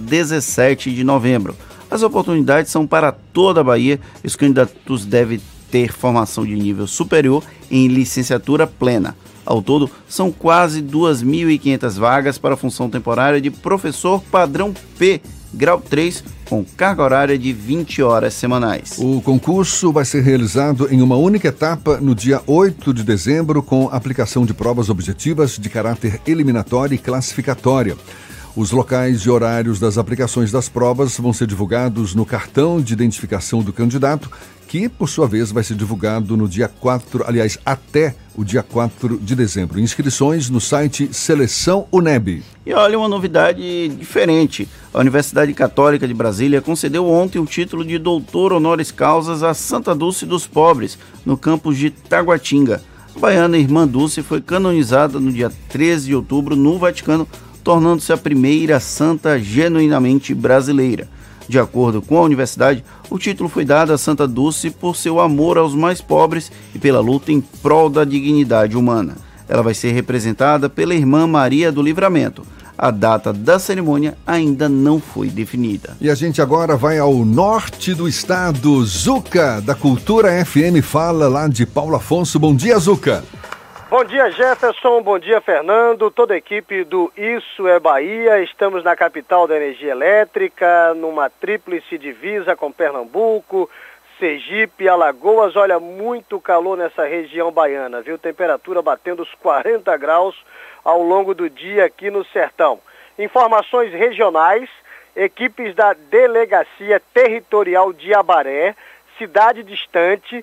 17 de novembro. As oportunidades são para toda a Bahia e os candidatos devem ter formação de nível superior em licenciatura plena. Ao todo, são quase 2.500 vagas para a função temporária de professor padrão P, grau 3, com carga horária de 20 horas semanais. O concurso vai ser realizado em uma única etapa no dia 8 de dezembro, com aplicação de provas objetivas de caráter eliminatória e classificatória. Os locais e horários das aplicações das provas vão ser divulgados no cartão de identificação do candidato, que, por sua vez, vai ser divulgado no dia 4, até o dia 4 de dezembro. Inscrições no site Seleção UNEB. E olha, uma novidade diferente. A Universidade Católica de Brasília concedeu ontem o título de doutor honoris causa a Santa Dulce dos Pobres, no campus de Taguatinga. A baiana Irmã Dulce foi canonizada no dia 13 de outubro no Vaticano, tornando-se a primeira santa genuinamente brasileira. De acordo com a universidade, o título foi dado a Santa Dulce por seu amor aos mais pobres e pela luta em prol da dignidade humana. Ela vai ser representada pela Irmã Maria do Livramento. A data da cerimônia ainda não foi definida. E a gente agora vai ao norte do estado. Zuca, da Cultura FM, fala lá de Paulo Afonso. Bom dia, Zuca. Bom dia, Jefferson. Bom dia, Fernando. Toda a equipe do Isso é Bahia. Estamos na capital da energia elétrica, numa tríplice divisa com Pernambuco, Sergipe, Alagoas. Olha, muito calor nessa região baiana, viu? Temperatura batendo os 40 graus ao longo do dia aqui no sertão. Informações regionais: equipes da Delegacia Territorial de Abaré, cidade distante,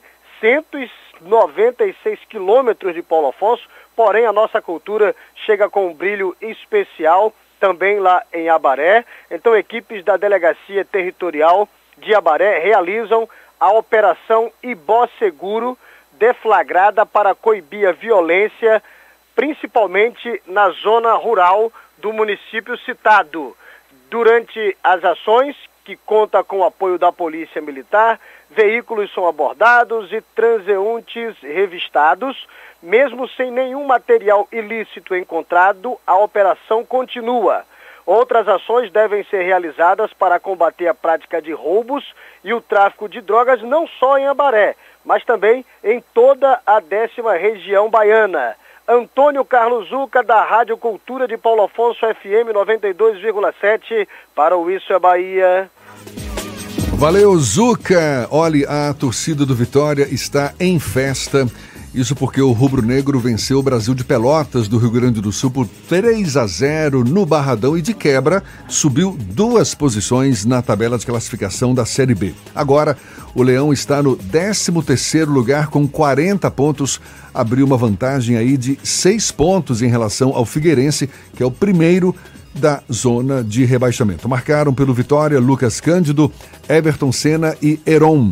196 quilômetros de Paulo Afonso, porém a nossa cultura chega com um brilho especial também lá em Abaré. Então, equipes da Delegacia Territorial de Abaré realizam a Operação Ibó Seguro, deflagrada para coibir a violência, principalmente na zona rural do município citado. Durante as ações, que conta com o apoio da Polícia Militar, veículos são abordados e transeuntes revistados. Mesmo sem nenhum material ilícito encontrado, a operação continua. Outras ações devem ser realizadas para combater a prática de roubos e o tráfico de drogas, não só em Abaré, mas também em toda a 10ª região baiana. Antônio Carlos Zuca, da Rádio Cultura de Paulo Afonso, FM 92,7, para o Isso é Bahia. Valeu, Zuca. Olhe, a torcida do Vitória está em festa. Isso porque o rubro-negro venceu o Brasil de Pelotas do Rio Grande do Sul por 3-0 no Barradão e, de quebra, subiu 2 posições na tabela de classificação da Série B. Agora, o Leão está no 13º lugar com 40 pontos, abriu uma vantagem aí de 6 pontos em relação ao Figueirense, que é o primeiro da zona de rebaixamento. Marcaram pelo Vitória Lucas Cândido, Everton Senna e Heron.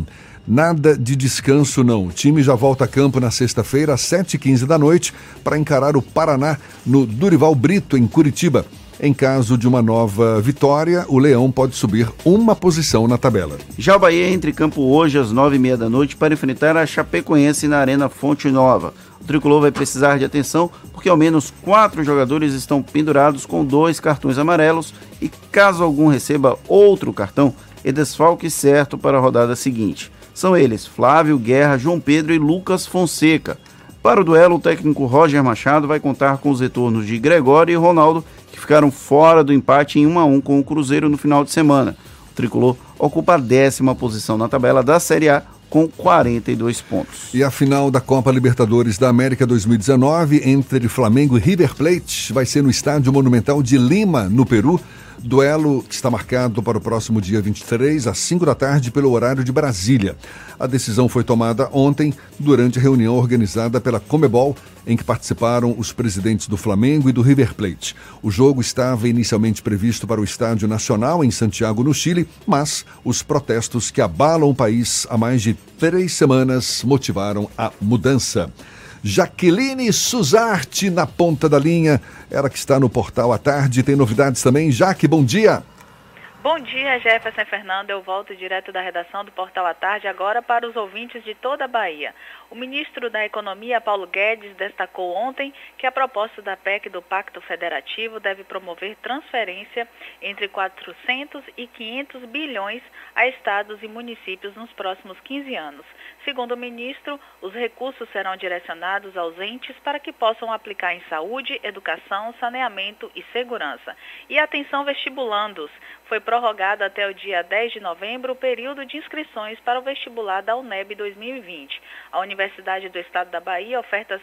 Nada de descanso não. O time já volta a campo na sexta-feira às 7h15 da noite para encarar o Paraná no Durival Brito, em Curitiba. Em caso de uma nova vitória, o Leão pode subir uma posição na tabela. Já o Bahia entra em campo hoje às 9h30 da noite para enfrentar a Chapecoense na Arena Fonte Nova. O tricolor vai precisar de atenção porque ao menos 4 jogadores estão pendurados com 2 cartões amarelos e caso algum receba outro cartão, é desfalque certo para a rodada seguinte. São eles Flávio, Guerra, João Pedro e Lucas Fonseca. Para o duelo, o técnico Roger Machado vai contar com os retornos de Gregório e Ronaldo, que ficaram fora do empate em 1-1 com o Cruzeiro no final de semana. O tricolor ocupa a 10ª posição na tabela da Série A com 42 pontos. E a final da Copa Libertadores da América 2019 entre Flamengo e River Plate vai ser no Estádio Monumental de Lima, no Peru. Duelo que está marcado para o próximo dia 23, às 5 da tarde, pelo horário de Brasília. A decisão foi tomada ontem, durante a reunião organizada pela Conmebol, em que participaram os presidentes do Flamengo e do River Plate. O jogo estava inicialmente previsto para o Estádio Nacional, em Santiago, no Chile, mas os protestos que abalam o país há mais de 3 semanas motivaram a mudança. Jaqueline Suzarte na ponta da linha, ela que está no Portal à Tarde, tem novidades também. Jaque, bom dia. Bom dia, Jefferson Fernando. Eu volto direto da redação do Portal à Tarde agora para os ouvintes de toda a Bahia. O ministro da Economia, Paulo Guedes, destacou ontem que a proposta da PEC do Pacto Federativo deve promover transferência entre 400 e 500 bilhões a estados e municípios nos próximos 15 anos. Segundo o ministro, os recursos serão direcionados aos entes para que possam aplicar em saúde, educação, saneamento e segurança. E atenção vestibulandos, foi prorrogado até o dia 10 de novembro o período de inscrições para o vestibular da UNEB 2020. A Universidade do Estado da Bahia oferta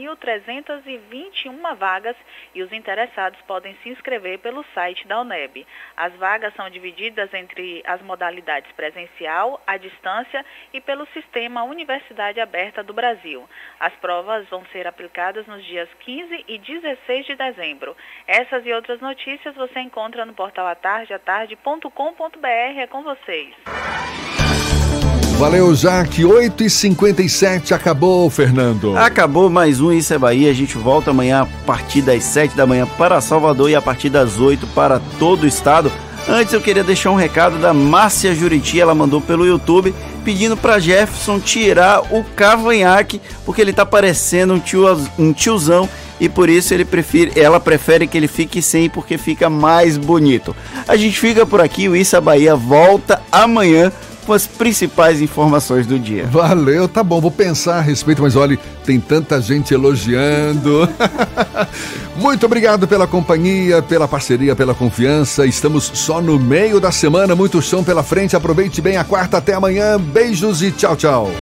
6.321 vagas e os interessados podem se inscrever pelo site da UNEB. As vagas são divididas entre as modalidades presencial, à distância e pelo sistema Universidade Aberta do Brasil. As provas vão ser aplicadas nos dias 15 e 16 de dezembro. Essas e outras notícias você encontra no portal atarde.com.br. É com vocês. Valeu, Jaque. 8h57, acabou, Fernando. Acabou mais um Isso é Bahia. A gente volta amanhã a partir das 7 da manhã para Salvador e a partir das 8 para todo o estado. Antes eu queria deixar um recado da Márcia Juriti, ela mandou pelo YouTube pedindo para Jefferson tirar o cavanhaque, porque ele tá parecendo um tiozão e por isso ela prefere que ele fique sem, porque fica mais bonito. A gente fica por aqui, o Isso é Bahia volta amanhã com as principais informações do dia. Valeu, tá bom, vou pensar a respeito, mas olha, tem tanta gente elogiando. Muito obrigado pela companhia, pela parceria, pela confiança. Estamos só no meio da semana, muito chão pela frente. Aproveite bem a quarta, até amanhã. Beijos e tchau, tchau.